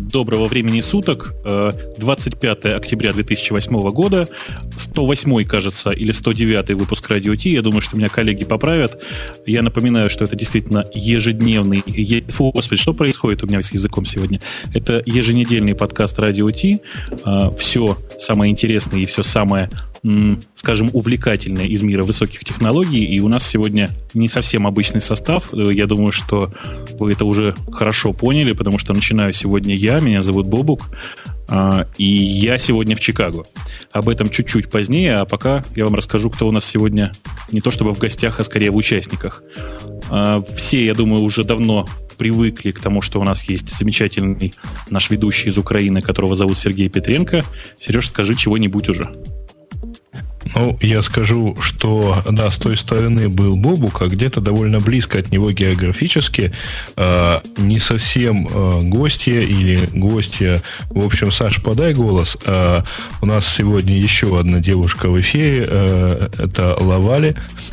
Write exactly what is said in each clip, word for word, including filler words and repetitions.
доброго времени суток. двадцать пятое октября две тысячи восьмого года, сто восьмой, кажется, или сто девятый выпуск Радио Ти. Я думаю, что меня коллеги поправят. Я напоминаю, что это действительно ежедневный... Фу, господи, что происходит у меня с языком сегодня? Это еженедельный подкаст Радио Ти. Все самое интересное и все самое, скажем, увлекательное из мира высоких технологий. И у нас сегодня не совсем обычный состав. Я думаю, что вы это уже хорошо поняли, потому что начинаю сегодня я. Меня зовут Бобук. И я сегодня в Чикаго. Об этом чуть-чуть позднее, а пока я вам расскажу, кто у нас сегодня не то чтобы в гостях, а скорее в участниках. Все, я думаю, уже давно привыкли к тому, что у нас есть замечательный наш ведущий из Украины, которого зовут Сергей Петренко. Сереж, скажи чего-нибудь уже. Ну, я скажу, что, да, с той стороны был Бобук, а где-то довольно близко от него географически, э, не совсем э, гостья или гостья. В общем, Саш, подай голос. Э, у нас сегодня еще одна девушка в эфире, э, это Лавали.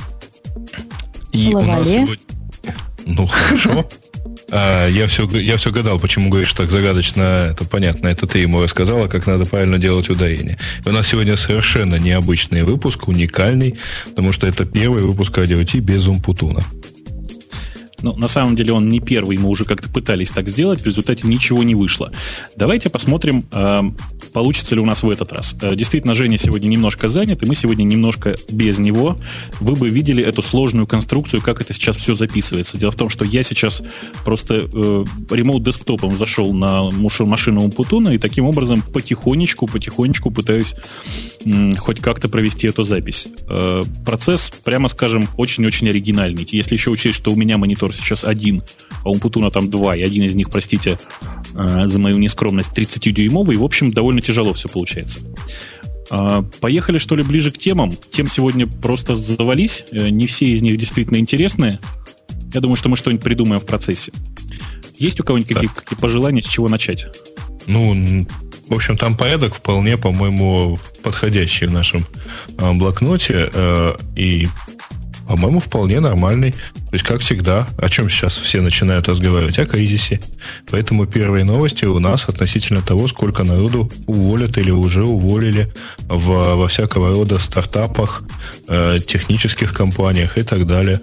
И Лавали. У нас сегодня... Ну, хорошо. А, я, все, я все гадал, почему говоришь так загадочно. Это понятно, это ты ему рассказала, как надо правильно делать ударение. И у нас сегодня совершенно необычный выпуск, уникальный, потому что это первый выпуск Радио Ти без Умпутуна. Ну, на самом деле он не первый, мы уже как-то пытались так сделать, в результате ничего не вышло. Давайте посмотрим, э, получится ли у нас в этот раз. Э, действительно, Женя сегодня немножко занят, и мы сегодня немножко без него. Вы бы видели эту сложную конструкцию, как это сейчас все записывается. Дело в том, что я сейчас просто э, ремоут-десктопом зашел на машину Умпутуна, и таким образом потихонечку, потихонечку пытаюсь э, хоть как-то провести эту запись. Э, процесс, прямо скажем, очень-очень оригинальный. Если еще учесть, что у меня монитор сейчас один, а у Умпутуна там два, и один из них, простите э, за мою нескромность, тридцатидюймовый. В общем, довольно тяжело все получается. Э, поехали, что ли, ближе к темам. Тем сегодня просто завались. Э, не все из них действительно интересные. Я думаю, что мы что-нибудь придумаем в процессе. Есть у кого-нибудь какие, какие пожелания, с чего начать? Ну, в общем, там порядок вполне, по-моему, подходящий в нашем э, блокноте. Э, и по-моему, вполне нормальный. То есть, как всегда, о чем сейчас все начинают разговаривать? О кризисе. Поэтому первые новости у нас относительно того, сколько народу уволят или уже уволили в, во всякого рода стартапах, э, технических компаниях и так далее.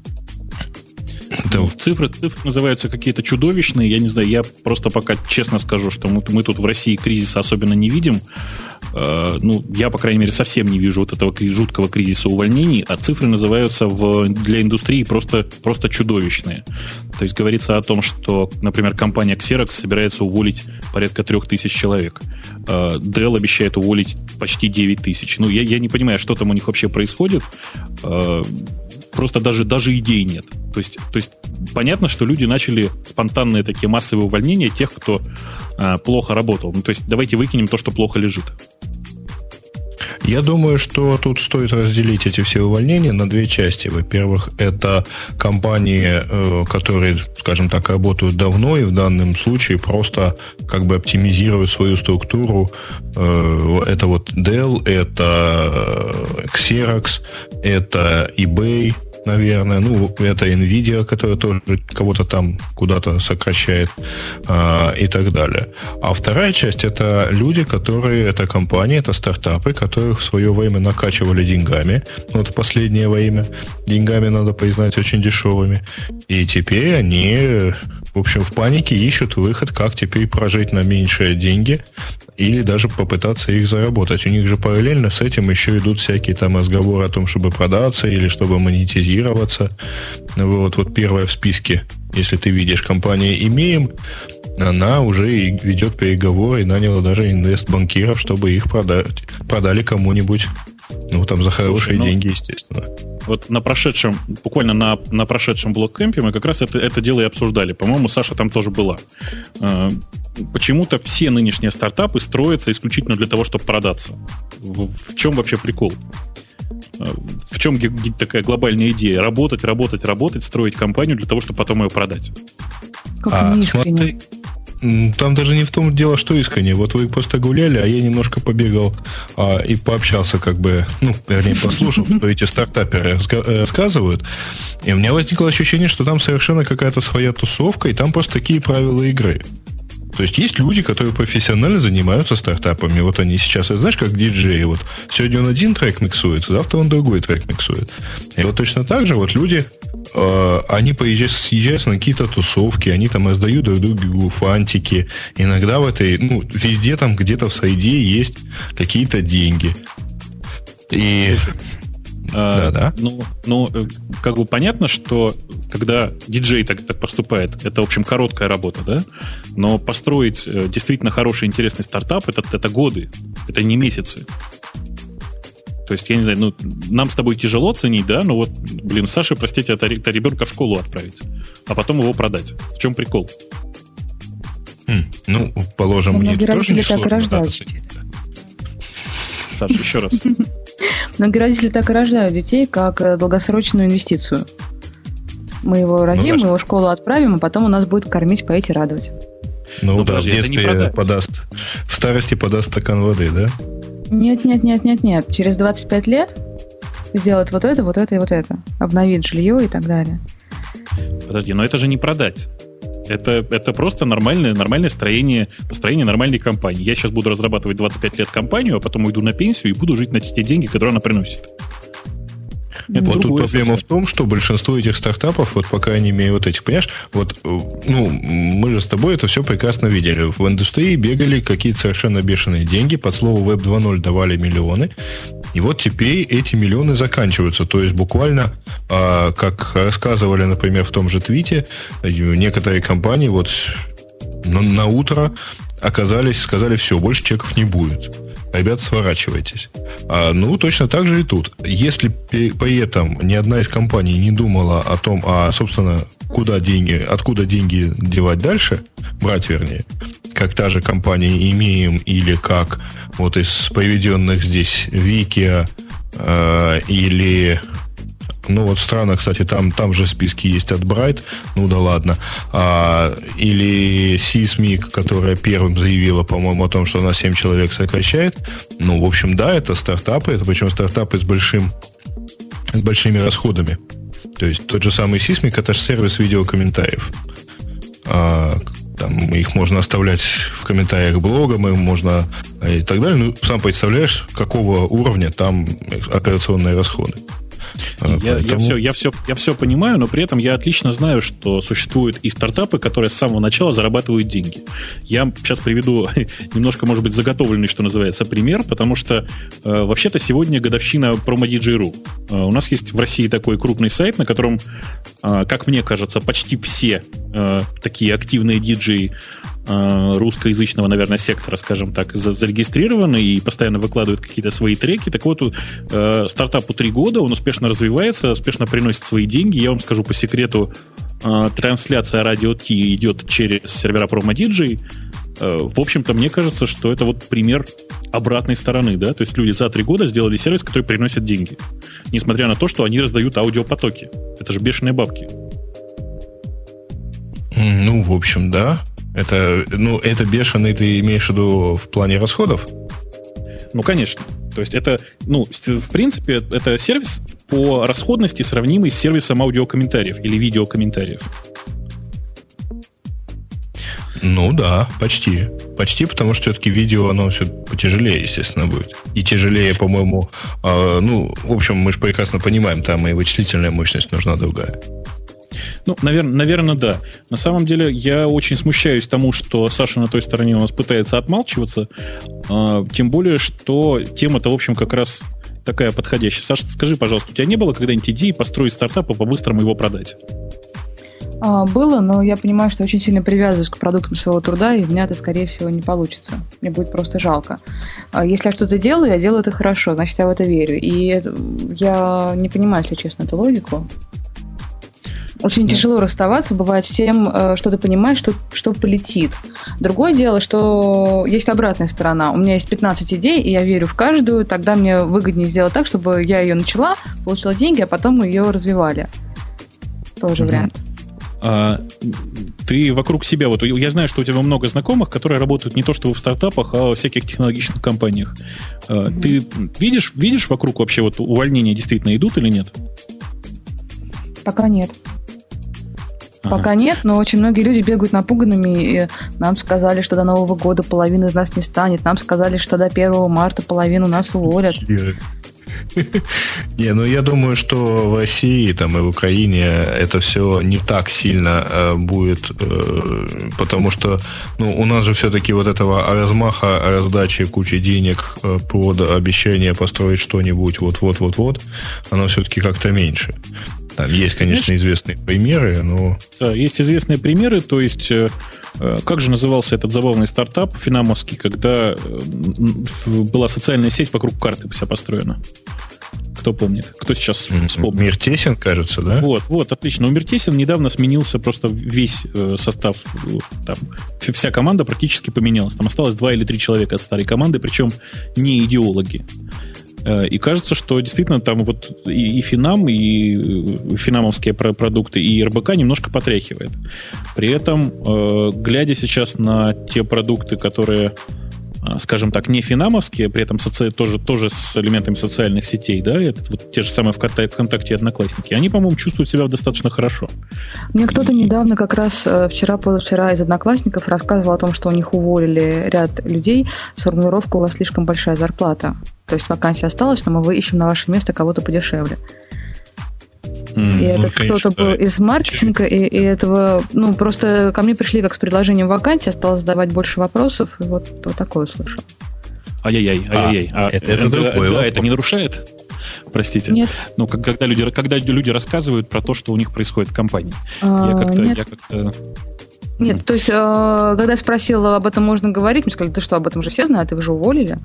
Ну, цифры, цифры называются какие-то чудовищные. Я не знаю, я просто пока честно скажу, что мы, мы тут в России кризиса особенно не видим. Э, ну, я, по крайней мере, совсем не вижу вот этого жуткого кризиса увольнений, а цифры называются в, для индустрии просто, просто чудовищные. То есть говорится о том, что, например, компания Xerox собирается уволить порядка трех тысяч человек. Э, Dell обещает уволить почти девять тысяч. Ну, я, я не понимаю, что там у них вообще происходит. Э, Просто даже, даже идей нет. То есть, то есть понятно, что люди начали спонтанные такие массовые увольнения тех, кто а, плохо работал. Ну, то есть давайте выкинем то, что плохо лежит. Я думаю, что тут стоит разделить эти все увольнения на две части. Во-первых, это компании, которые, скажем так, работают давно и в данном случае просто как бы оптимизируют свою структуру. Это вот Dell, это Xerox, это eBay, наверное. Ну, это NVIDIA, которая тоже кого-то там куда-то сокращает, а, и так далее. А вторая часть — это люди, которые, это компании, это стартапы, которых в свое время накачивали деньгами. Вот в последнее время деньгами, надо признать, очень дешевыми. И теперь они, в общем, в панике ищут выход, как теперь прожить на меньшие деньги или даже попытаться их заработать. У них же параллельно с этим еще идут всякие там разговоры о том, чтобы продаться или чтобы монетизироваться. Вот, вот первая в списке, если ты видишь, компания «Имеем», она уже и ведет переговоры и наняла даже инвестбанкиров, чтобы их продать, продали кому-нибудь. Ну, там за хорошие Слушай, ну, деньги, естественно. Вот на прошедшем, буквально на, на прошедшем блог-кэмпе мы как раз это, это дело и обсуждали. По-моему, Саша там тоже была. Почему-то все нынешние стартапы строятся исключительно для того, чтобы продаться. В, в чем вообще прикол? В чем такая глобальная идея? Работать, работать, работать, строить компанию для того, чтобы потом ее продать. Как а, смотри, там даже не в том дело, что искренне. Вот вы просто гуляли, а я немножко побегал а, и пообщался, как бы, ну, вернее, послушал, что эти стартаперы рассказывают. И у меня возникло ощущение, что там совершенно какая-то своя тусовка, и там просто такие правила игры. То есть есть люди, которые профессионально занимаются стартапами. Вот они сейчас, знаешь, как диджеи. Вот сегодня он один трек миксует, завтра он другой трек миксует. И вот точно так же вот люди, э, они поезжают, съезжают на какие-то тусовки, они там раздают друг другу фантики. Иногда в этой, ну, везде там где-то в среде есть какие-то деньги. И... А, да, да. Ну, ну, как бы понятно, что когда диджей так, так поступает, это, в общем, короткая работа, да? Но построить действительно хороший, интересный стартап это, это годы, это не месяцы. То есть, я не знаю, ну, нам с тобой тяжело ценить, да, но вот, блин, Саше, простите, это, это ребенка в школу отправить, а потом его продать. В чем прикол? Хм, ну, положим, но мне это тоже не так и рождаются. Саша, еще раз. Многие родители так и рождают детей, как долгосрочную инвестицию. Мы его родим, ну, мы его в школу отправим, а потом он нас будет кормить, поить и радовать. Ну, ну да, подожди, в детстве подаст, в старости подаст стакан воды, да? Нет, нет, нет, нет, нет. Через двадцать пять лет сделать вот это, вот это и вот это. Обновить жилье и так далее. Подожди, но это же не продать. Это, это просто нормальное, нормальное строение, построение нормальной компании. Я сейчас буду разрабатывать двадцать пять лет компанию, а потом уйду на пенсию и буду жить на те деньги, которые она приносит. Это вот тут проблема совсем. В том, что большинство этих стартапов, вот пока я не имею вот этих, понимаешь, вот, ну, мы же с тобой это все прекрасно видели. В индустрии бегали какие-то совершенно бешеные деньги, под слово веб два ноль давали миллионы, и вот теперь эти миллионы заканчиваются. То есть буквально, а, как рассказывали, например, в том же твите, некоторые компании вот на, на утро оказались, сказали, все, больше чеков не будет. Ребят, сворачивайтесь. А, ну, точно так же и тут. Если при этом ни одна из компаний не думала о том, а, собственно, куда деньги, откуда деньги девать дальше, брать, вернее, как та же компания имеем, или как вот из приведенных здесь Викия э, или... Ну, вот странно, кстати, там, там же в списке есть от Bright, ну да ладно. А, или Seismic, которая первым заявила, по-моему, о том, что она семь человек сокращает. Ну, в общем, да, это стартапы, это причем стартапы с, большим, с большими расходами. То есть тот же самый Seismic, это же сервис видеокомментариев. А, там их можно оставлять в комментариях блога, можно и так далее. Ну, сам представляешь, какого уровня там операционные расходы. Я, Поэтому... я, все, я, все, я все понимаю, но при этом я отлично знаю, что существуют и стартапы, которые с самого начала зарабатывают деньги. Я сейчас приведу немножко, может быть, заготовленный, что называется, пример, потому что э, вообще-то сегодня годовщина PromoDJ точка ру. Э, у нас есть в России такой крупный сайт, на котором, э, как мне кажется, почти все э, такие активные диджеи русскоязычного, наверное, сектора, скажем так, зарегистрированы и постоянно выкладывают какие-то свои треки. Так вот, э, стартапу три года, он успешно развивается, успешно приносит свои деньги. Я вам скажу по секрету, э, трансляция радио Ти идет через сервера PromoDJ. Э, в общем-то, мне кажется, что это вот пример обратной стороны, да, то есть люди за три года сделали сервис, который приносит деньги, несмотря на то, что они раздают аудиопотоки. Это же бешеные бабки. Ну, в общем, да. Это, ну, это бешеный ты имеешь в виду в плане расходов? Ну, конечно. То есть это, ну, в принципе, это сервис по расходности, сравнимый с сервисом аудиокомментариев или видеокомментариев. Ну да, почти. Почти, потому что все-таки видео, оно все потяжелее, естественно, будет. И тяжелее, по-моему, э, ну, в общем, мы же прекрасно понимаем, там и вычислительная мощность нужна другая. Ну, наверное, наверное, да. На самом деле, я очень смущаюсь тому, что Саша на той стороне у нас пытается отмалчиваться. А, тем более, что тема-то, в общем, как раз такая подходящая. Саша, скажи, пожалуйста, у тебя не было когда-нибудь идеи построить стартап и по-быстрому его продать? А, было, но я понимаю, что очень сильно привязываюсь к продуктам своего труда, и у меня это, скорее всего, не получится. Мне будет просто жалко. А, если я что-то делаю, я делаю это хорошо, значит, я в это верю. И это, я не понимаю, если честно, эту логику. Очень mm. тяжело расставаться, бывает, с тем, что ты понимаешь, что, что полетит. Другое дело, что есть обратная сторона. У меня есть пятнадцать идей, и я верю в каждую, тогда мне выгоднее сделать так, чтобы я ее начала, получила деньги, а потом ее развивали. Тоже mm-hmm. вариант. А, ты вокруг себя, вот я знаю, что у тебя много знакомых, которые работают не то что в стартапах, а во всяких технологичных компаниях. Mm-hmm. Ты видишь, видишь вокруг вообще вот увольнения действительно идут или нет? Пока нет. Пока ага. нет, но очень многие люди бегают напуганными, и нам сказали, что до Нового года половина из нас не станет, нам сказали, что до первого марта половину нас уволят. Не, ну я думаю, что в России там, и в Украине это все не так сильно э, будет, э, потому что ну, у нас же все-таки вот этого размаха, раздачи кучи денег э, под обещание построить что-нибудь вот-вот-вот-вот, оно все-таки как-то меньше. Там есть, конечно, известные примеры, но... Да, есть известные примеры, то есть, э, как же назывался этот забавный стартап финамовский, когда э, была социальная сеть вокруг карты вся построена? Кто помнит? Кто сейчас вспомнит? Миртесин, кажется, да? Вот, вот, отлично. У Миртесин недавно сменился просто весь э, состав, там, вся команда практически поменялась. Там осталось два или три человека от старой команды, причем не идеологи. И кажется, что действительно там вот и, и Финам, и финамовские продукты, и эр бэ ка немножко потряхивает. При этом, э, глядя сейчас на те продукты, которые, скажем так, не финамовские, при этом соци... тоже, тоже с элементами социальных сетей, да, это вот те же самые ВКонтакте и Одноклассники, они, по-моему, чувствуют себя достаточно хорошо. Мне кто-то недавно, как раз вчера-позавчера из Одноклассников рассказывал о том, что у них уволили ряд людей с формулировкой: у вас слишком большая зарплата. То есть вакансия осталась, но мы ищем на ваше место кого-то подешевле. Mm, и ну, это конечно, кто-то был да. из маркетинга, и, и этого, ну, просто ко мне пришли как с предложением вакансии, стал задавать больше вопросов, и вот, вот такое услышал. Ай-яй-яй, ай-яй-яй. А, это, это, это, да, это не нарушает? Простите. Нет. Ну, когда люди, когда люди рассказывают про то, что у них происходит в компании. А, я как-то... Нет. Я как-то... Нет, то есть, когда я спросила, об этом можно говорить, мне сказали: ты что, об этом же все знают, их же уволили.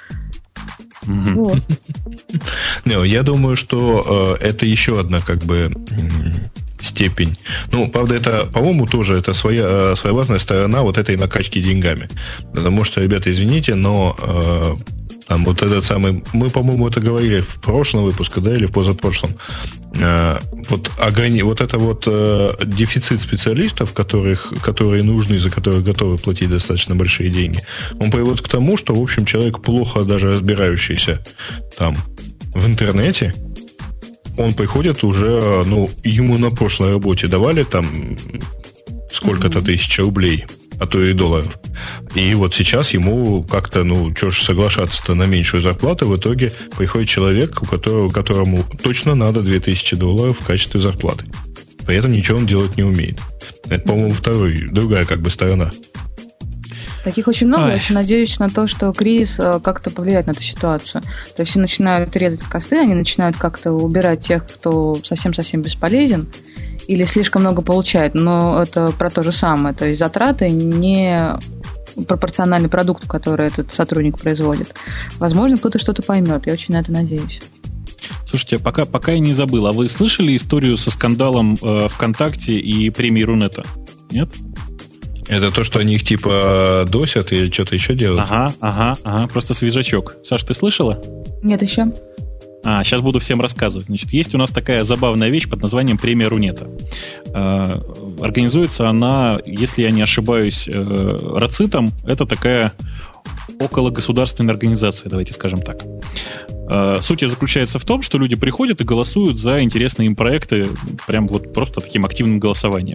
Mm-hmm. Вот. No, я думаю, что э, это еще одна как бы степень. Ну, правда, это, по-моему, тоже это своя, своеобразная сторона вот этой накачки деньгами. Потому что, ребята, извините, но э, там вот этот самый... Мы, по-моему, это говорили в прошлом выпуске, да, или в позапрошлом. Э, вот, ограни, вот это вот э, дефицит специалистов, которых, которые нужны, за которых готовы платить достаточно большие деньги, он приводит к тому, что, в общем, человек, плохо даже разбирающийся там в интернете, он приходит уже, ну, ему на прошлой работе давали там сколько-то mm-hmm. тысяч рублей, а то и долларов. И вот сейчас ему как-то, ну, что ж соглашаться-то на меньшую зарплату, в итоге приходит человек, у которого, которому точно надо две тысячи долларов в качестве зарплаты. При этом ничего он делать не умеет. Это, по-моему, второй, другая как бы сторона. Таких очень много. Ой. Я очень надеюсь на то, что кризис как-то повлияет на эту ситуацию. То есть все начинают резать косты, они начинают как-то убирать тех, кто совсем-совсем бесполезен или слишком много получает. Но это про то же самое. То есть затраты не пропорциональны продукту, который этот сотрудник производит. Возможно, кто-то что-то поймет. Я очень на это надеюсь. Слушайте, пока, пока я не забыл, а вы слышали историю со скандалом э, ВКонтакте и премией Рунета? Нет? Это то, что они их типа досят или что-то еще делают? Ага, ага, ага, просто свежачок. Саш, ты слышала? Нет, еще. А, сейчас буду всем рассказывать. Значит, есть у нас такая забавная вещь под названием премия Рунета. Э, организуется она, если я не ошибаюсь, э, РАЦИТом. Это такая окологосударственная организация, давайте скажем так. Э, суть заключается в том, что люди приходят и голосуют за интересные им проекты прям вот просто таким активным голосованием.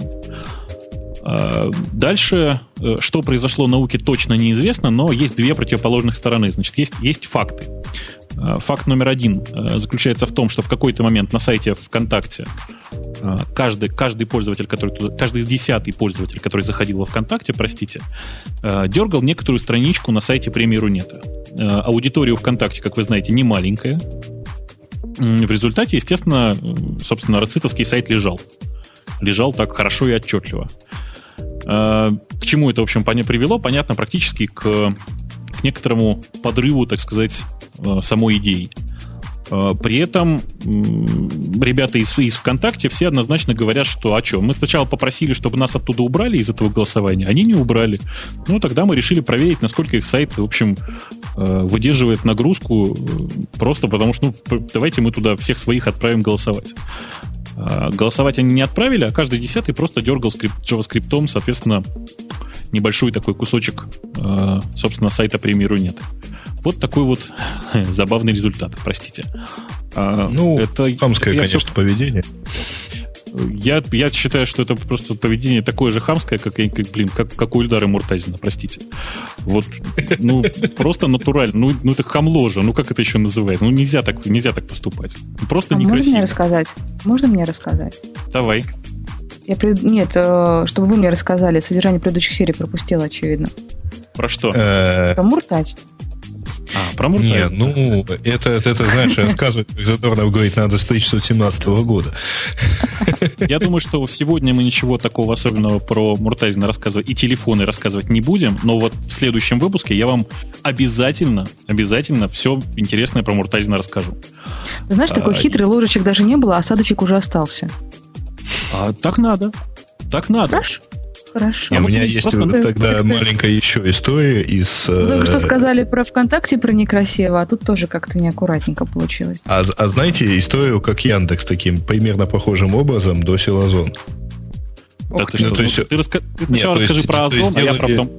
Дальше, что произошло, науке точно неизвестно, но есть две противоположных стороны. Значит, есть, есть факты. Факт номер один заключается в том, что в какой-то момент на сайте ВКонтакте каждый, каждый пользователь, который туда, каждый десятый пользователь, который заходил во ВКонтакте, простите, дергал некоторую страничку на сайте премии Рунета. Аудитория у ВКонтакте, как вы знаете, не маленькая. В результате, естественно, собственно, РАЦИТовский сайт лежал. Лежал так хорошо и отчетливо. К чему это, в общем, привело? Понятно, практически к, к некоторому подрыву, так сказать, самой идеи. При этом ребята из, из ВКонтакте все однозначно говорят, что а что, мы сначала попросили, чтобы нас оттуда убрали из этого голосования, они не убрали. Ну, тогда мы решили проверить, насколько их сайт, в общем, выдерживает нагрузку, просто потому что, ну, давайте мы туда всех своих отправим голосовать. Голосовать они не отправили, а каждый десятый просто дергал скрипт, JavaScript, соответственно, небольшой такой кусочек, собственно, сайта премии Рунета. Вот такой вот забавный результат, простите. Ну, это хамское, это конечно, все... поведение. Я, я считаю, что это просто поведение такое же хамское, как, как, блин, как, как у Ильдара Муртазина, простите. Вот, ну, просто натурально. Ну, ну, это хамло же. Ну, как это еще называется? Ну, нельзя так, нельзя так поступать. Просто а некрасиво. Можно мне рассказать? Можно мне рассказать? Давай. Я пред... Нет, чтобы вы мне рассказали, содержание предыдущих серий пропустила, очевидно. Про что? Про Муртазин. А, про Муртазин. Нет, ну, это, это, это знаешь, рассказывать, как Задорнов говорит, надо с тысяча девятьсот семнадцатого года. Я думаю, что сегодня мы ничего такого особенного про Муртазина рассказывать и телефоны рассказывать не будем, но вот в следующем выпуске я вам обязательно, обязательно все интересное про Муртазина расскажу. Ты знаешь, такой а, хитрый, ложечек даже не было, а осадочек уже остался. А, так надо. Так надо. Хорошо. Хорошо. А у меня есть вот тогда маленькая еще история из... Вы только что сказали про ВКонтакте, про некрасиво, а тут тоже как-то неаккуратненько получилось. А, а знаете историю, как Яндекс таким примерно похожим образом досил Озон? Да ты что, ну, есть... ты, раска... ты сначала Нет, расскажи есть, про Озон, а я про потом...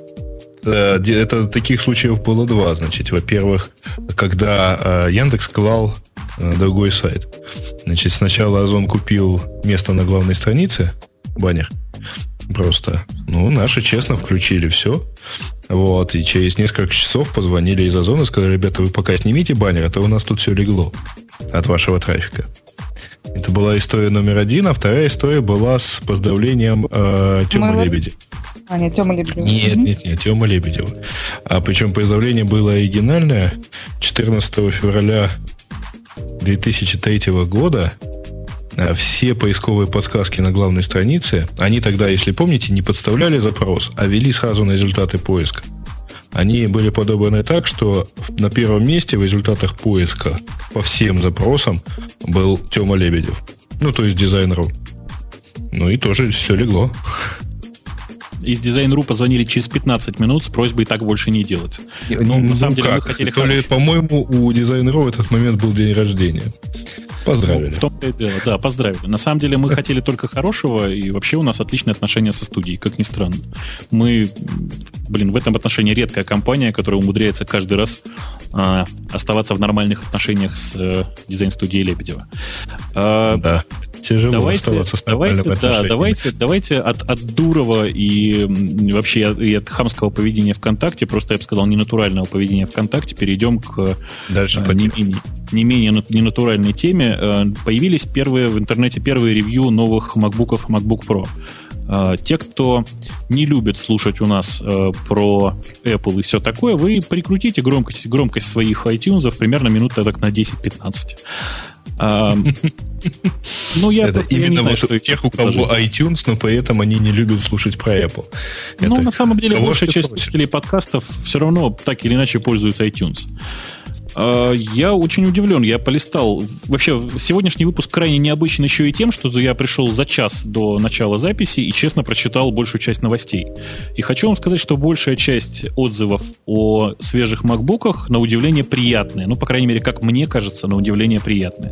Это таких случаев было два. Значит, во-первых, когда Яндекс клал другой сайт. Значит, сначала Озон купил место на главной странице, баннер, просто. Ну, наши честно включили все. Вот. И через несколько часов позвонили из Озона и сказали: ребята, вы пока снимите баннер, а то у нас тут все легло от вашего трафика. Это была история номер один, а вторая история была с поздравлением э, Тёмы Мы... Лебедя. А, нет, Тёма Лебедева. Нет, нет, нет, Тёма Лебедева. А причем поздравление было оригинальное. четырнадцатого февраля две тысячи третьего года все поисковые подсказки на главной странице, они тогда, если помните, не подставляли запрос, а вели сразу на результаты поиска. Они были подобраны так, что на первом месте в результатах поиска по всем запросам был Тёма Лебедев. Ну, то есть Design.ru. Ну и тоже все легло. Из Design.ru позвонили через пятнадцать минут с просьбой так больше не делать. Но ну, на самом ну деле как? мы хотели... То ли, по-моему, у Design.ru в этот момент был день рождения. Поздравили. Ну, в том-то и дело, да, поздравили. На самом деле мы хотели только хорошего, и вообще у нас отличные отношения со студией, как ни странно. Мы, блин, в этом отношении редкая компания, которая умудряется каждый раз а, оставаться в нормальных отношениях с а, дизайн-студией Лебедева. А, да, тяжело давайте, оставаться с давайте, да, давайте, давайте от, от Дурова и вообще и от хамского поведения ВКонтакте, просто я бы сказал, ненатурального поведения ВКонтакте, перейдем к Дальше а, не, менее, не менее ненатуральной теме. Появились первые в интернете первые ревью новых MacBook'ов MacBook Pro. Те, кто не любит слушать у нас про Apple и все такое, вы прикрутите громкость, громкость своих iTunes примерно минут так на десять-пятнадцать. А, ну, я это просто, именно я не знаю, вот что тех, у кого iTunes, но при этом они не любят слушать про Apple. Ну, это на самом деле, большая часть просишь? слушателей подкастов все равно так или иначе пользуются iTunes. Я очень удивлен, я полистал. Вообще, сегодняшний выпуск крайне необычен еще и тем, что я пришел за час до начала записи и честно прочитал большую часть новостей. И хочу вам сказать, что большая часть отзывов о свежих макбуках на удивление приятная. Ну, по крайней мере, как мне кажется, на удивление приятная.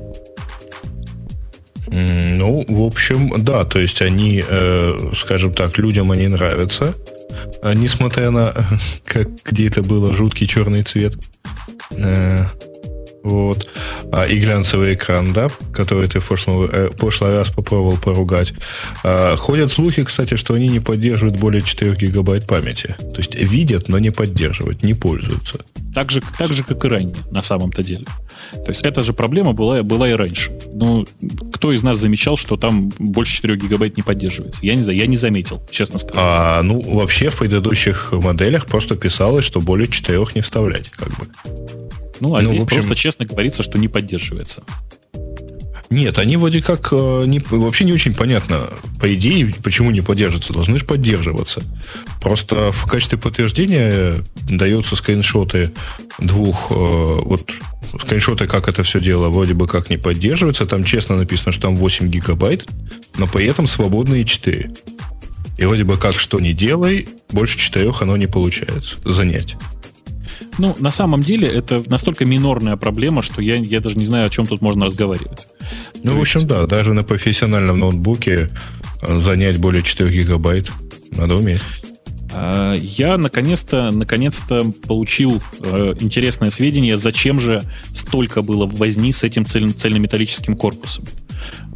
Ну, в общем, да, то есть они, э, скажем так, людям они нравятся, несмотря на, как где это было, жуткий черный цвет. Э, вот. А, и глянцевый экран, да, который ты в прошлом, э, в прошлый раз попробовал поругать. А, ходят слухи, кстати, что они не поддерживают более четыре гигабайт памяти. То есть видят, но не поддерживают, не пользуются. Так же, так же, как и ранее, на самом-то деле. То есть эта же проблема была, была и раньше. Ну, кто из нас замечал, что там больше четыре гигабайт не поддерживается? Я не знаю, я не заметил, честно скажу. А, ну, вообще в предыдущих моделях просто писалось, что более четырех не вставлять, как бы. Ну, а ну, здесь в общем... просто честно говорится, что не поддерживается. Нет, они вроде как не, вообще не очень понятно, по идее, почему не поддерживаются. Должны же поддерживаться. Просто в качестве подтверждения даются скриншоты двух, вот скриншоты, как это все дело вроде бы как не поддерживается. Там честно написано, что там восемь гигабайт, но при этом свободные четыре. И вроде бы как что ни делай, больше четырех оно не получается занять. Ну, на самом деле, это настолько минорная проблема, что я, я даже не знаю, о чем тут можно разговаривать. Ну, То в общем, есть... да, даже на профессиональном ноутбуке занять более четыре гигабайт надо уметь. Я наконец-то, наконец-то получил э, интересное сведение, зачем же столько было возни с этим цель, цельнометаллическим корпусом.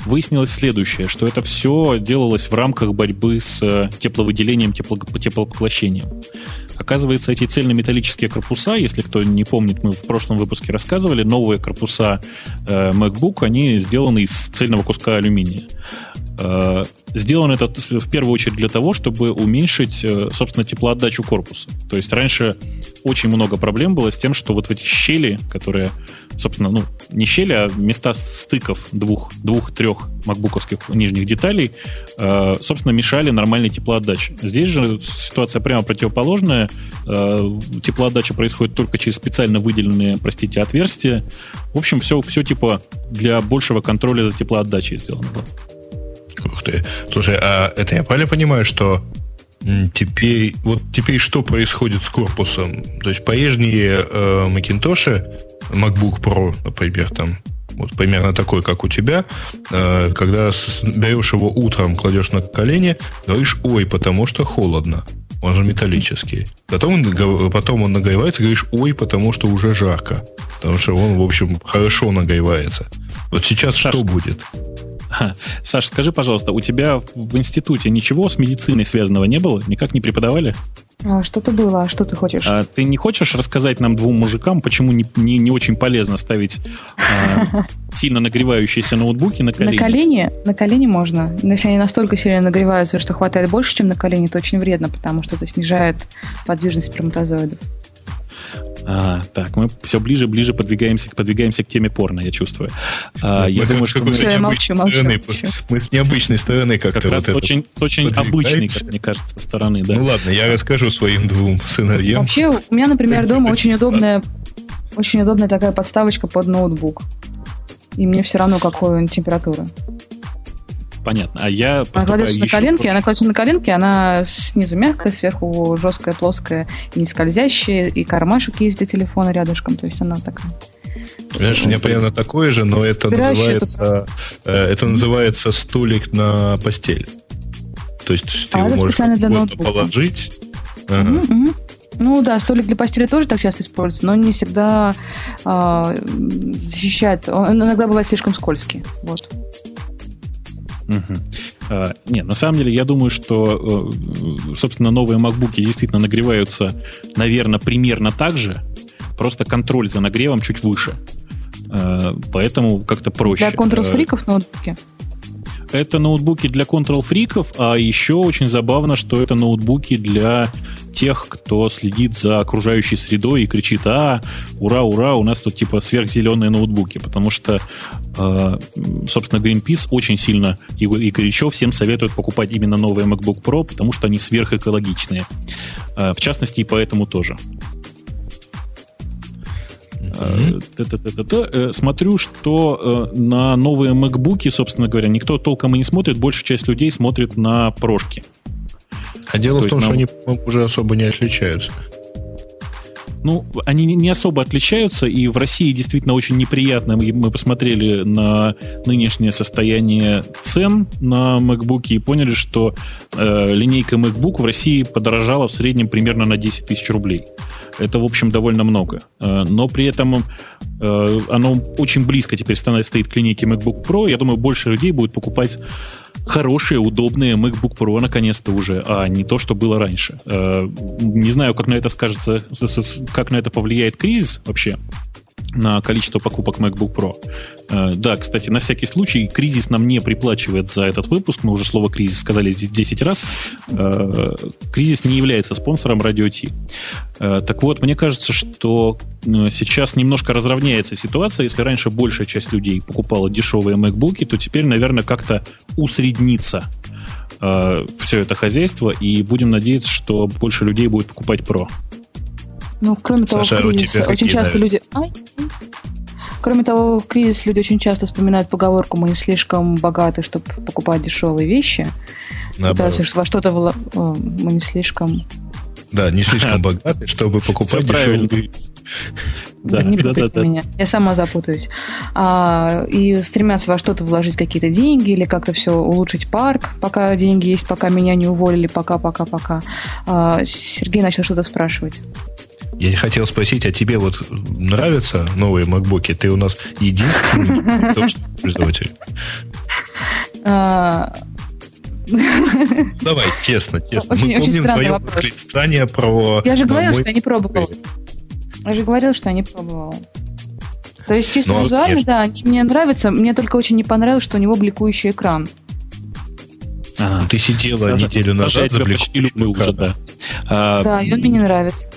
выяснилось следующее, что это все делалось в рамках борьбы с тепловыделением, тепло, теплопоглощением. Оказывается, эти цельнометаллические корпуса, если кто не помнит, мы в прошлом выпуске рассказывали, новые корпуса э, MacBook, они сделаны из цельного куска алюминия. Э, сделано это в первую очередь для того, чтобы уменьшить, э, собственно, теплоотдачу корпуса. То есть раньше очень много проблем было с тем, что вот в эти щели, которые, собственно, ну, не щели, а места стыков двух, двух-трех макбуковских нижних деталей, э, собственно, мешали нормальной теплоотдаче. Здесь же ситуация прямо противоположная. Э, теплоотдача происходит только через специально выделенные, простите, отверстия. В общем, все, все типа для большего контроля за теплоотдачей сделано было. Ух ты. Слушай, а это я правильно понимаю, что теперь, вот теперь что происходит с корпусом? То есть прежние э, Macintosh, MacBook Pro, например, там, вот примерно такой, как у тебя, э, когда с, берешь его утром, кладешь на колени, говоришь, ой, потому что холодно. Он же металлический. Потом он, потом он нагревается, говоришь, ой, потому что уже жарко. Потому что он, в общем, хорошо нагревается. Вот сейчас Саш, что будет? Саш, скажи, пожалуйста, у тебя в институте ничего с медициной связанного не было? Никак не преподавали? А, что-то было, а что ты хочешь? А, ты не хочешь рассказать нам, двум мужикам, почему не, не, не очень полезно ставить а, сильно нагревающиеся ноутбуки на колени? На колени? На колени можно. Но если они настолько сильно нагреваются, что хватает больше, чем на колени, то очень вредно, потому что это снижает подвижность сперматозоидов. А, так, мы все ближе и ближе подвигаемся, подвигаемся к теме порно, я чувствую. А, мы я думаю, что мы... Все, я молчу, молчу, стороны, молчу. Мы с необычной стороны как-то как раз вот очень, с очень обычной, как мне кажется, стороны. Да. Ну ладно, я расскажу своим двум сыновьям. Вообще, у меня, например, дома очень удобная, очень удобная такая подставочка под ноутбук. И мне все равно, какой он температура. Понятно. А я она кладется на коленки, проще. она кладется на коленки, она снизу мягкая, сверху жесткая, плоская и не скользящая, и кармашек есть для телефона рядышком, то есть она такая. Знаешь, у меня примерно такое же, но это называется, это... это называется столик на постель. То есть ты а его можешь положить. Ага. Угу, угу. Ну да, столик для постели тоже так часто используется, но он не всегда э, защищает. Он иногда бывает слишком скользкий. Вот. Угу. А, нет, на самом деле, я думаю, что, собственно, новые MacBook'и действительно нагреваются, наверное, примерно так же, просто контроль за нагревом чуть выше. А, поэтому как-то проще. Для контрол-фриков ноутбуки? Это ноутбуки для контрол-фриков, а еще очень забавно, что это ноутбуки для тех, кто следит за окружающей средой и кричит: а, ура, ура, у нас тут типа сверхзеленые ноутбуки, потому что, э, собственно, Greenpeace очень сильно и, и горячо всем советует покупать именно новые MacBook Pro, потому что они сверхэкологичные. Э, в частности, и поэтому тоже. Mm-hmm. Смотрю, что на новые MacBook'и, собственно говоря, никто толком и не смотрит. Большая часть людей смотрит на прошки. А дело То в том, на... что они уже особо не отличаются. Ну, они не особо отличаются, и в России действительно очень неприятно. Мы посмотрели на нынешнее состояние цен на MacBook'и и поняли, что э, линейка MacBook в России подорожала в среднем примерно на десять тысяч рублей. Это, в общем, довольно много. Э, но при этом э, оно очень близко теперь стоит к линейке MacBook Pro. Я думаю, больше людей будет покупать хорошие, удобные MacBook Pro наконец-то уже, а не то, что было раньше. Не знаю, как на это скажется, как на это повлияет кризис вообще, на количество покупок MacBook Pro. Да, кстати, на всякий случай, кризис нам не приплачивает за этот выпуск. Мы уже слово «кризис» сказали здесь десять раз. Кризис не является спонсором Радио Ти. Так вот, мне кажется, что сейчас немножко разровняется ситуация. Если раньше большая часть людей покупала дешевые MacBook'и, то теперь, наверное, как-то усреднится все это хозяйство, и будем надеяться, что больше людей будет покупать Pro. Ну, кроме того, Саша, в кризис очень какие, часто наверное? люди... Ай. Кроме того, в кризис люди очень часто вспоминают поговорку: мы не слишком богаты, чтобы покупать дешевые вещи. Пытаются во что-то... Вла... О, мы не слишком... Да, не слишком богаты, чтобы покупать дешевые. Да, не путайте да, да, меня. Да. Я сама запутаюсь. А, и стремятся во что-то вложить какие-то деньги или как-то все улучшить парк, пока деньги есть, пока меня не уволили, пока-пока-пока. А, Сергей начал что-то спрашивать. Я хотел спросить, а тебе вот нравятся новые MacBook'и? Ты у нас единственный пользователь. Давай, честно, честно. Очень, Мы очень помним твое вопрос. восклицание про... Я же говорила, мой... что я не пробовала. Я же говорила, что я не пробовала. То есть чисто Ну, визуально, конечно. да, они мне нравятся. Мне только очень не понравилось, что у него бликующий экран. Ага. Ты сидела Саша, неделю Саша, назад я тебя почти люблю уже, да. А, Да, и он мне не нравится.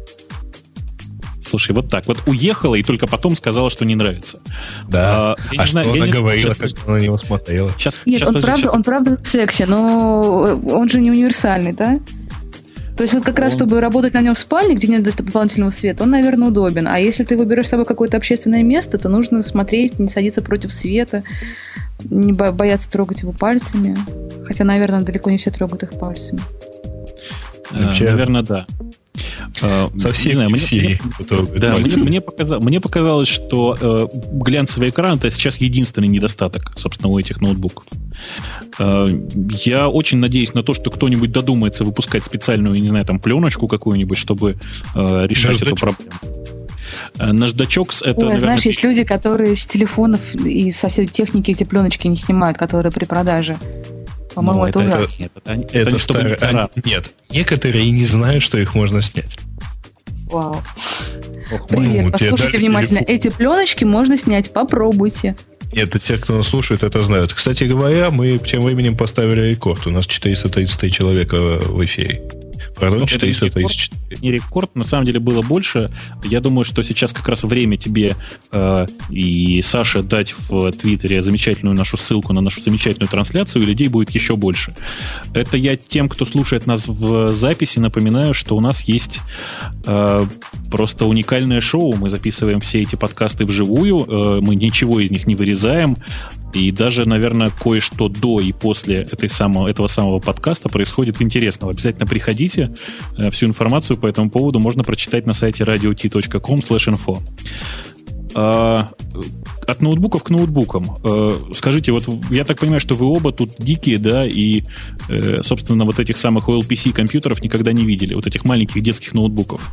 Слушай, вот так. Вот уехала и только потом сказала, что не нравится. Да. А, я А не что знаю, я она не- говорила, сейчас- как она на него смотрела? Сейчас, Нет, сейчас, он, подожди, правда, сейчас. он правда секси, но он же не универсальный, да? То есть вот как раз, Он- чтобы работать на нем в спальне, где нет дополнительного света, он, наверное, удобен. А если ты его берешь с собой в какое-то общественное место, то нужно смотреть, не садиться против света, не бо- бояться трогать его пальцами. Хотя, наверное, далеко не все трогают их пальцами. А, Вообще- наверное, да. А, Совсем не знаю, не мне- все. мне- которые Да, говорят, мне, мне, показа- мне показалось, что э, глянцевый экран это сейчас единственный недостаток, собственно, у этих ноутбуков. Э, я очень надеюсь на то, что кто-нибудь додумается выпускать специальную, не знаю, там пленочку какую-нибудь, чтобы э, решать эту Наждачок. проблему. Э, Наждачок с- это, Ой, наверное, знаешь, есть люди, которые с телефонов и со всей техники эти пленочки не снимают, которые при продаже. По-моему, ну, это, это, ужасно. нет, это, это, Это не чтобы не старое- царапать. они- Нет, некоторые и не знают, что их можно снять. Вау. Ох, Ну, Привет, тебе послушайте дали внимательно. телефон. Эти пленочки можно снять, попробуйте. Нет, это те, кто нас слушает, это знают. Кстати говоря, мы тем временем поставили рекорд. У нас четыреста тридцать три человека в эфире. Пардон, Ну, это не четыреста тридцать четыре. не рекорд, на самом деле было больше. Я думаю, что сейчас как раз время тебе э, и Саше дать в Твиттере замечательную нашу ссылку на нашу замечательную трансляцию, и людей будет еще больше. Это я тем, кто слушает нас в записи, напоминаю, что у нас есть э, просто уникальное шоу. Мы записываем все эти подкасты вживую, э, мы ничего из них не вырезаем. И даже, наверное, кое-что до и после этой самого, этого самого подкаста происходит интересного. Обязательно приходите. Всю информацию по этому поводу можно прочитать на сайте radio t точка com slash info. От ноутбуков к ноутбукам. Скажите, вот я так понимаю, что вы оба тут дикие, да, и, собственно, вот этих самых о эл пи си компьютеров никогда не видели, вот этих маленьких детских ноутбуков.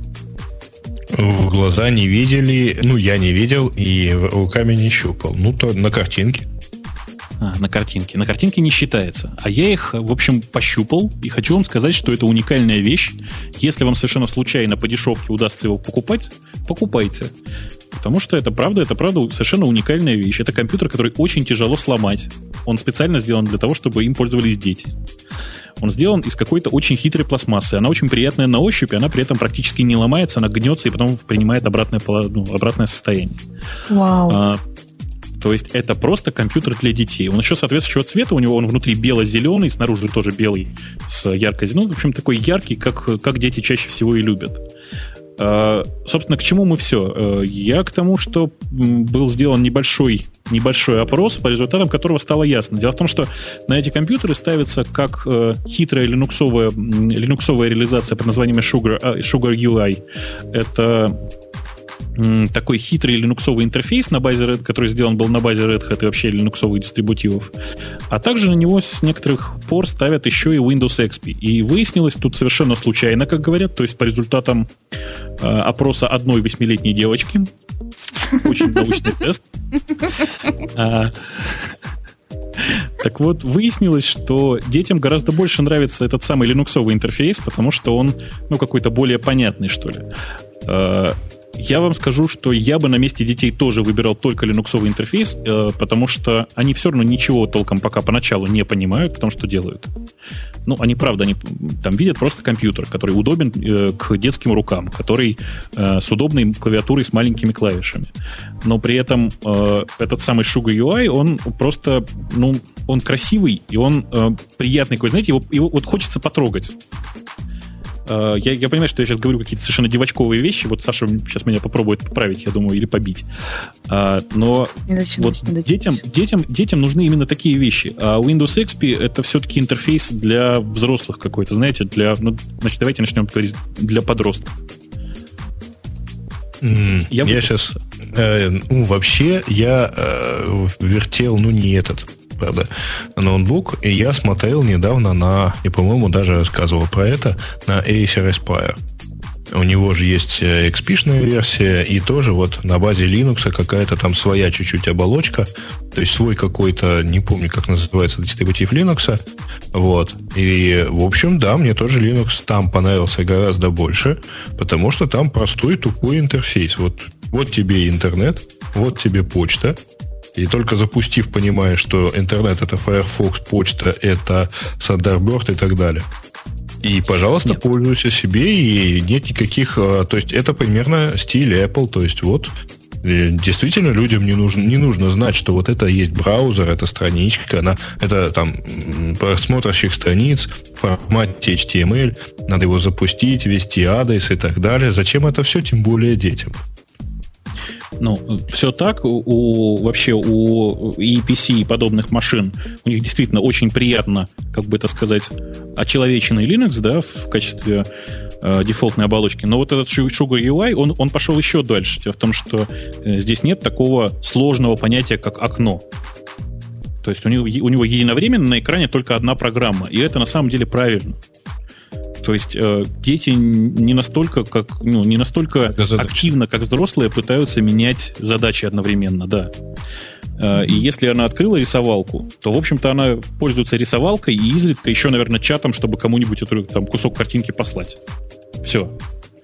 В глаза не видели, ну, я не видел и руками не щупал. Ну, то на картинке. А, на картинке. На картинке не считается. А я их, в общем, пощупал, и хочу вам сказать, что это уникальная вещь. Если вам совершенно случайно по дешевке удастся его покупать, покупайте. Потому что это правда, это правда совершенно уникальная вещь. Это компьютер, который очень тяжело сломать. Он специально сделан для того, чтобы им пользовались дети. Он сделан из какой-то очень хитрой пластмассы. Она очень приятная на ощупь, и она при этом практически не ломается, она гнется и потом принимает обратное, ну, обратное состояние. Вау. А, то есть это просто компьютер для детей. Он еще соответствующего цвета, у него он внутри бело-зеленый, снаружи тоже белый с ярко-зеленым. В общем, такой яркий, как, как дети чаще всего и любят. Uh, собственно, к чему мы все? Uh, я к тому, что м, был сделан небольшой, небольшой опрос, по результатам которого стало ясно. Дело в том, что на эти компьютеры ставится как uh, хитрая линуксовая, линуксовая реализация под названием Sugar, uh, Sugar ю ай. Это м, такой хитрый линуксовый интерфейс, на базе Red, который сделан был на базе Red Hat и вообще линуксовых дистрибутивов. А также на него с некоторых пор ставят еще и Windows икс пи. И выяснилось тут совершенно случайно, как говорят, то есть по результатам э, опроса одной восьмилетней девочки. Очень научный тест. А, Так вот, выяснилось, что детям гораздо больше нравится этот самый линуксовый интерфейс, потому что он, ну, какой-то более понятный, что ли. Э, Я вам скажу, что я бы на месте детей тоже выбирал только линуксовый интерфейс, э, потому что они все равно ничего толком пока поначалу не понимают в том, что делают. Ну, они, правда, они там видят просто компьютер, который удобен э, к детским рукам, который э, с удобной клавиатурой с маленькими клавишами. Но при этом э, этот самый Sugar ю ай, он просто, ну, он красивый, и он э, приятный, какой, знаете, его, его вот хочется потрогать. Я, я понимаю, что я сейчас говорю какие-то совершенно девочковые вещи. Вот Саша сейчас меня попробует поправить, я думаю, или побить. Но вот детям, детям, детям нужны именно такие вещи. А Windows икс пи это все-таки интерфейс для взрослых какой-то, знаете, для, ну, значит, давайте начнем говорить, для подростков. Mm, я я сейчас... Э, ну, вообще, я э, вертел, ну, не этот... правда, ноутбук, и я смотрел недавно на, и, по-моему, даже рассказывал про это, на Acer Aspire. У него же есть икс пи-шная версия, и тоже вот на базе Linux какая-то там своя чуть-чуть оболочка, то есть свой какой-то, не помню, как называется, дистрибутив Linux. Вот. И, в общем, да, мне тоже Linux там понравился гораздо больше, потому что там простой, тупой интерфейс. Вот, вот тебе интернет, вот тебе почта. И только запустив, понимаешь, что интернет — это Firefox, почта — это Thunderbird и так далее. И, пожалуйста, нет. Пользуйся себе, и нет никаких... То есть, это примерно стиль Apple. То есть, вот, действительно, людям не нужно, не нужно знать, что вот это есть браузер, это страничка, она, это там просмотрщик страниц в формате эйч ти эм эль, надо его запустить, ввести адрес и так далее. Зачем это все, тем более детям? Ну, все так. У, вообще у и пи си и подобных машин у них действительно очень приятно, как бы это сказать, очеловеченный Linux, да, в качестве э, дефолтной оболочки. Но вот этот Sugar ю ай, он, он пошел еще дальше. Дело в том, что э, здесь нет такого сложного понятия, как окно. То есть у него, у него единовременно на экране только одна программа. И это на самом деле правильно. То есть э, дети не настолько, как, ну, не настолько активно, как взрослые, пытаются менять задачи одновременно, да. Э, и если она открыла рисовалку, то, в общем-то, она пользуется рисовалкой и изредка еще, наверное, чатом, чтобы кому-нибудь эту, там, кусок картинки послать. Все.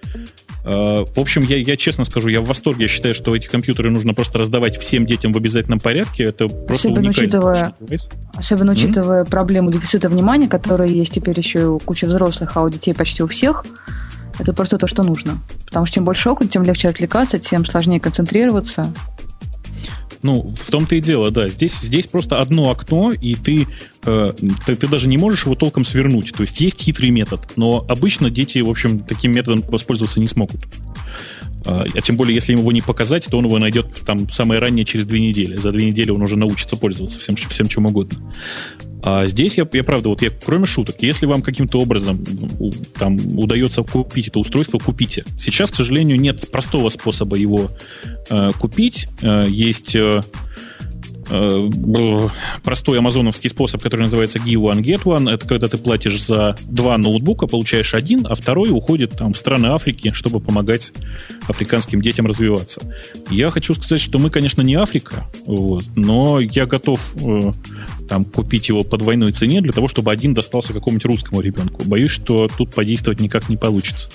Э, в общем, я, я честно скажу, я в восторге. Я считаю, что эти компьютеры нужно просто раздавать всем детям в обязательном порядке. Это просто особенно учитывая, особенно mm-hmm. учитывая проблему дефицита внимания, которая есть теперь еще у кучи взрослых, а у детей почти у всех. Это просто то, что нужно. Потому что чем больше окон, тем легче отвлекаться, тем сложнее концентрироваться. Ну, в том-то и дело, да. Здесь, здесь просто одно окно, и ты, э, ты, ты даже не можешь его толком свернуть. То есть есть хитрый метод, но обычно дети, в общем, таким методом воспользоваться не смогут. А тем более, если им его не показать, то он его найдет там самое раннее через две недели. За две недели он уже научится пользоваться всем, всем чем угодно. А здесь я, я правда, вот я, кроме шуток, если вам каким-то образом там удается купить это устройство, купите. Сейчас, к сожалению, нет простого способа его э, купить. Э, есть э, э, простой амазоновский способ, который называется Give One, Get One. Это когда ты платишь за два ноутбука, получаешь один, а второй уходит там, в страны Африки, чтобы помогать африканским детям развиваться. Я хочу сказать, что мы, конечно, не Африка, вот, но я готов э, там, купить его по двойной цене для того, чтобы один достался какому-нибудь русскому ребенку. Боюсь, что тут подействовать никак не получится.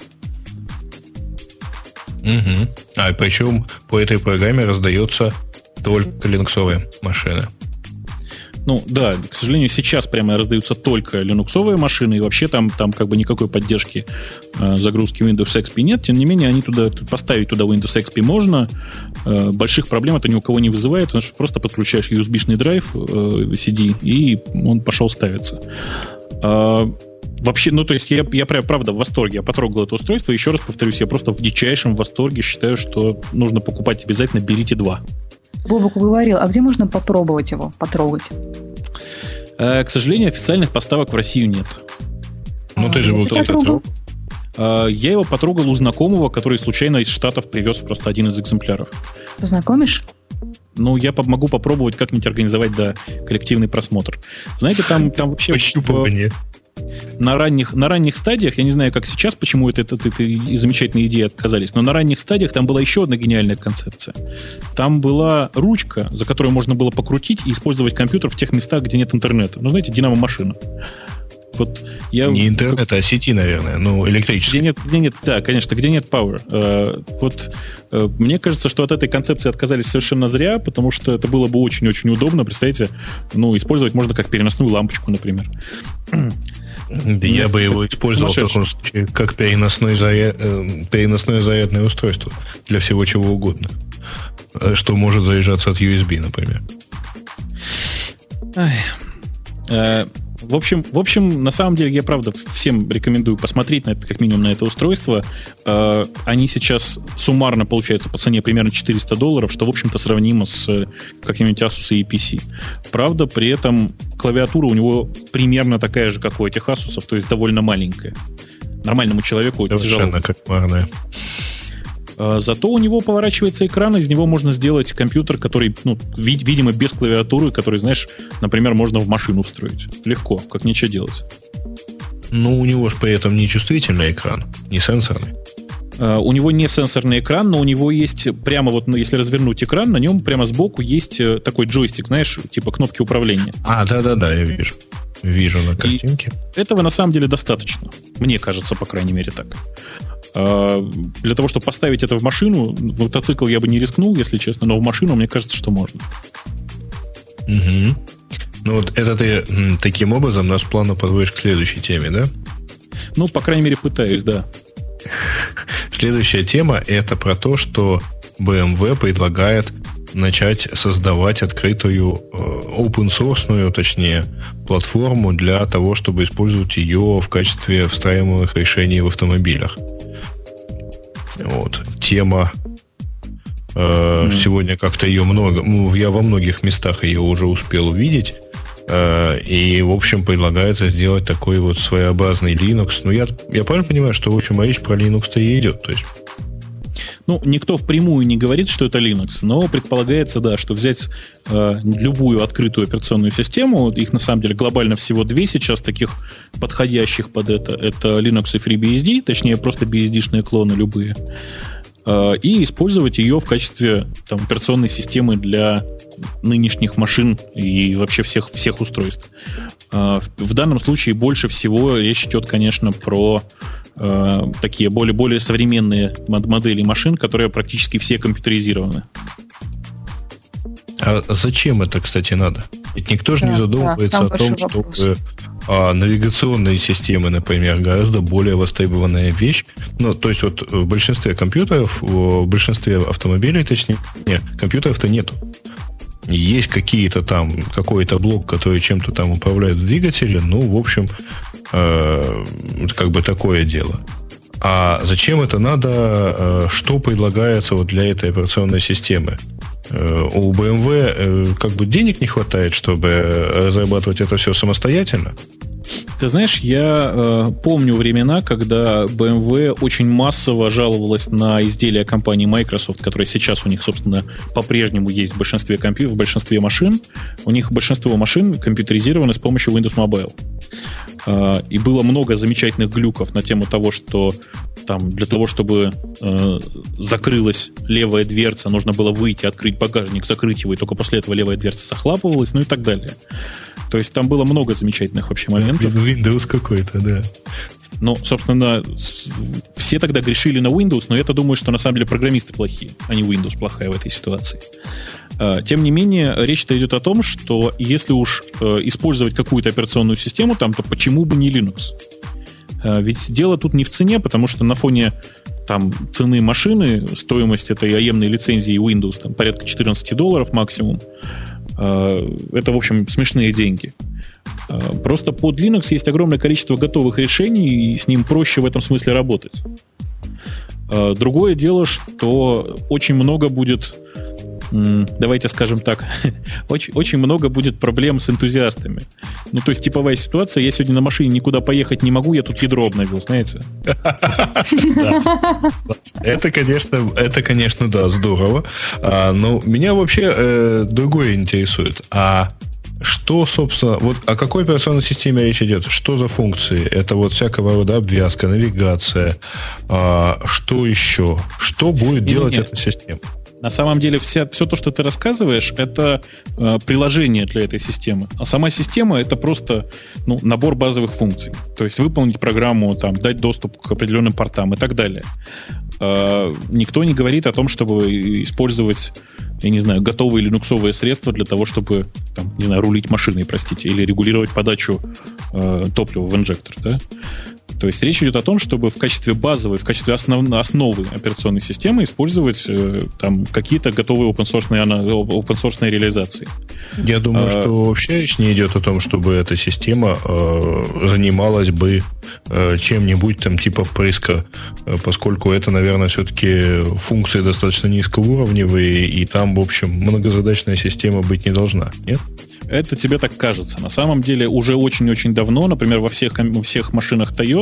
Угу. А причем по этой программе раздается только линуксовые машины. Ну да, к сожалению, сейчас прямо раздаются только линуксовые машины, и вообще там, там как бы никакой поддержки э, загрузки Windows икс пи нет. Тем не менее, они туда, поставить туда Windows икс пи можно. Э, больших проблем это ни у кого не вызывает, потому что просто подключаешь ю эс би-шный драйв, э, си ди, и он пошел ставиться. Э, Вообще, ну, то есть я, я правда в восторге. Я потрогал это устройство. Еще раз повторюсь, я просто в дичайшем восторге считаю, что нужно покупать обязательно. Берите два. Бобок говорил, а где можно попробовать его, потрогать? Э, к сожалению, официальных поставок в Россию нет. Ну, а, ты же его только потрогал. Э, я его потрогал у знакомого, который случайно из Штатов привез просто один из экземпляров. Познакомишь? Ну, я могу попробовать как-нибудь организовать, да, коллективный просмотр. Знаете, там, там вообще... Пощупывание. На ранних, на ранних стадиях, я не знаю, как сейчас, почему это, это, это и замечательные идеи отказались, но на ранних стадиях там была еще одна гениальная концепция. Там была ручка, за которую можно было покрутить и использовать компьютер в тех местах, где нет интернета. Ну, знаете, динамо-машина. Вот я, не интернет, как, а сети, наверное, ну, электрические. Где нет, где нет, да, конечно, где нет power. Э, вот э, мне кажется, что от этой концепции отказались совершенно зря, потому что это было бы очень-очень удобно. Представляете, ну, использовать можно как переносную лампочку, например. Да я бы его использовал в таком случае как переносной заряд, э, переносное зарядное устройство для всего чего угодно, что может заряжаться от ю эс би, например. Ай. Э, В общем, в общем, на самом деле, я, правда, всем рекомендую посмотреть на это, как минимум, на это устройство. Э, они сейчас суммарно получаются по цене примерно четыреста долларов, что, в общем-то, сравнимо с какими-нибудь Asus и и пи си. Правда, при этом клавиатура у него примерно такая же, как у этих Asus, то есть довольно маленькая. Нормальному человеку тяжело. Совершенно кошмарная. Зато у него поворачивается экран, из него можно сделать компьютер, который, ну, вид- видимо, без клавиатуры, который, знаешь, например, можно в машину встроить. Легко, как нечего делать. Ну, у него же при этом не чувствительный экран, не сенсорный. Uh, у него не сенсорный экран, но у него есть прямо вот, ну, если развернуть экран, на нем прямо сбоку есть такой джойстик, знаешь, типа кнопки управления. А, да-да-да, я вижу. Вижу на картинке. И этого на самом деле достаточно. Мне кажется, по крайней мере, так. Uh, для того, чтобы поставить это в машину, в мотоцикл я бы не рискнул, если честно, но в машину, мне кажется, что можно. Угу. Ну вот это ты таким образом нас плавно подводишь к следующей теме, да? Ну, по крайней мере, пытаюсь, да. Следующая тема – это про то, что бэ эм вэ предлагает начать создавать открытую, open-source, точнее, платформу для того, чтобы использовать ее в качестве встраиваемых решений в автомобилях. Вот. Тема э, mm. сегодня как-то ее много, ну, я во многих местах ее уже успел увидеть. И, в общем, предлагается сделать такой вот своеобразный Linux. Ну, я, я правильно понимаю, что, в общем, речь про Linux-то и идет. То есть... Ну, никто впрямую не говорит, что это Linux, но предполагается, да, что взять э, любую открытую операционную систему, их на самом деле глобально всего две сейчас, таких подходящих под это. Это Linux и FreeBSD, точнее, просто би эс ди-шные клоны любые. Э, и использовать ее в качестве там, операционной системы для нынешних машин и вообще всех, всех устройств. В данном случае больше всего речь идет, конечно, про э, такие более, более современные модели машин, которые практически все компьютеризированы. А зачем это, кстати, надо? Ведь никто же да, не задумывается да, о том, чтобы а, навигационные системы, например, гораздо более востребованная вещь. Ну, то есть вот в большинстве компьютеров, в большинстве автомобилей, точнее, нет, компьютеров-то нету. Есть какие-то там, какой-то блок, который чем-то там управляет в двигателе, ну, в общем, э, как бы такое дело. А зачем это надо, э, что предлагается вот для этой операционной системы? Э, у бэ эм вэ э, как бы денег не хватает, чтобы разрабатывать это все самостоятельно? Ты знаешь, я э, помню времена, когда бэ эм вэ очень массово жаловалась на изделия компании Microsoft, которые сейчас у них, собственно, по-прежнему есть в большинстве, компью- в большинстве машин. У них большинство машин компьютеризированы с помощью Windows Mobile. Э, и было много замечательных глюков на тему того, что там, для того, чтобы э, закрылась левая дверца, нужно было выйти, открыть багажник, закрыть его, и только после этого левая дверца захлапывалась, ну и так далее. То есть там было много замечательных вообще моментов. Windows какой-то, да. Ну, собственно, все тогда грешили на Windows, но я-то думаю, что на самом деле программисты плохие, а не Windows плохая в этой ситуации. Тем не менее, речь-то идет о том, что если уж использовать какую-то операционную систему там, то почему бы не Linux? Ведь дело тут не в цене, потому что на фоне там, цены машины, стоимость этой эй эм-ной лицензии Windows там, порядка четырнадцать долларов максимум, это, в общем, смешные деньги. Просто под Linux есть огромное количество готовых решений, и с ним проще в этом смысле работать. Другое дело, что очень много будет, давайте скажем так, очень, очень много будет проблем с энтузиастами. Ну, то есть типовая ситуация, я сегодня на машине никуда поехать не могу, я тут ядро обновил, знаете? Это, конечно, это, конечно, да, здорово. Но меня вообще другое интересует. А что, собственно, вот о какой операционной системе речь идет? Что за функции? Это вот всякого рода обвязка, навигация. Что еще? Что будет делать эта система? На самом деле вся, все то, что ты рассказываешь, это э, приложение для этой системы. А сама система — это просто ну, набор базовых функций. То есть выполнить программу, там, дать доступ к определенным портам и так далее. Э, никто не говорит о том, чтобы использовать, я не знаю, готовые линуксовые средства для того, чтобы, там, не знаю, рулить машиной, простите, или регулировать подачу э, топлива в инжектор, да? То есть речь идет о том, чтобы в качестве базовой, в качестве основ, основы операционной системы использовать э, там, какие-то готовые open-source-ные, open-source-ные реализации. Я думаю, а, что вообще речь не идет о том, чтобы эта система э, занималась бы э, чем-нибудь там типа впрыска, э, поскольку это, наверное, все-таки функции достаточно низкоуровневые, и там, в общем, многозадачная система быть не должна, нет? Это тебе так кажется. На самом деле уже очень-очень давно, например, во всех, во всех машинах Toyota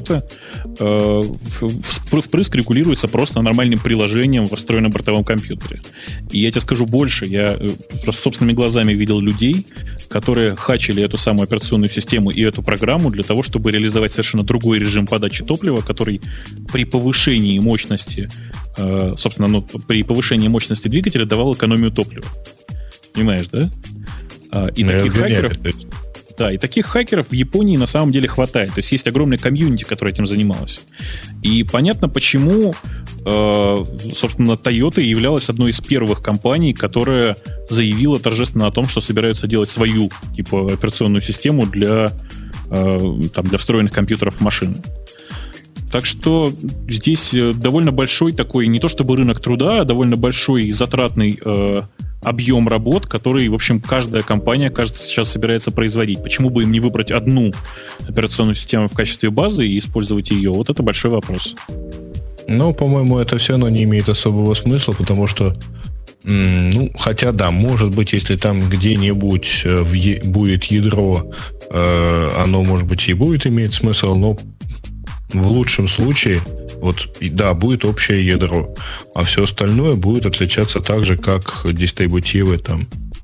самолета э, впрыск регулируется просто нормальным приложением в встроенном бортовом компьютере. И я тебе скажу больше, я просто собственными глазами видел людей, которые хачили эту самую операционную систему и эту программу для того, чтобы реализовать совершенно другой режим подачи топлива, который при повышении мощности, э, собственно, ну, при повышении мощности двигателя давал экономию топлива. Понимаешь, да? И Но таких хакеров... Да, и таких хакеров в Японии на самом деле хватает. То есть есть огромная комьюнити, которая этим занималась. И понятно, почему, э, собственно, Toyota являлась одной из первых компаний, которая заявила торжественно о том, что собираются делать свою типа операционную систему для, э, там, для встроенных компьютеров в машины. Так что здесь довольно большой такой, не то чтобы рынок труда, а довольно большой и затратный э, объем работ, который, в общем, каждая компания, кажется, сейчас собирается производить. Почему бы им не выбрать одну операционную систему в качестве базы и использовать ее? Вот это большой вопрос. Ну, по-моему, это все равно не имеет особого смысла, потому что, м- ну, хотя да, может быть, если там где-нибудь в е- будет ядро, э- оно, может быть, и будет иметь смысл, но в лучшем случае, вот, да, будет общее ядро, а все остальное будет отличаться так же, как дистрибутивы там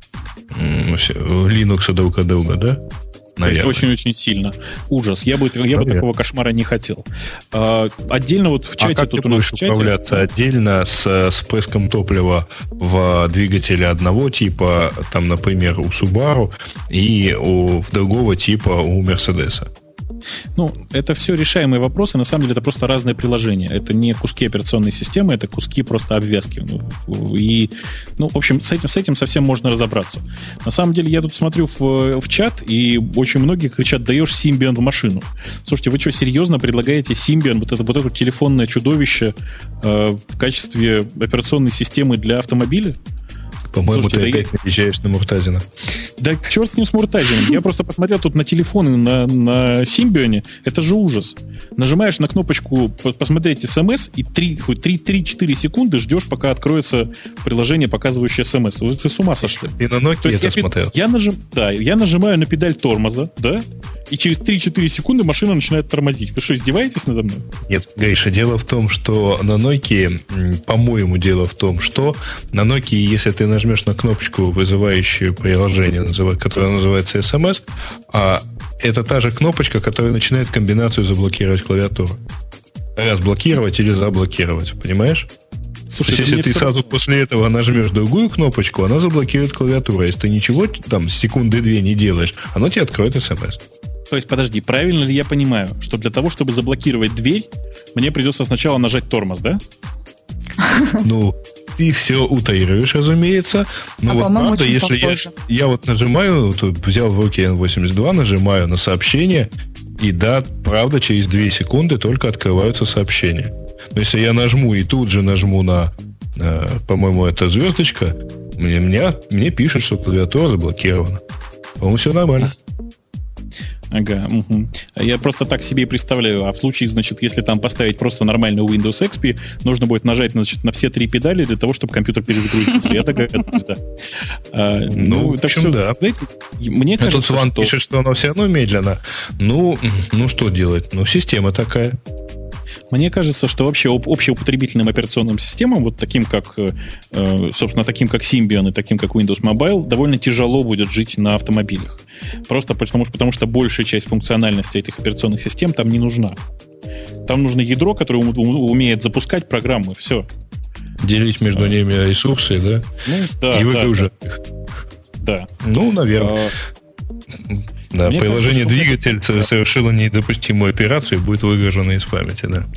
Linux друг от друга, да? Наверное. То есть очень-очень сильно. Ужас. Я бы, я бы такого кошмара не хотел. А, отдельно вот в чате... А как тут ты у нас будешь в чате... управляться отдельно с, с впрыском топлива в двигателе одного типа, там, например, у Subaru, и у, в другого типа у Мерседеса? Ну, это все решаемые вопросы. На самом деле это просто разные приложения. Это не куски операционной системы, это куски просто обвязки. И, ну, в общем, с этим, с этим совсем можно разобраться. На самом деле я тут смотрю в, в чат, и очень многие кричат: даешь Symbian в машину. Слушайте, вы что, серьезно предлагаете Symbian, вот это, вот это телефонное чудовище, э, в качестве операционной системы для автомобиля? По-моему, Слушайте, ты да опять я... наезжаешь на Муртазина. Да черт с ним, с Муртазиным. Я просто посмотрел тут на телефоны на, на Symbian. Это же ужас. Нажимаешь на кнопочку посмотреть смс, и три-четыре секунды ждешь, пока откроется приложение, показывающее смс. Вы, вы с ума сошли. Ты на Nokia это я, смотрел? Я, нажим, да, я нажимаю на педаль тормоза, да, и через три-четыре секунды машина начинает тормозить. Вы что, издеваетесь надо мной? Нет, Гриша, дело в том, что на Nokia, по-моему, дело в том, что на Nokia, если ты нажмешь на кнопочку, вызывающую приложение, которое называется эс эм эс, а это та же кнопочка, которая начинает комбинацию заблокировать клавиатуру. Разблокировать или заблокировать, понимаешь? Слушай, То есть, если ты сразу раз... после этого нажмешь другую кнопочку, она заблокирует клавиатуру. Если ты ничего там секунды-две не делаешь, оно тебе откроет эс эм эс. То есть, подожди, правильно ли я понимаю, что для того, чтобы заблокировать дверь, мне придется сначала нажать тормоз, да? Ну, ты все утрируешь, разумеется. Но а вот правда, если я, я вот нажимаю, вот взял в руки эн восемьдесят два, нажимаю на сообщение, и да, правда, через две секунды только открываются сообщения. Но если я нажму и тут же нажму на, э, по-моему, это звездочка, мне, мне, мне пишут, что клавиатура заблокирована. По-моему, все нормально. Ага, угу. Я просто так себе и представляю. А в случае, значит, если там поставить просто нормальную Windows икс пи, нужно будет нажать, значит, на все три педали для того, чтобы компьютер перезагрузился. Я догадываюсь, да. А, ну, ну, в общем, да. Знаете, мне кажется, тут Сван что... пишет, что оно все равно медленно. Ну, ну, что делать? Ну, система такая. Мне кажется, что вообще общеупотребительным операционным системам, вот таким как, собственно, таким как Symbian и таким как Windows Mobile, довольно тяжело будет жить на автомобилях. Просто потому, потому что большая часть функциональности этих операционных систем там не нужна. Там нужно ядро, которое умеет запускать программы. Все. Делить между а. ними ресурсы, да? Ну, да. И выгружать да, их. Да. Ну, наверное. А. Да, Мне приложение кажется, двигатель это... совершило недопустимую операцию и будет выгружено из памяти, да.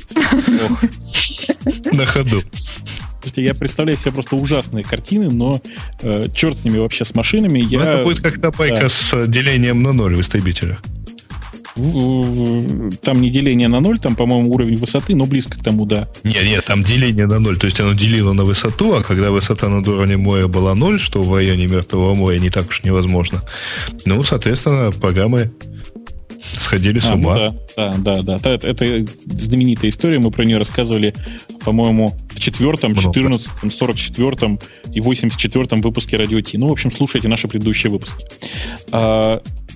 На ходу. Я представляю себе просто ужасные картины, но э, черт с ними вообще, с машинами. Я... Это будет как та байка да. с делением на ноль в истребителях. Там не деление на ноль, там, по-моему, уровень высоты, но близко к тому, да. Нет, нет, там деление на ноль, то есть оно делило на высоту, а когда высота над уровнем моря была ноль, что в районе Мертвого моря не так уж невозможно, ну, соответственно, программы сходили с а, ума. Ну, да, да, да, да. Это, это знаменитая история, мы про нее рассказывали, по-моему, в четвертом, четырнадцатом, сорок четвертом и восемьдесят четвертом выпуске Радио Ти. Ну, в общем, слушайте наши предыдущие выпуски. А,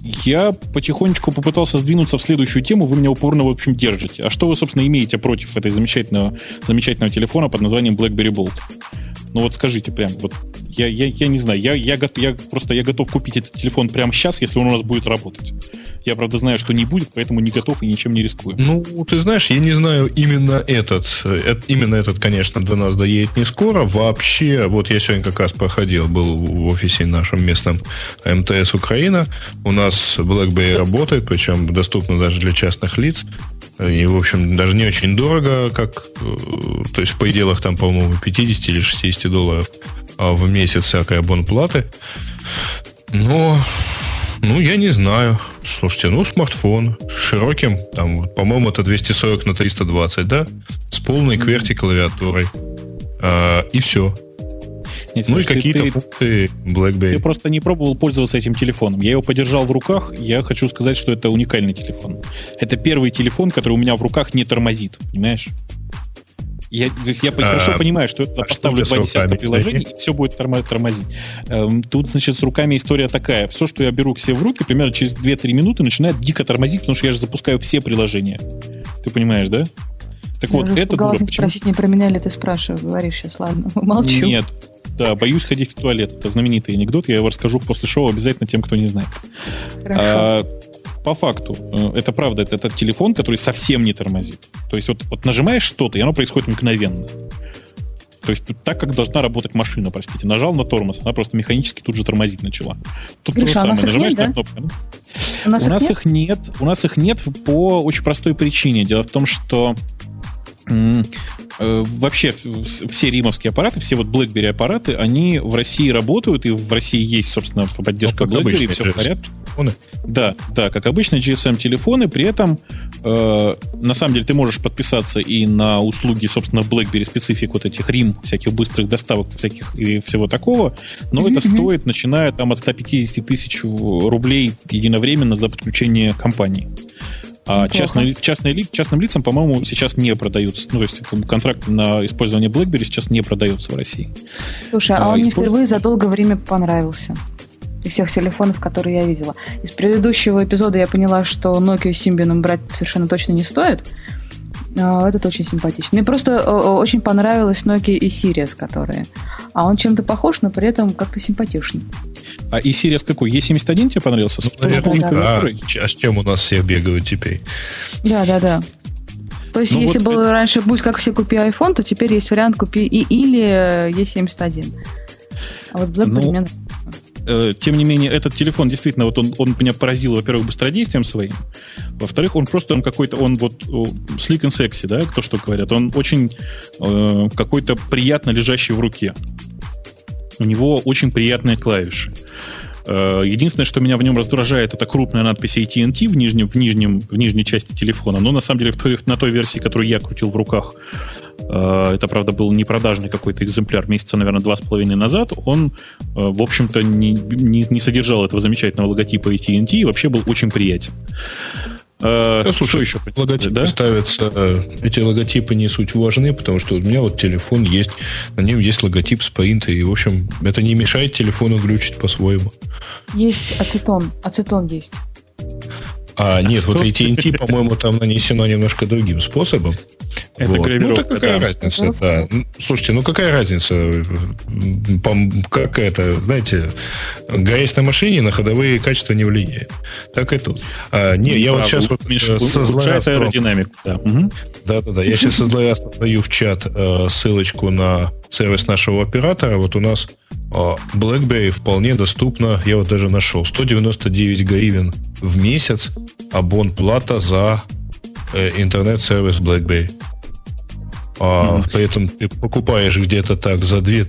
Я потихонечку попытался сдвинуться в следующую тему, вы меня упорно, в общем, держите. А что вы, собственно, имеете против этой замечательного, замечательного телефона под названием BlackBerry Bold? Ну вот скажите прям, вот я, я, я не знаю, я, я, я просто я готов купить этот телефон прямо сейчас, если он у нас будет работать. Я, правда, знаю, что не будет, поэтому не готов и ничем не рискую. Ну, ты знаешь, я не знаю, именно этот, именно этот, конечно, до нас доедет не скоро. Вообще, вот я сегодня как раз проходил, был в офисе нашем местном эм тэ эс Украина. У нас BlackBerry работает, причем доступно даже для частных лиц. И, в общем, даже не очень дорого, как, то есть в пределах там, по-моему, пятьдесят или шестьдесят долларов в месяц всякой абонплаты. Но, ну, я не знаю. Слушайте, ну, смартфон с широким, там, по-моему, это двести сорок на триста двадцать, да? С полной QWERTY клавиатурой. А, и все. Нет, ну Саш, и какие-то ты, функции BlackBerry. Ты просто не пробовал пользоваться этим телефоном. Я его подержал в руках, я хочу сказать, что это уникальный телефон. Это первый телефон, который у меня в руках не тормозит, понимаешь? Я, я а, хорошо понимаю, что я туда а поставлю два десятка приложений, и все будет тормозить. Тут, значит, с руками история такая. Все, что я беру к себе в руки, примерно через две-три минуты начинает дико тормозить, потому что я же запускаю все приложения. Ты понимаешь, да? Так я вот, это испугалась спросить, не про меня ли ты спрашиваешь. Говоришь сейчас, ладно, молчу. Нет. Да, боюсь ходить в туалет. Это знаменитый анекдот. Я его расскажу после шоу обязательно тем, кто не знает. А, по факту, это правда, это, это телефон, который совсем не тормозит. То есть вот, вот нажимаешь что-то, и оно происходит мгновенно. То есть так, как должна работать машина, простите. Нажал на тормоз, она просто механически тут же тормозить начала. Тут Гриша, то же самое. Нажимаешь нет, на да? кнопку. Ну? У нас, у их, нас нет? их нет. У нас их нет по очень простой причине. Дело в том, что вообще все римовские аппараты, все вот BlackBerry аппараты, они в России работают, и в России есть, собственно, поддержка ну, BlackBerry, и все в порядке. Телефоны. Да, да, как обычно, джи эс эм-телефоны, при этом э, на самом деле ты можешь подписаться и на услуги, собственно, BlackBerry специфик вот этих рим, всяких быстрых доставок, всяких и всего такого, но mm-hmm. это стоит, начиная там от ста пятидесяти тысяч рублей единовременно за подключение компании. А частные, частные, частным лицам, по-моему, сейчас не продаются. Ну, то есть контракты на использование BlackBerry сейчас не продаются в России. Слушай, а, а он мне использ... впервые за долгое время понравился. Из всех телефонов, которые я видела. Из предыдущего эпизода я поняла, что Nokia с Symbian брать совершенно точно не стоит. А этот очень симпатичный. Мне просто очень понравилась Nokia и Sirius, которые. А он чем-то похож, но при этом как-то симпатичный. А и Sirius какой? и семьдесят один тебе понравился? Ну, наверное, да, да. А с чем у нас все бегают теперь? Да, да, да. То есть, ну, если вот было это... раньше «будь как все, купи iPhone», то теперь есть вариант «купи и или и семьдесят один». А вот BlackBerry ну... мне э, тем не менее, этот телефон действительно, вот он, он меня поразил, во-первых, быстродействием своим, во-вторых, он просто он какой-то, он вот sleek and sexy, да, то, что говорят, он очень э, какой-то приятно лежащий в руке. У него очень приятные клавиши. Единственное, что меня в нем раздражает, это крупная надпись эй ти энд ти в, нижнем, в, нижнем, в нижней части телефона. Но на самом деле в той, на той версии, которую я крутил в руках, это, правда, был непродажный какой-то экземпляр месяца, наверное, два с половиной назад, он, в общем-то, не, не, не содержал этого замечательного логотипа эй ти энд ти и вообще был очень приятен. А, слушай, еще логотипы да? ставятся, эти логотипы не суть важны, потому что у меня вот телефон есть, на нем есть логотип Sprint, и, в общем, это не мешает телефону глючить по-своему. Есть ацетон, ацетон есть. А, нет, а вот эй ти энд ти, по-моему, там нанесено немножко другим способом. Это вот. гравировка, ну, так какая да. разница, да. Слушайте, ну какая разница? Как это, знаете, гоясь на машине, на ходовые качества не влияет. Так и тут. А, не, я вот сейчас вот со злорадством... Да. Угу. Да-да-да, я сейчас со злорадством даю в чат э, ссылочку на сервис нашего оператора. Вот у нас э, BlackBerry вполне доступно, я вот даже нашел, сто девяносто девять гривен в месяц абонплата за э, интернет-сервис BlackBerry. А, mm-hmm. При этом ты покупаешь где-то так за две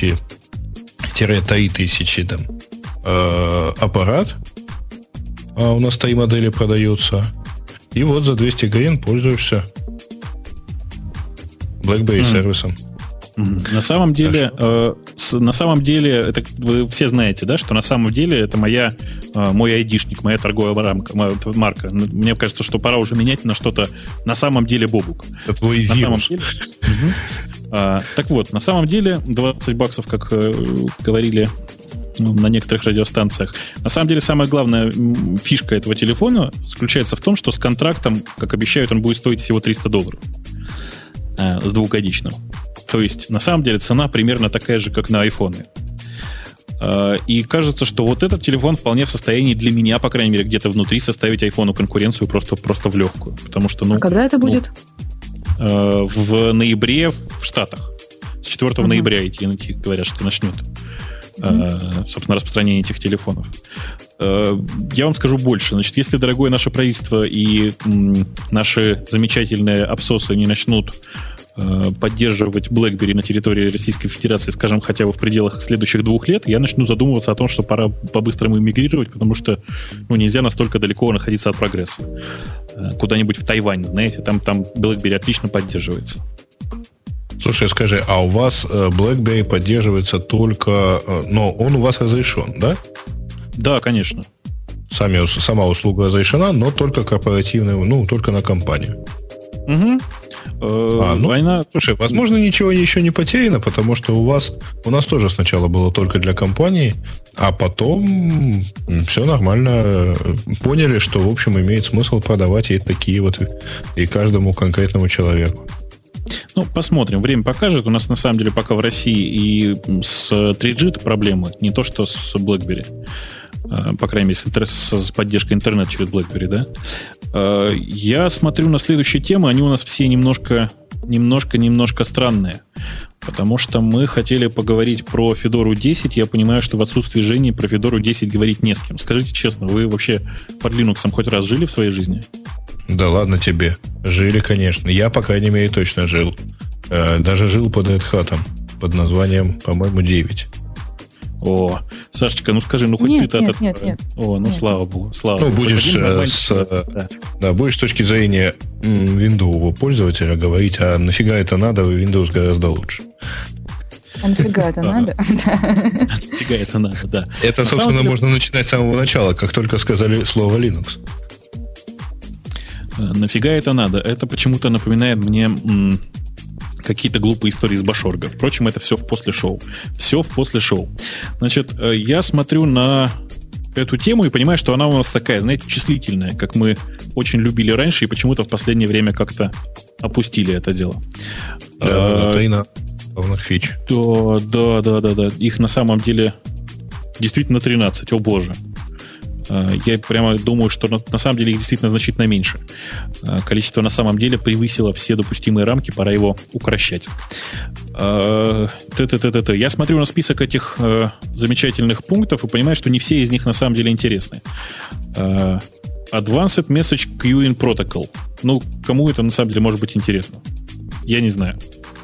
тысячи-три тысячи там, э, аппарат. А у нас три модели продаются. И вот за двести гривен пользуешься BlackBerry mm-hmm. сервисом. На самом деле, э, с, на самом деле, это вы все знаете, да, что на самом деле это моя, э, мой айдишник, моя торговая рамка, моя марка. Мне кажется, что пора уже менять на что-то на самом деле Бобук. Это твой на вирус. Самом деле, угу. а, так вот, на самом деле двадцать баксов, как э, говорили на некоторых радиостанциях. На самом деле, самая главная фишка этого телефона заключается в том, что с контрактом, как обещают, он будет стоить всего триста долларов. Э, с двухгодичным. То есть, на самом деле, цена примерно такая же, как на айфоны. Э, и кажется, что вот этот телефон вполне в состоянии для меня, по крайней мере, где-то внутри составить айфону конкуренцию просто, просто в легкую. Потому что, ну, а когда это ну, будет? Э, в ноябре в Штатах. С четвёртого uh-huh. ноября эй ти энд ти говорят, что начнет Uh-huh. собственно, распространение этих телефонов. Я вам скажу больше. Значит, если, дорогое наше правительство и наши замечательные абсосы не начнут поддерживать BlackBerry на территории Российской Федерации, скажем, хотя бы в пределах следующих двух лет, я начну задумываться о том, что пора по-быстрому эмигрировать, потому что ну, нельзя настолько далеко находиться от прогресса. Куда-нибудь в Тайвань, знаете, там, там BlackBerry отлично поддерживается. Слушай, скажи, а у вас BlackBerry поддерживается только... Но он у вас разрешен, да? Да, конечно. Сами, сама услуга разрешена, но только корпоративная, ну, только на компанию. Угу. А, ну, Война... Слушай, возможно, ничего еще не потеряно, потому что у вас... У нас тоже сначала было только для компании, а потом все нормально. Поняли, что, в общем, имеет смысл продавать и такие вот и каждому конкретному человеку. Ну, посмотрим. Время покажет. У нас, на самом деле, пока в России и с три джи проблемы, не то, что с BlackBerry. По крайней мере, с поддержкой интернета через BlackBerry, да. Я смотрю на следующие темы. Они у нас все немножко, немножко, немножко странные. Потому что мы хотели поговорить про Федору десять. Я понимаю, что в отсутствии Жени про Федору десять говорить не с кем. Скажите честно, вы вообще под Linux хоть раз жили в своей жизни? Да ладно тебе. Жили, конечно. Я, по крайней мере, точно жил. Даже жил под Red Hat под названием, по-моему, девять. О, Сашечка, ну скажи, ну хоть нет, ты-то... Нет, от... нет, нет. О, ну нет. слава богу, слава ну, богу. будешь с, да. Да, будешь с точки зрения виндового пользователя говорить, а нафига это надо, Windows гораздо лучше. А нафига это надо? Нафига это надо, да. Это, собственно, можно начинать с самого начала, как только сказали слово Linux. Нафига это надо? Это почему-то напоминает мне м, какие-то глупые истории из Башорга. Впрочем, это все в после шоу. Все в после шоу. Значит, я смотрю на эту тему и понимаю, что она у нас такая, знаете, числительная, как мы очень любили раньше и почему-то в последнее время как-то опустили это дело. Да, это и на главных фич. Да, да, да, да, да. Их на самом деле действительно тринадцать, о боже. Я прямо думаю, что на, на самом деле их действительно значительно меньше. Количество на самом деле превысило все допустимые рамки, пора его укращать. Т-т-т-т-т. Я смотрю на список этих замечательных пунктов и понимаю, что не все из них на самом деле интересны. Advanced Message Queuing Protocol. Ну, кому это на самом деле может быть интересно? Я не знаю.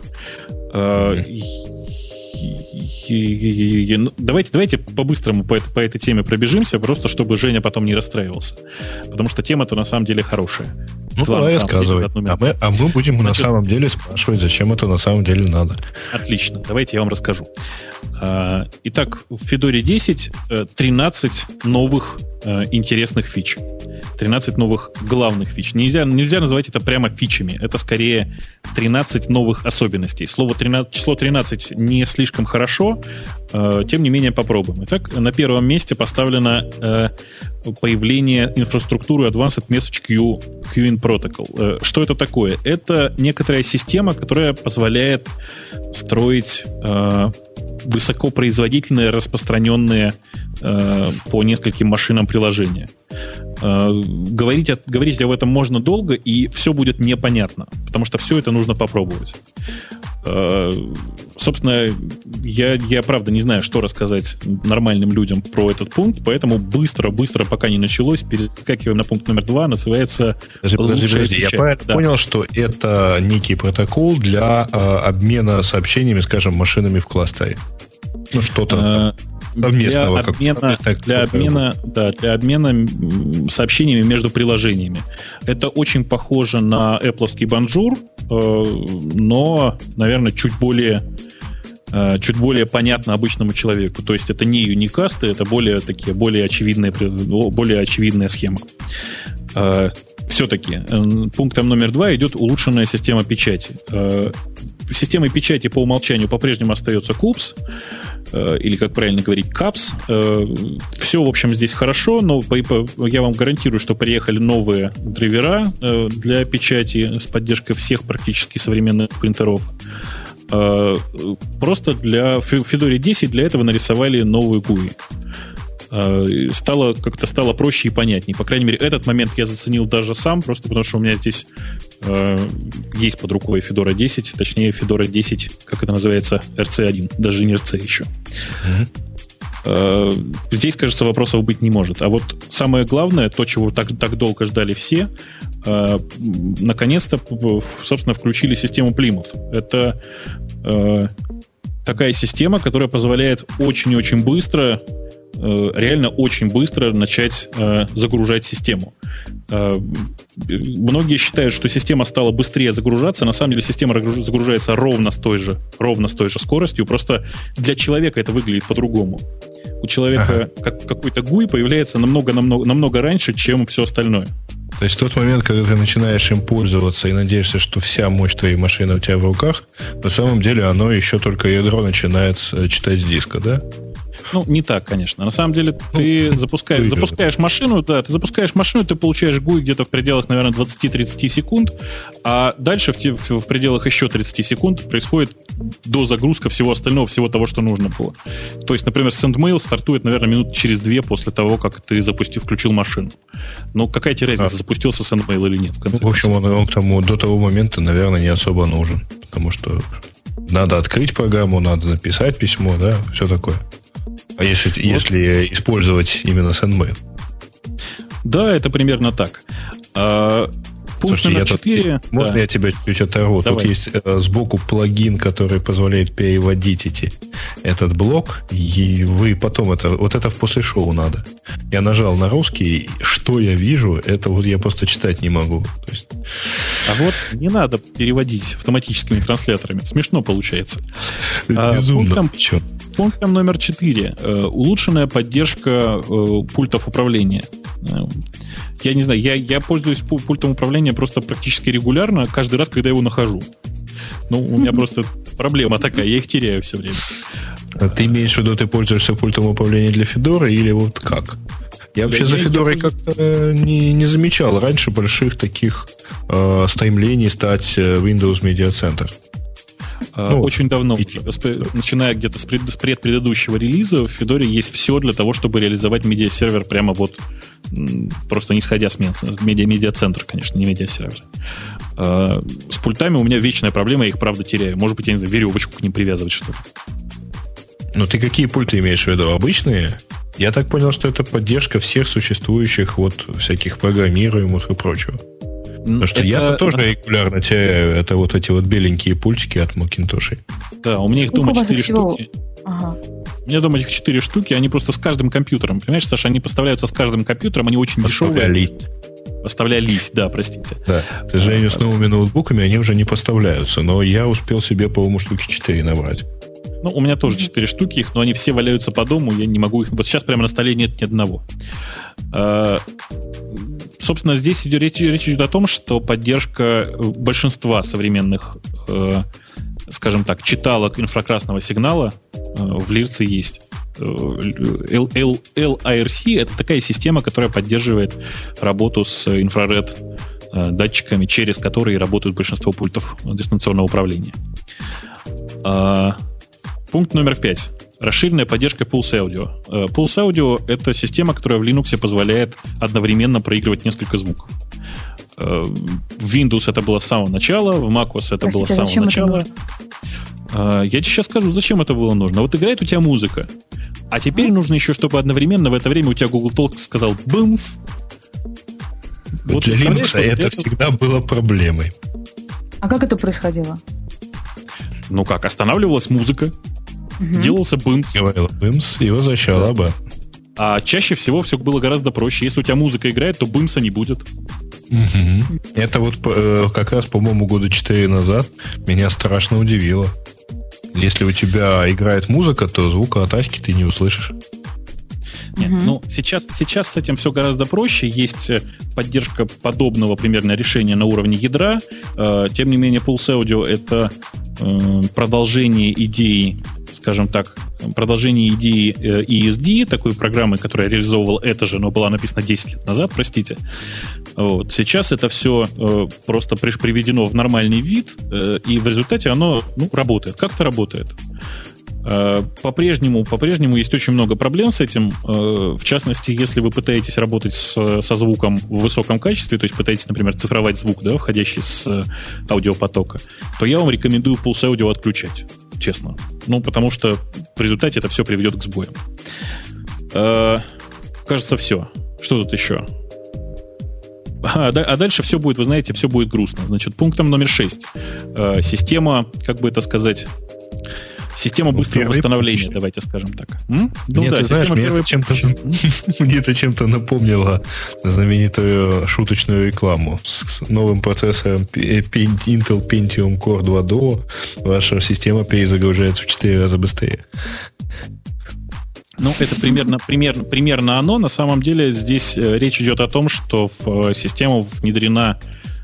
Давайте, давайте по-быстрому по, по этой теме пробежимся, просто чтобы Женя потом не расстраивался. Потому что тема-то на самом деле хорошая. Ну, Два, давай рассказывай. А мы, а мы будем Значит, на самом деле спрашивать, зачем это на самом деле надо. Отлично. Давайте я вам расскажу. Итак, в Федоре десять тринадцать новых интересных фич. тринадцать новых главных фич. Нельзя, нельзя называть это прямо фичами. Это скорее тринадцать новых особенностей. Слово тринадцать, число тринадцать не слишком хорошо, тем не менее попробуем. Итак, на первом месте поставлено появление инфраструктуры Advanced Message Queuing Protocol. Что это такое? Это некоторая система, которая позволяет строить высокопроизводительные, распространенные э, по нескольким машинам приложения. Э, говорить, о, говорить об этом можно долго, и все будет непонятно, потому что все это нужно попробовать. Э, собственно, я, я правда не знаю, что рассказать нормальным людям про этот пункт, поэтому быстро-быстро, пока не началось, перескакиваем на пункт номер два, называется подожди, подожди, подожди. Я правильно да. понял, что это некий протокол для э, обмена сообщениями, скажем, машинами в кластере. Ну, что-то э, совместного. Для обмена, как, для, обмена, да, для обмена сообщениями между приложениями. Это очень похоже на Apple'овский Bonjour, э, но, наверное, чуть более, э, чуть более понятно обычному человеку. То есть это не юникасты, это более такие, более очевидные, более очевидная схема. Э, Все-таки пунктом номер два идет улучшенная система печати. системой печати по умолчанию по-прежнему остается купс, э, или, как правильно говорить, капс. Э, все, в общем, здесь хорошо, но по, по, я вам гарантирую, что приехали новые драйвера э, для печати с поддержкой всех практически современных принтеров. Э, просто для Fedora десять для этого нарисовали новую гуи. Стало, как-то стало проще и понятнее. По крайней мере, этот момент я заценил даже сам, просто потому что у меня здесь э, есть под рукой Fedora десять, точнее Fedora десять, как это называется, эр си один, даже не эр си еще. Mm-hmm. Э, здесь, кажется, вопросов быть не может. А вот самое главное, то, чего так, так долго ждали все, э, наконец-то, собственно, включили систему Plymouth. Это э, такая система, которая позволяет очень-очень быстро, реально очень быстро начать э, загружать систему. Э, многие считают, что система стала быстрее загружаться. На самом деле система загружается ровно с той же, ровно с той же скоростью. Просто для человека это выглядит по-другому. У человека ага. как, какой-то гуй появляется намного-намного намного раньше, чем все остальное. То есть в тот момент, когда ты начинаешь им пользоваться и надеешься, что вся мощь твоей машины у тебя в руках, на самом деле оно еще только ядро начинает читать с диска, да? Ну, не так, конечно. На самом деле, ты ну, запускаешь, запускаешь машину, да, ты запускаешь машину, ты получаешь гуй где-то в пределах, наверное, двадцать-тридцать секунд, а дальше в, в, в пределах еще тридцать секунд происходит дозагрузка всего остального, всего того, что нужно было. То есть, например, SendMail стартует, наверное, минут через две после того, как ты запустил, включил машину. Ну, какая тебе разница, а. запустился SendMail или нет? В, конце ну, в общем, он, он к тому, до того момента, наверное, не особо нужен, потому что надо открыть программу, надо написать письмо, да, все такое. А если, вот. если использовать именно SendMail? Да, это примерно так. А, пункт Слушайте, номер четыре. Тут, можно да. я тебя чуть-чуть оторву? Давай. Тут есть э, сбоку плагин, который позволяет переводить эти, этот блок, и вы потом это... Вот это в после шоу надо. Я нажал на русский, что я вижу, это вот я просто читать не могу. То есть... А вот не надо переводить автоматическими трансляторами. Смешно получается. Безумно. А, пунктом, пунктом номер четыре. Улучшенная поддержка э, пультов управления. Я не знаю, я, я пользуюсь пультом управления просто практически регулярно, каждый раз, когда я его нахожу. Ну, у меня просто проблема такая, я их теряю все время. А ты имеешь в виду, ты пользуешься пультом управления для Fedora или вот как? Я вообще за Fedora как-то не, не замечал раньше больших таких э, стремлений стать Windows Media Center. Ну, очень давно, и... начиная где-то с, пред, с предпредыдущего релиза, в Fedora есть все для того, чтобы реализовать медиасервер прямо вот, просто не сходя с медиа, медиацентр, конечно, не медиасервер. С пультами у меня вечная проблема, я их, правда, теряю. Может быть, я не знаю, веревочку к ним привязывать, что ли. Ну, ты какие пульты имеешь в виду? Обычные? Я так понял, что это поддержка всех существующих вот всяких программируемых и прочего. Потому что это... я-то тоже регулярно теряю. Это вот эти вот беленькие пультики от Macintosh. Да, у меня их дома четыре штуки. Ага. У меня дома их четыре штуки, они просто с каждым компьютером. Понимаешь, Саша, они поставляются с каждым компьютером, они очень дешевые. Поставлялись. Поставлялись, да, простите. Да, к сожалению, с новыми ноутбуками они уже не поставляются, но я успел себе, по-моему, штуки четыре набрать. Ну, у меня тоже четыре штуки их, но они все валяются по дому, я не могу их... Вот сейчас прямо на столе нет ни одного. Собственно, здесь идет, речь, речь идет о том, что поддержка большинства современных, э, скажем так, читалок инфракрасного сигнала э, в Лирце есть. эл ай ар си — это такая система, которая поддерживает работу с инфраред э, датчиками, через которые работают большинство пультов дистанционного управления. Э, пункт номер пять. Расширенная поддержка Pulse Audio. Pulse Audio — это система, которая в Linux позволяет одновременно проигрывать несколько звуков. В Windows это было с самого начала, в macOS это Простите, было с самого начала. Я тебе сейчас скажу, зачем это было нужно. Вот играет у тебя музыка, а теперь а? нужно еще, чтобы одновременно в это время у тебя Google Talk сказал «бымс». Вот для Linux это всегда было проблемой. А как это происходило? Ну как, останавливалась музыка, угу. делался бымс. Говорила бымс и возвращала бы. А чаще всего все было гораздо проще. Если у тебя музыка играет, то бымса не будет. Угу. Это вот э, как раз, по-моему, года четыре назад меня страшно удивило. Если у тебя играет музыка, то звука от Аськи ты не услышишь. Нет, угу. ну, сейчас, сейчас с этим все гораздо проще. Есть поддержка подобного примерно решения на уровне ядра. Тем не менее, Pulse Audio — это продолжение идеи, скажем так, продолжение идеи и эс ди, такой программы, которая реализовывала это же, но была написана десять лет назад, простите. Вот. Сейчас это все э, просто приведено в нормальный вид, э, и в результате оно ну, работает. Как-то работает. Э, по-прежнему, по-прежнему есть очень много проблем с этим. Э, в частности, если вы пытаетесь работать с, со звуком в высоком качестве, то есть пытаетесь, например, цифровать звук, да, входящий с э, аудиопотока, то я вам рекомендую Pulse Audio отключать. Честно. Ну, потому что в результате это все приведет к сбоям. Э, кажется, все. Что тут еще? А, а дальше все будет, вы знаете, все будет грустно. Значит, пунктом номер шесть. Э, система, как бы это сказать... Система быстрого Первый восстановления, пункт. Давайте скажем так. М? Ну, Нет, да, ты знаешь, мне первый... это, чем-то, мне это чем-то напомнило знаменитую шуточную рекламу. С новым процессором Intel Pentium Core два Duo ваша система перезагружается в четыре раза быстрее. Ну, это примерно, примерно, примерно оно. На самом деле здесь речь идет о том, что в систему внедрена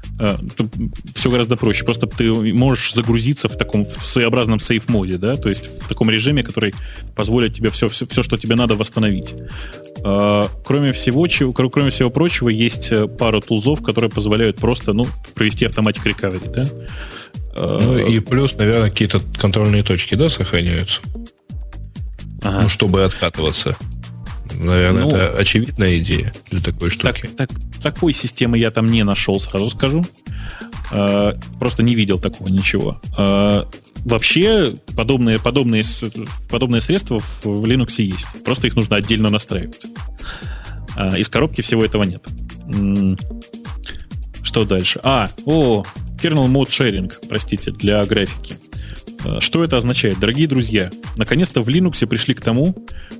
все гораздо проще. Просто ты можешь загрузиться в таком в своеобразном сейф-моде, да, то есть в таком режиме, который позволит тебе все, все, все что тебе надо, восстановить. Кроме всего, чего, кроме всего прочего, есть пара тулзов, которые позволяют просто ну, провести автоматик recovery, да? Ну и плюс, наверное, какие-то контрольные точки, да, сохраняются? Ага. Ну, чтобы откатываться. Наверное, ну, это очевидная идея для такой штуки. Так, так, такой системы я там не нашел, сразу скажу. Э, просто не видел такого ничего. Э, вообще, подобные, подобные, подобные средства в, в Linux есть. Просто их нужно отдельно настраивать. Э, из коробки всего этого нет. М- что дальше? А, о, kernel mode sharing, простите, для графики. Что это означает? Дорогие друзья, наконец-то в Linux пришли к тому,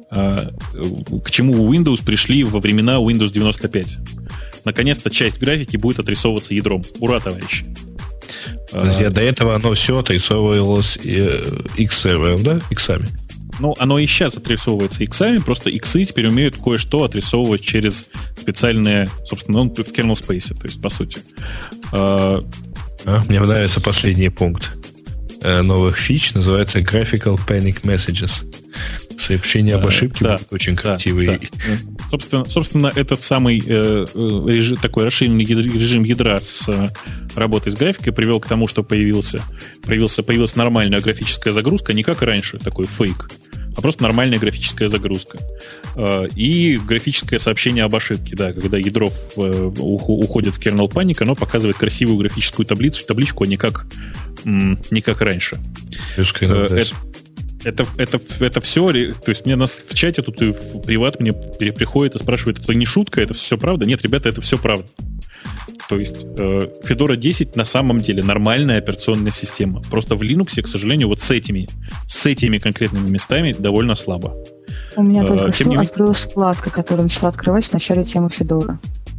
к чему у Windows пришли во времена Windows девяносто пять. Наконец-то часть графики будет отрисовываться ядром. Ура, товарищи! Подожди, а до этого оно все отрисовывалось X-сервером, да? Иксами. Ну, оно и сейчас отрисовывается иксами, просто иксы теперь умеют кое-что отрисовывать через специальные, собственно, ну, в kernel space, то есть, по сути. А, мне нравится последний пункт новых фич, называется Graphical Panic Messages. Сообщения об ошибке да, будут очень красивые. Да, да. Собственно, собственно, этот самый э, режим, такой расширенный режим ядра с э, работой с графикой привел к тому, что появился, появился, появилась нормальная графическая загрузка, не как раньше, такой фейк, а просто нормальная графическая загрузка. Э, и графическое сообщение об ошибке. Да, когда ядро в, э, уходит в kernel panic, оно показывает красивую графическую таблицу, табличку, а не как, м, не как раньше. Э, Это, это, это все, то есть мне нас в чате тут и в приват мне приходит и спрашивает, это не шутка, это все правда? Нет, ребята, это все правда. То есть э, Fedora десять на самом деле нормальная операционная система. Просто в Linux, к сожалению, вот с этими, с этими конкретными местами довольно слабо. У меня только э, что не... открылась вкладка, которую начала открывать в начале темы Fedora.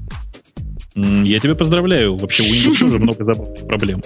Я тебя поздравляю. Вообще у Windows тоже много забавных проблем.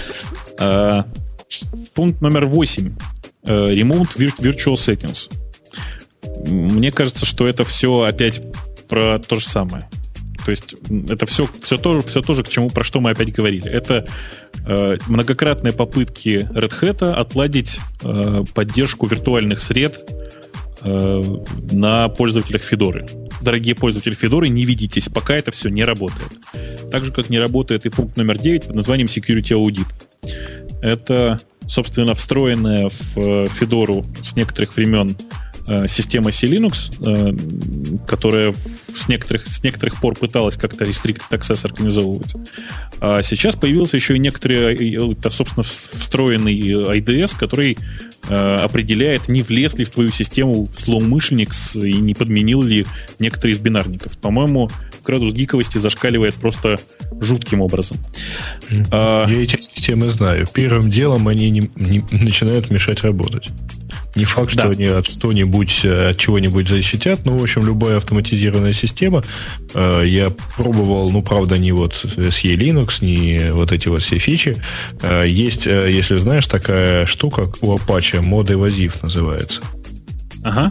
Пункт номер восемь. Remote Virtual Settings. Мне кажется, что это все опять про то же самое. То есть это все, все, то, все то же, к чему, про что мы опять говорили. Это э, многократные попытки Red Hat отладить э, поддержку виртуальных сред э, на пользователях Fedora. Дорогие пользователи Fedora, не ведитесь, пока это все не работает. Так же, как не работает и пункт номер девять под названием Security Audit. Это, собственно, встроенная в Fedora с некоторых времен система C-Linux, которая с некоторых, с некоторых пор пыталась как-то Restricted Access организовывать. А сейчас появился еще и некоторый, собственно, встроенный ай ди эс, который определяет, не влез ли в твою систему злоумышленник и не подменил ли некоторые из бинарников. По-моему, градус гиковости зашкаливает просто жутким образом. Я а, эти системы знаю. Первым делом они не, не, начинают мешать работать. Не факт, что да. они от что-нибудь, от чего-нибудь защитят, но, в общем, любая автоматизированная система, э, я пробовал, ну, правда, не вот с E-Linux, не вот эти вот все фичи. Э, есть, э, если знаешь, такая штука у Apache, мод Evasive называется. Ага.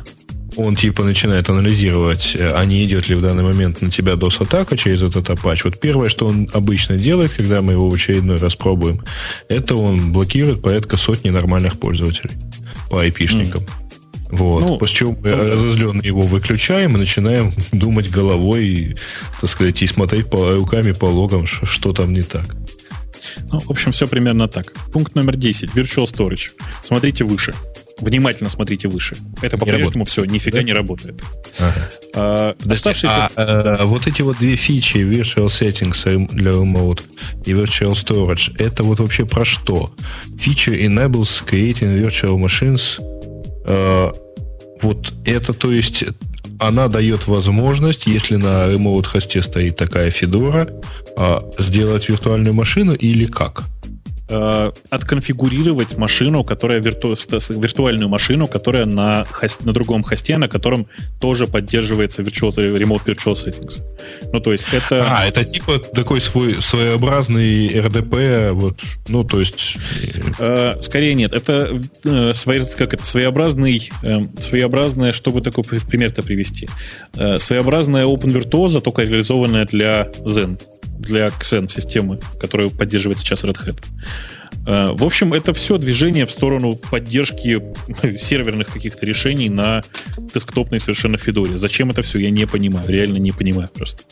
он типа начинает анализировать, а не идет ли в данный момент на тебя дос-атака через этот Apache. Вот первое, что он обычно делает, когда мы его в очередной раз пробуем, это он блокирует порядка сотни нормальных пользователей по айпишникам. Mm. Вот. Ну, после чего мы разозленные его выключаем и начинаем думать головой и, так сказать, и смотреть по, руками по логам, что, что там не так. Ну, в общем, все примерно так. Пункт номер десять. Virtual Storage. Смотрите выше. Внимательно смотрите выше. Это по-прежнему все нифига да? не работает. Ага. А, оставшиеся... а, а, вот эти вот две фичи Virtual Settings для Remote и Virtual Storage, это вот вообще про что? Feature enables creating virtual machines. А, вот это, то есть, она дает возможность, если на Remote хосте стоит такая Fedora, а, сделать виртуальную машину или как? Отконфигурировать машину, которая вирту... виртуальную машину, которая на, хост... на другом хосте, на котором тоже поддерживается virtual... Remote Virtual Settings. Ну, то есть это... А, это типа такой свой своеобразный эр ди пи, вот, ну, то есть... Скорее нет. Это, э, свой... как это своеобразный, э, своеобразное, чтобы такой в пример-то привести. Э, своеобразная OpenVirtuoso, только реализованная для Zen. Для Xen-системы, которую поддерживает сейчас Red Hat. В общем, это все движение в сторону поддержки серверных каких-то решений на десктопной совершенно Федоре. Зачем это все, я не понимаю. Реально не понимаю просто.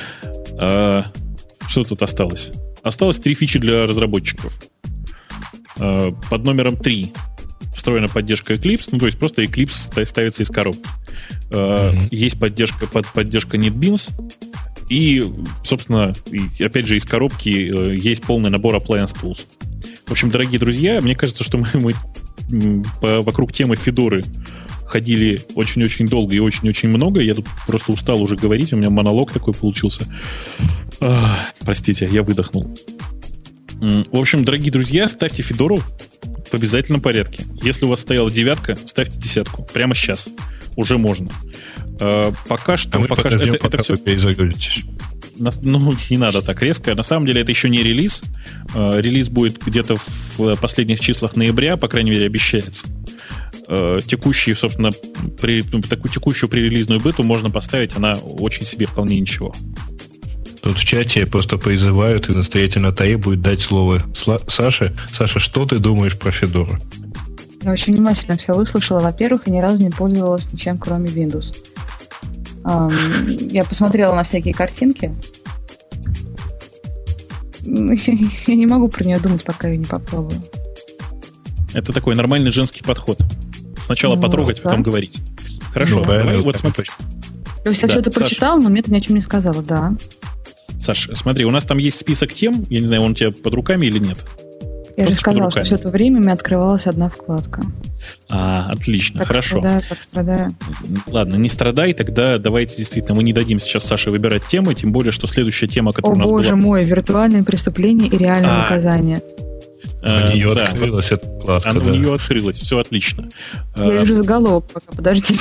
Что тут осталось? Осталось три фичи для разработчиков. Под номером три встроена поддержка Eclipse, ну то есть просто Eclipse ставится из коробки. Mm-hmm. Есть поддержка, под, поддержка NetBeans. И, собственно, опять же, из коробки есть полный набор Appliance Tools. В общем, дорогие друзья, мне кажется, что мы, мы по, вокруг темы Федоры ходили очень-очень долго и очень-очень много. Я тут просто устал уже говорить, у меня монолог такой получился. Ах, простите, я выдохнул. В общем, дорогие друзья, ставьте Федору в обязательном порядке. Если у вас стояла девятка, ставьте десятку. Прямо сейчас. Уже можно. Uh, пока что... А мы пока подождем, что это, пока это все... вы перезагрузитесь. Ну, не надо так резко. На самом деле, это еще не релиз. Uh, релиз будет где-то в последних числах ноября, по крайней мере, обещается. Uh, текущий, собственно, при, такую текущую пререлизную бету можно поставить. Она очень себе вполне ничего. Тут в чате просто призывают и настоятельно требуют дать слово Саше. Саша, что ты думаешь про Федору? Я очень внимательно все выслушала. Во-первых, я ни разу не пользовалась ничем, кроме Windows. Um, я посмотрела на всякие картинки. Я не могу про нее думать, пока ее не попробую. Это такой нормальный женский подход. Сначала ну, потрогать, да. потом говорить. Хорошо, да. давай, вот смотри. То есть я да, что-то Саш. прочитала, но мне это ни о чем не сказала, да. Саш, смотри, у нас там есть список тем. Я не знаю, он у тебя под руками или нет? Я Просто же сказала, что все это время мне открывалась одна вкладка. А, отлично, так хорошо. Страдаю, так страдаю. Ладно, не страдай, тогда давайте действительно, мы не дадим сейчас Саше выбирать темы, тем более, что следующая тема, которая О, у нас боже была... мой, виртуальные преступления и реальное а, наказание. А, у нее да, открылась эта вкладка. Она да. у нее открылась, все отлично. Я вижу заголовок, пока, подождите.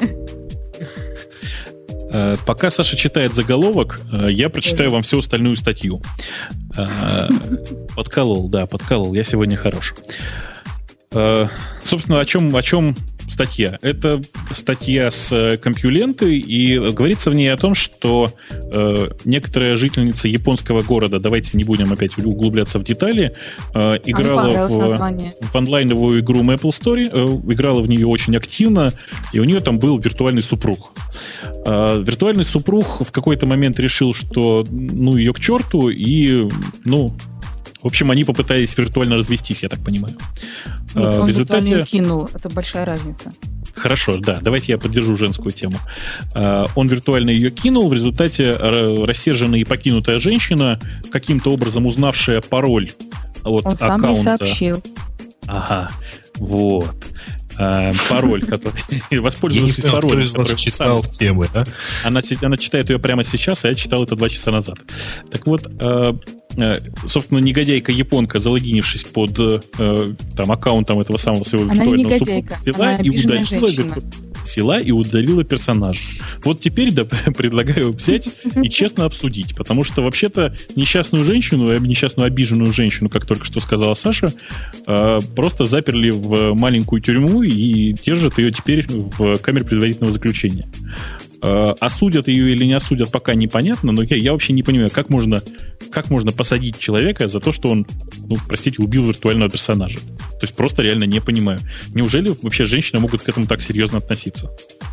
Пока Саша читает заголовок, я прочитаю вам всю остальную статью. Подколол, да, подколол. Я сегодня хорош. Собственно, о чем, о чем статья? Это статья с Compulent, и говорится в ней о том, что э, некоторая жительница японского города, давайте не будем опять углубляться в детали, э, играла в, в онлайновую игру Maple Story, э, играла в нее очень активно, и у нее там был виртуальный супруг. Э, виртуальный супруг в какой-то момент решил, что ну ее к черту, и ну... В общем, они попытались виртуально развестись, я так понимаю. Нет, он в результате... виртуально кинул. Это большая разница. Хорошо, да. Давайте я поддержу женскую тему. Он виртуально ее кинул. В результате рассерженная и покинутая женщина, каким-то образом узнавшая пароль от он аккаунта... Он сам ей сообщил. Ага, вот. Пароль, который... Воспользовавшись паролем, который читал сам... темы, да? Она, она читает ее прямо сейчас, а я читал это два часа назад. Так вот, собственно, негодяйка-японка, залогинившись под там, аккаунтом этого самого своего она виртуального супруга, взяла и удалила, вирту... взяла и удалила персонажа. Вот теперь да, предлагаю взять и честно обсудить, потому что вообще-то несчастную женщину, несчастную обиженную женщину, как только что сказала Саша, просто заперли в маленькую тюрьму и держат ее теперь в камере предварительного заключения. Осудят ее или не осудят, пока непонятно, но я, я вообще не понимаю, как можно, как можно посадить человека за то, что он, ну, простите, убил виртуального персонажа. То есть просто реально не понимаю. Неужели вообще женщины могут к этому так серьезно относиться?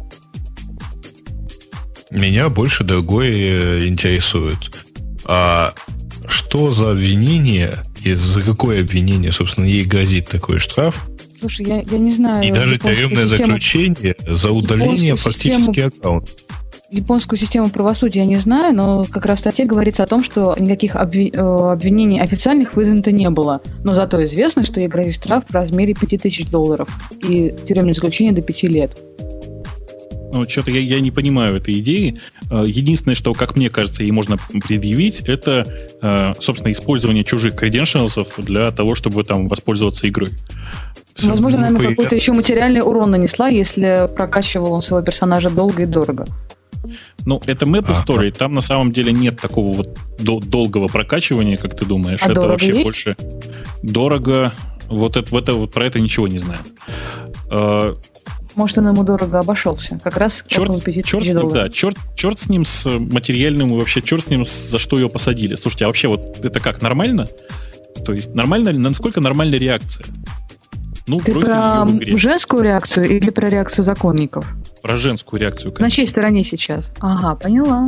Меня больше другое интересует. А что за обвинение и за какое обвинение, собственно, ей грозит такой штраф? Слушай, я, я не знаю... И даже тюремное заключение за удаление фактически аккаунта. Японскую систему правосудия я не знаю, но как раз в статье говорится о том, что никаких обвинений официальных выдвинуто не было. Но зато известно, что ей грозит штраф в размере пять тысяч долларов и тюремное заключение до пяти лет. Ну, что-то я, я не понимаю этой идеи. Единственное, что, как мне кажется, ей можно предъявить, это, собственно, использование чужих credentials для того, чтобы там воспользоваться игрой. Все. Возможно, ну, наверное, какой-то еще материальный урон нанесла, если прокачивал он своего персонажа долго и дорого. Ну, это Maple Story, там на самом деле нет такого вот до- долгого прокачивания, как ты думаешь. А это вообще есть? Больше дорого. Вот, это, вот, это, вот про это ничего не знаю. Может, он ему дорого обошелся. Как раз черт, около пяти черт, тысяч долларов. Да, черт, черт с ним, с материальным, и вообще черт с ним, за что ее посадили. Слушайте, а вообще вот это как, нормально? То есть нормально, насколько нормальная реакция? Ну, ты про женскую реакцию или про реакцию законников? Про женскую реакцию, конечно. На чьей стороне сейчас? Ага, поняла.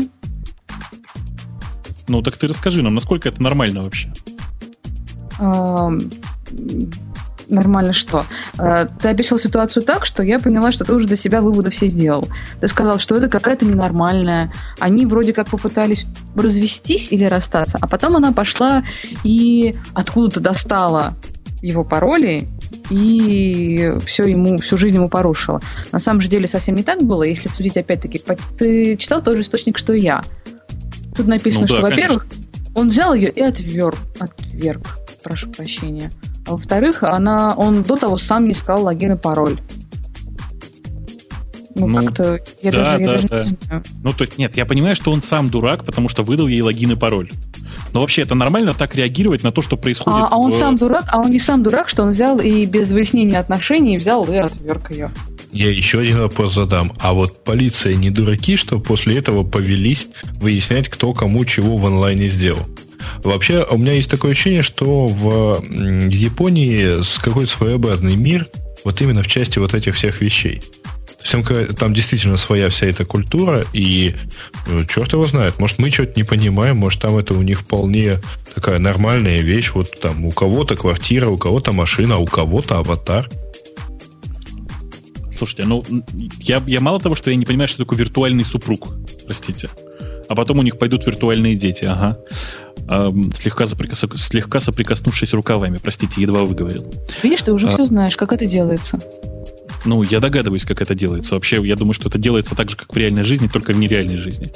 Ну, так ты расскажи нам, насколько это нормально вообще? А, нормально что? А, ты описал ситуацию так, что я поняла, что ты уже для себя выводы все сделал. Ты сказал, что это какая-то ненормальная. Они вроде как попытались развестись или расстаться, а потом она пошла и откуда-то достала его пароли и все ему, всю жизнь ему порушила. На самом же деле совсем не так было, если судить опять-таки. Ты читал тот же источник, что и я. Тут написано, ну, да, что, во-первых, конечно. Он взял ее и отверг, отверг, прошу прощения. А во-вторых, она, он до того сам не искал логин и пароль. Ну, ну как-то я да, даже, я да, даже да. не знаю. Ну, то есть, нет, я понимаю, что он сам дурак, потому что выдал ей логин и пароль. Но вообще это нормально так реагировать на то, что происходит? А, а он в... сам дурак, а он не сам дурак, что он взял и без выяснения отношений взял и отверг ее. Я еще один вопрос задам. А вот полиция не дураки, что после этого повелись выяснять, кто кому чего в онлайне сделал? Вообще, у меня есть такое ощущение, что в Японии какой-то своеобразный мир вот именно в части вот этих всех вещей. Там, там действительно своя вся эта культура, и черт его знает, может, мы что-то не понимаем, может, там это у них вполне такая нормальная вещь. Вот там у кого-то квартира, у кого-то машина, а у кого-то аватар. Слушайте, ну, я, я мало того, что я не понимаю, что такое виртуальный супруг, простите, а потом у них пойдут виртуальные дети, ага. Эм, слегка, соприкос... слегка соприкоснувшись рукавами, простите, едва выговорил. Видишь, ты уже а... все знаешь, как это делается. Ну, я догадываюсь, как это делается. Вообще, я думаю, что это делается так же, как в реальной жизни, только в нереальной жизни.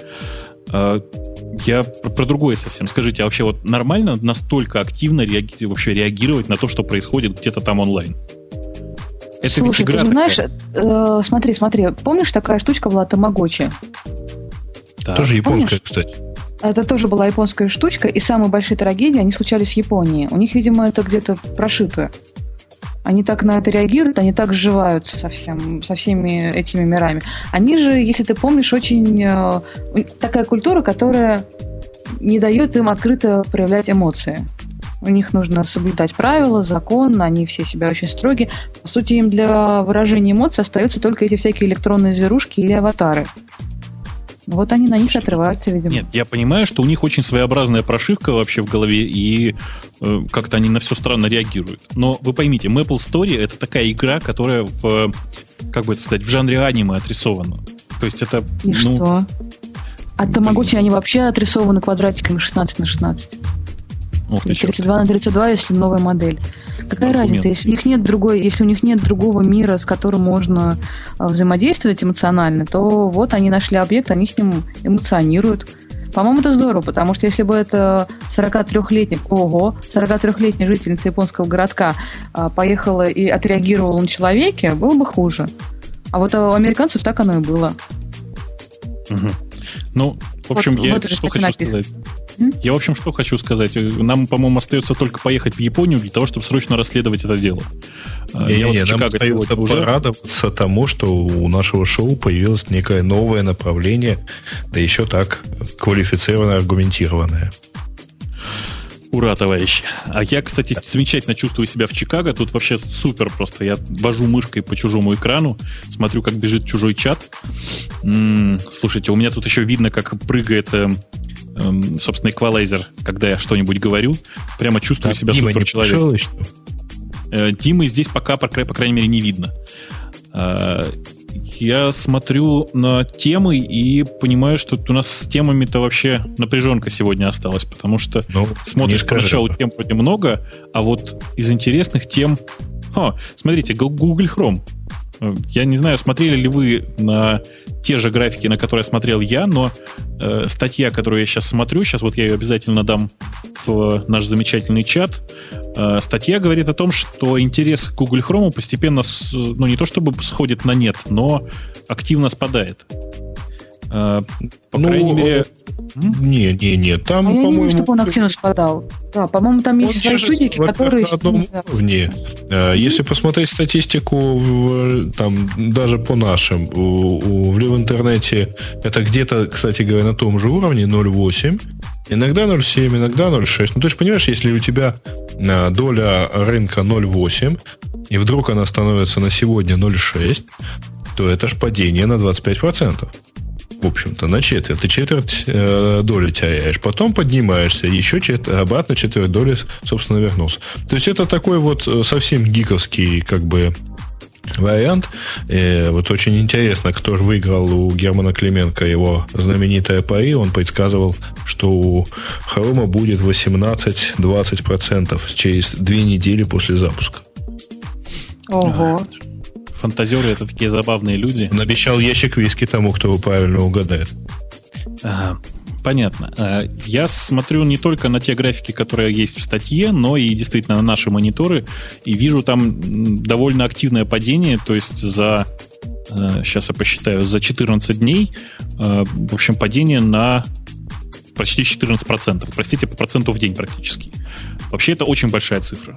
Я про, про другое совсем. Скажите, а вообще вот нормально настолько активно реаги- вообще реагировать на то, что происходит где-то там онлайн? Это Слушай, ведь игра ты же знаешь, такая. э, смотри, смотри, помнишь, такая штучка была Тамагочи? Да. Тоже японская, кстати. Это тоже была японская штучка, и самые большие трагедии, они случались в Японии. У них, видимо, это где-то прошито. Они так на это реагируют, они так сживаются со, всем, со всеми этими мирами. Они же, если ты помнишь, очень э, такая культура, которая не дает им открыто проявлять эмоции. У них нужно соблюдать правила, закон, они все себя очень строги. По сути, им для выражения эмоций остаются только эти всякие электронные зверушки или аватары. Вот они на них отрываются, видимо. Нет, я понимаю, что у них очень своеобразная прошивка вообще в голове, и э, как-то они на все странно реагируют. Но вы поймите, Maple Story — это такая игра, которая в, как бы это сказать, в жанре аниме отрисована. То есть это... И ну, что? А Тамагочи, они вообще отрисованы квадратиками шестнадцать на шестнадцать. Ох ты, тридцать два на тридцать два, если новая модель. Какая Аргумент. разница, если у них нет другой, если у них нет другого мира, с которым можно взаимодействовать эмоционально, то вот они нашли объект, они с ним эмоционируют. По-моему, это здорово, потому что если бы это сорокатрёхлетний, ого, сорокатрёхлетняя жительница японского городка поехала и отреагировала на человеке, было бы хуже. А вот у американцев так оно и было. Угу. Ну, в общем, вот, я вот что хочу написано. сказать. М? Я, в общем, что хочу сказать. Нам, по-моему, остается только поехать в Японию для того, чтобы срочно расследовать это дело. Не, я не, вот нам остается порадоваться уже... тому, что у нашего шоу появилось некое новое направление, да еще так квалифицированное, аргументированное. Ура, товарищи. А я, кстати, замечательно чувствую себя в Чикаго. Тут вообще супер просто. Я вожу мышкой по чужому экрану, смотрю, как бежит чужой чат. М-м, слушайте, у меня тут еще видно, как прыгает, э, э, собственно, эквалайзер, когда я что-нибудь говорю. Прямо чувствую так, себя суперчеловеком. Э, Димы здесь пока, по, по крайней мере, не видно. Э, я смотрю на темы и понимаю, что у нас с темами-то вообще напряженка сегодня осталась, потому что ну, смотришь поначалу тем вроде много, а вот из интересных тем... О, смотрите, Google Chrome. Я не знаю, смотрели ли вы на те же графики, на которые смотрел я, но э, статья, которую я сейчас смотрю, сейчас вот я ее обязательно дам в наш замечательный чат, э, статья говорит о том, что интерес к Google Chrome постепенно, ну не то чтобы сходит на нет, но активно спадает. Э, по ну, крайней мере... Не, не, не, там, а по-моему... Я не вижу, чтобы он активно спадал. Да, по-моему, там есть свои чудики, которые... на одном уровне. Mm-hmm. Если посмотреть статистику, в, там, даже по нашим, у, у, в интернете, это где-то, кстати говоря, на том же уровне, ноль целых восемь, иногда ноль целых семь, иногда ноль целых шесть. Ну, ты же понимаешь, если у тебя доля рынка ноль целых восемь, и вдруг она становится на сегодня ноль целых шесть, то это же падение на двадцать пять процентов. В общем-то, на четверть. Ты четверть э, доли теряешь. Потом поднимаешься, еще четверть, обратно четверть доли, собственно, вернулся. То есть это такой вот совсем гиковский, как бы, вариант. И вот очень интересно, кто же выиграл у Германа Клименко его знаменитое пари. Он предсказывал, что у Хрома будет восемнадцать-двадцать процентов через две недели после запуска. Ого. Фантазеры — это такие забавные люди. Он обещал ящик виски тому, кто правильно угадает. Ага, понятно. Я смотрю не только на те графики, которые есть в статье, но и действительно на наши мониторы, и вижу там довольно активное падение, то есть за, сейчас я посчитаю, за четырнадцать дней, в общем, падение на почти четырнадцать процентов. Простите, по проценту в день практически. Вообще это очень большая цифра.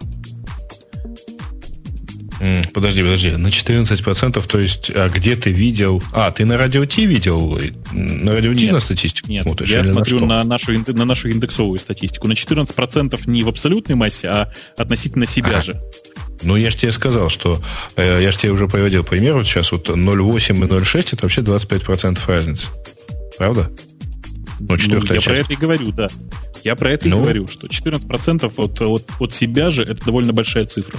Подожди, подожди, на четырнадцать процентов, то есть, а где ты видел... А, ты на Радио Ти видел? На Радио Ти на статистику нет, смотришь? Я смотрю на, на, нашу, на нашу индексовую статистику. На четырнадцать процентов не в абсолютной массе, а относительно себя а. же. Ну, я же тебе сказал, что... Э, я же тебе уже приводил пример. Вот сейчас вот ноль целых восемь и ноль целых шесть это вообще двадцать пять процентов разницы. Правда? Ну, четвертая ну, я часть. Про это и говорю, да. Я про это ну. и говорю, что четырнадцать процентов от, от, от себя же это довольно большая цифра.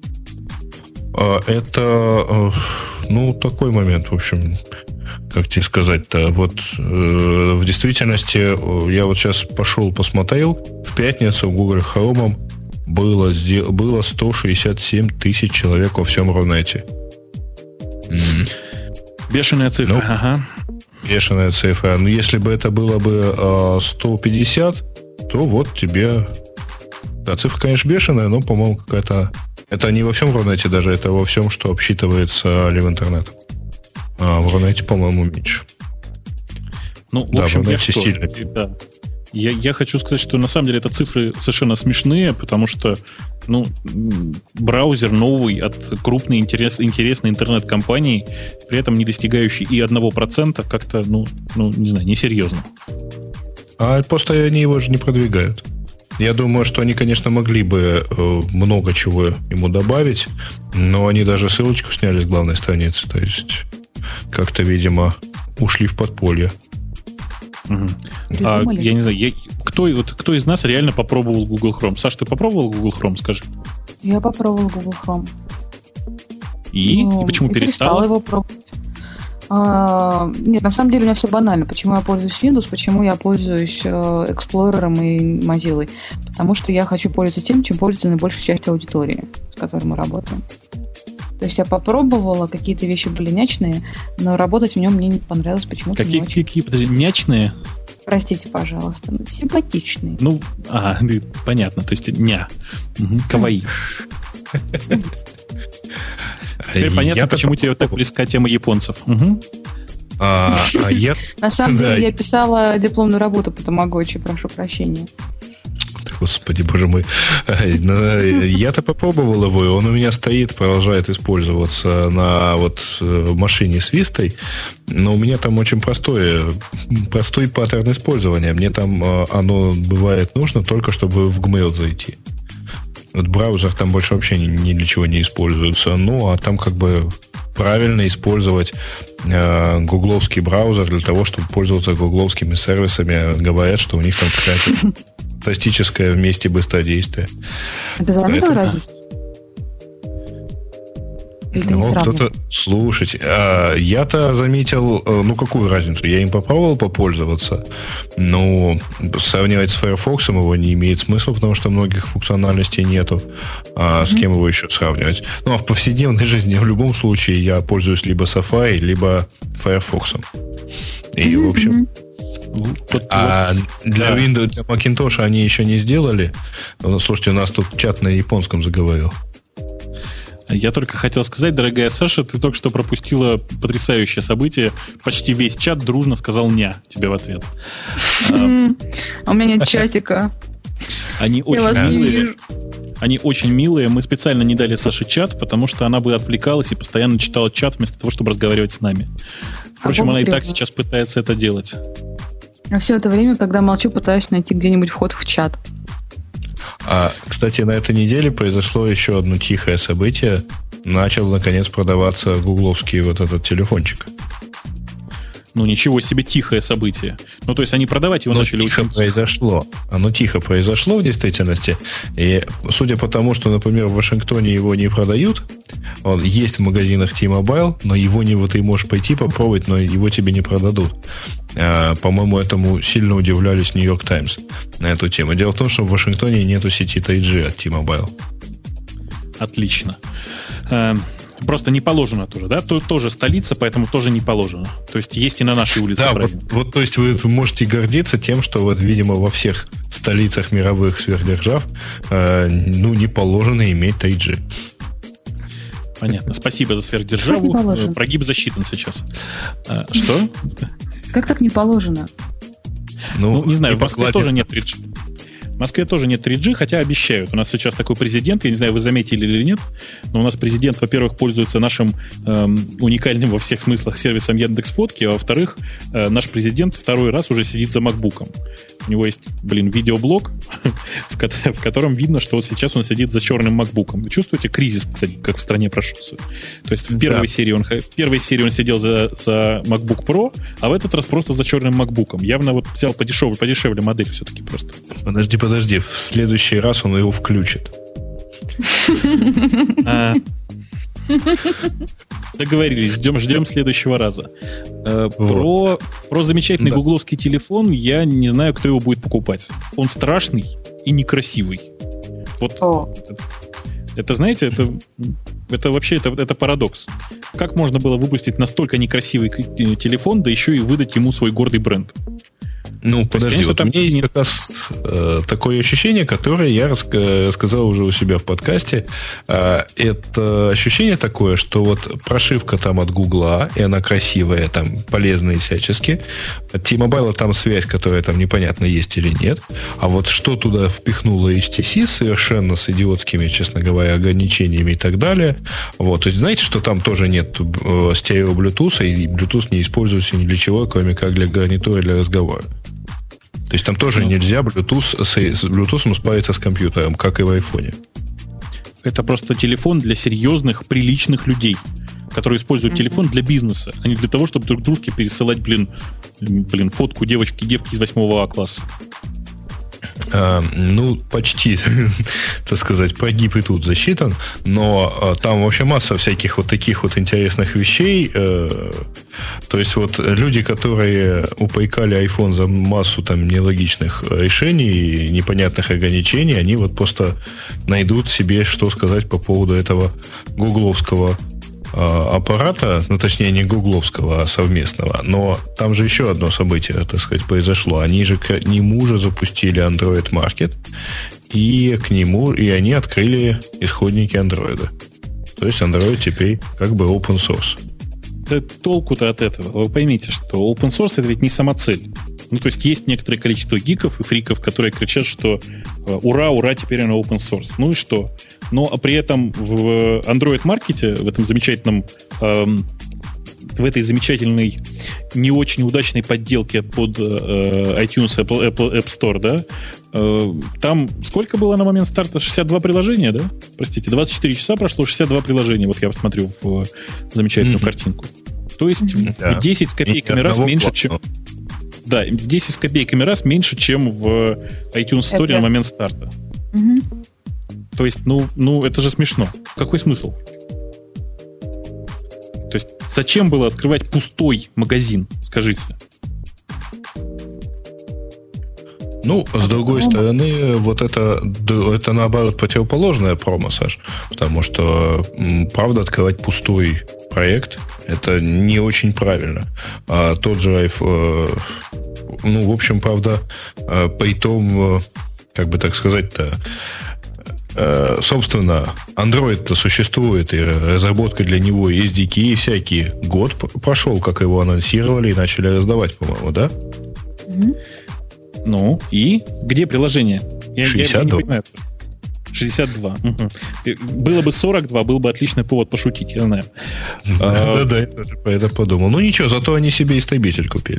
Это, ну, такой момент, в общем, как тебе сказать-то, вот э, в действительности я вот сейчас пошел посмотрел, в пятницу в Google Chrome было, было сто шестьдесят семь тысяч человек во всем Рунете. Mm. Бешеная цифра, ну, ага. Бешеная цифра. Но если бы это было бы э, сто пятьдесят, то вот тебе... Да, цифра, конечно, бешеная, но, по-моему, какая-то... Это не во всем Рунете даже, это во всем, что обсчитывается Лив интернет. А в Рунете, по-моему, меньше. Ну, в да, общем, в я, что, да. я, я хочу сказать, что на самом деле это цифры совершенно смешные, потому что ну, браузер новый от крупной интерес, интересной интернет-компании, при этом не достигающий и одного процента, как-то, ну, ну, не знаю, несерьезно. А просто они его же не продвигают. Я думаю, что они, конечно, могли бы э, много чего ему добавить, но они даже ссылочку сняли с главной страницы. То есть, как-то, видимо, ушли в подполье. Угу. А, я не знаю, я, кто, вот, кто из нас реально попробовал Google Chrome? Саш, ты попробовал Google Chrome, скажи? Я попробовал Google Chrome. И? Ну, и почему и перестала? перестала его пробовать. А, нет, на самом деле у меня все банально. Почему я пользуюсь Windows, почему я пользуюсь э, Explorer и Mozilla? Потому что я хочу пользоваться тем, чем пользуется наибольшая часть аудитории, с которой мы работаем. То есть я попробовала, какие-то вещи были нячные, но работать в нем мне не понравилось почему-то. Какие, не очень. какие, подожди, нячные? Простите, пожалуйста, симпатичные. Ну, ага, понятно, то есть ня. Угу, каваи. Теперь понятно, я почему тебе так близка тема японцев. Угу. А, а я... На самом деле я писала дипломную работу по тамагочи, прошу прощения. Господи, боже мой. Я-то попробовал его, и он у меня стоит, продолжает использоваться на вот машине с Вистой, но у меня там очень простое, простой паттерн использования. Мне там оно бывает нужно только, чтобы в Gmail зайти. Вот браузер там больше вообще ни, ни для чего не используется. Ну, а там как бы правильно использовать э, гугловский браузер для того, чтобы пользоваться гугловскими сервисами. Говорят, что у них там какая-то фантастическое вместе быстродействие. А ты заметил разницу? Ну, кто-то... Слушайте, а я-то заметил, ну, какую разницу? Я им попробовал попользоваться, но сравнивать с Firefox его не имеет смысла, потому что многих функциональностей нету. А mm-hmm. с кем его еще сравнивать? Ну, а в повседневной жизни в любом случае я пользуюсь либо Safari, либо Firefox. И, mm-hmm. в общем... Вот, а вот, для да. Windows, для Macintosh они еще не сделали. Слушайте, у нас тут чат на японском заговорил. Я только хотел сказать, дорогая Саша, ты только что пропустила потрясающее событие. Почти весь чат дружно сказал «ня» тебе в ответ. У меня нет чатика. Они очень милые. Они очень милые. Мы специально не дали Саше чат, потому что она бы отвлекалась и постоянно читала чат вместо того, чтобы разговаривать с нами. Впрочем, она и так сейчас пытается это делать. А все это время, когда молчу, пытаюсь найти где-нибудь вход в чат. А, кстати, на этой неделе произошло еще одно тихое событие. Начал, наконец, продаваться гугловский вот этот телефончик. Ну, ничего себе, тихое событие. Ну, то есть они продавать его Но начали тихо очень... произошло. Оно тихо произошло в действительности. И судя по тому, что, например, в Вашингтоне его не продают, он есть в магазинах T-Mobile, но его не вот ты можешь пойти попробовать, но его тебе не продадут. А, по-моему, этому сильно удивлялись New York Times на эту тему. Дело в том, что в Вашингтоне нету сети три джи от T-Mobile. Отлично. Просто не положено тоже, да? Тут тоже столица, поэтому тоже не положено. То есть есть и на нашей улице. Да, вот, вот, то есть вы, вы можете гордиться тем, что вот, видимо, во всех столицах мировых сверхдержав э, ну, не положено иметь три джи. Понятно. Спасибо за сверхдержаву. Прогиб засчитан сейчас. А, что? Как так не положено? Ну, ну не знаю, не в Москве тоже нет три джи. В Москве тоже нет три джи, хотя обещают. У нас сейчас такой президент, я не знаю, вы заметили или нет, но у нас президент, во-первых, пользуется нашим эм, уникальным во всех смыслах сервисом Яндекс.Фотки, а во-вторых, э, наш президент второй раз уже сидит за макбуком. У него есть, блин, видеоблог, в, ко- в котором видно, что вот сейчас он сидит за черным макбуком. Вы чувствуете кризис, кстати, как в стране прошелся? То есть в первой, да. серии, он, в первой серии он сидел за, за MacBook Pro, а в этот раз просто за черным макбуком. Явно вот взял подешевле, подешевле модель все-таки просто. Подожди, Подожди, в следующий раз он его включит. Договорились, ждем, ждем следующего раза. Про, про замечательный да. гугловский телефон я не знаю, кто его будет покупать. Он страшный и некрасивый. Вот это, это, знаете, это, это вообще это, это парадокс. Как можно было выпустить настолько некрасивый телефон, да еще и выдать ему свой гордый бренд? Ну, то подожди, есть, вот у меня есть как раз э, такое ощущение, которое я раска- рассказал уже у себя в подкасте. Э, это ощущение такое, что вот прошивка там от Гугла, и она красивая, там полезная всячески. От T-Mobile там связь, которая там непонятно есть или нет. А вот что туда впихнуло эйч ти си совершенно с идиотскими, честно говоря, ограничениями и так далее. Вот. То есть, знаете, что там тоже нет э, стерео Bluetooth, и Bluetooth не используется ни для чего, кроме как для гарнитура для разговора. То есть там тоже ну, нельзя Bluetooth, с, с Bluetooth справиться с компьютером, как и в айфоне. Это просто телефон для серьезных, приличных людей, которые используют mm-hmm. телефон для бизнеса, а не для того, чтобы друг дружке пересылать, блин, блин фотку девочки, девки из восьмого А класса. А, ну, почти, так сказать, прогиб и тут засчитан, но а, там вообще масса всяких вот таких вот интересных вещей. Э, то есть вот люди, которые упрекали iPhone за массу там нелогичных решений и непонятных ограничений, они вот просто найдут себе, что сказать по поводу этого гугловского аппарата, ну, точнее, не гугловского, а совместного. Но там же еще одно событие, так сказать, произошло. Они же к нему же запустили Android Market, и к нему, и они открыли исходники Android. То есть Android теперь как бы open source. Да толку-то от этого. Вы поймите, что open source это ведь не самоцель. Ну, то есть есть некоторое количество гиков и фриков, которые кричат, что ура, ура, теперь она open source. Ну и что? Но при этом в Android-маркете, в этом замечательном, эм, в этой замечательной, не очень удачной подделке под э, iTunes, Apple, Apple App Store, да, э, там сколько было на момент старта? шестьдесят два приложения, да? Простите, двадцать четыре часа прошло, шестьдесят два приложения. Вот я посмотрю в замечательную mm-hmm. картинку. То есть mm-hmm. в десять с копейками раз меньше, чем... Да, десять с копейками раз меньше, чем в iTunes Store это... на момент старта. Угу. То есть, ну, ну, это же смешно. Какой смысл? То есть, зачем было открывать пустой магазин, скажите? Ну, с другой промо. стороны, вот это, это наоборот противоположное промо, Саш. Потому что, правда, открывать пустой проект это не очень правильно. А тот же iPhone, ну, в общем, правда, при том, как бы так сказать-то, собственно, Android-то существует, и разработка для него есть эс ди кей всякие. Год прошел, как его анонсировали и начали раздавать, по-моему, да? Mm-hmm. Ну, и где приложение? Я, шестьдесят два. Я, я не понимаю. шестьдесят два. Угу. Было бы сорок два, был бы отличный повод пошутить, я знаю. Да-да-да, я тоже про это подумал. Ну ничего, зато они себе истребитель купили.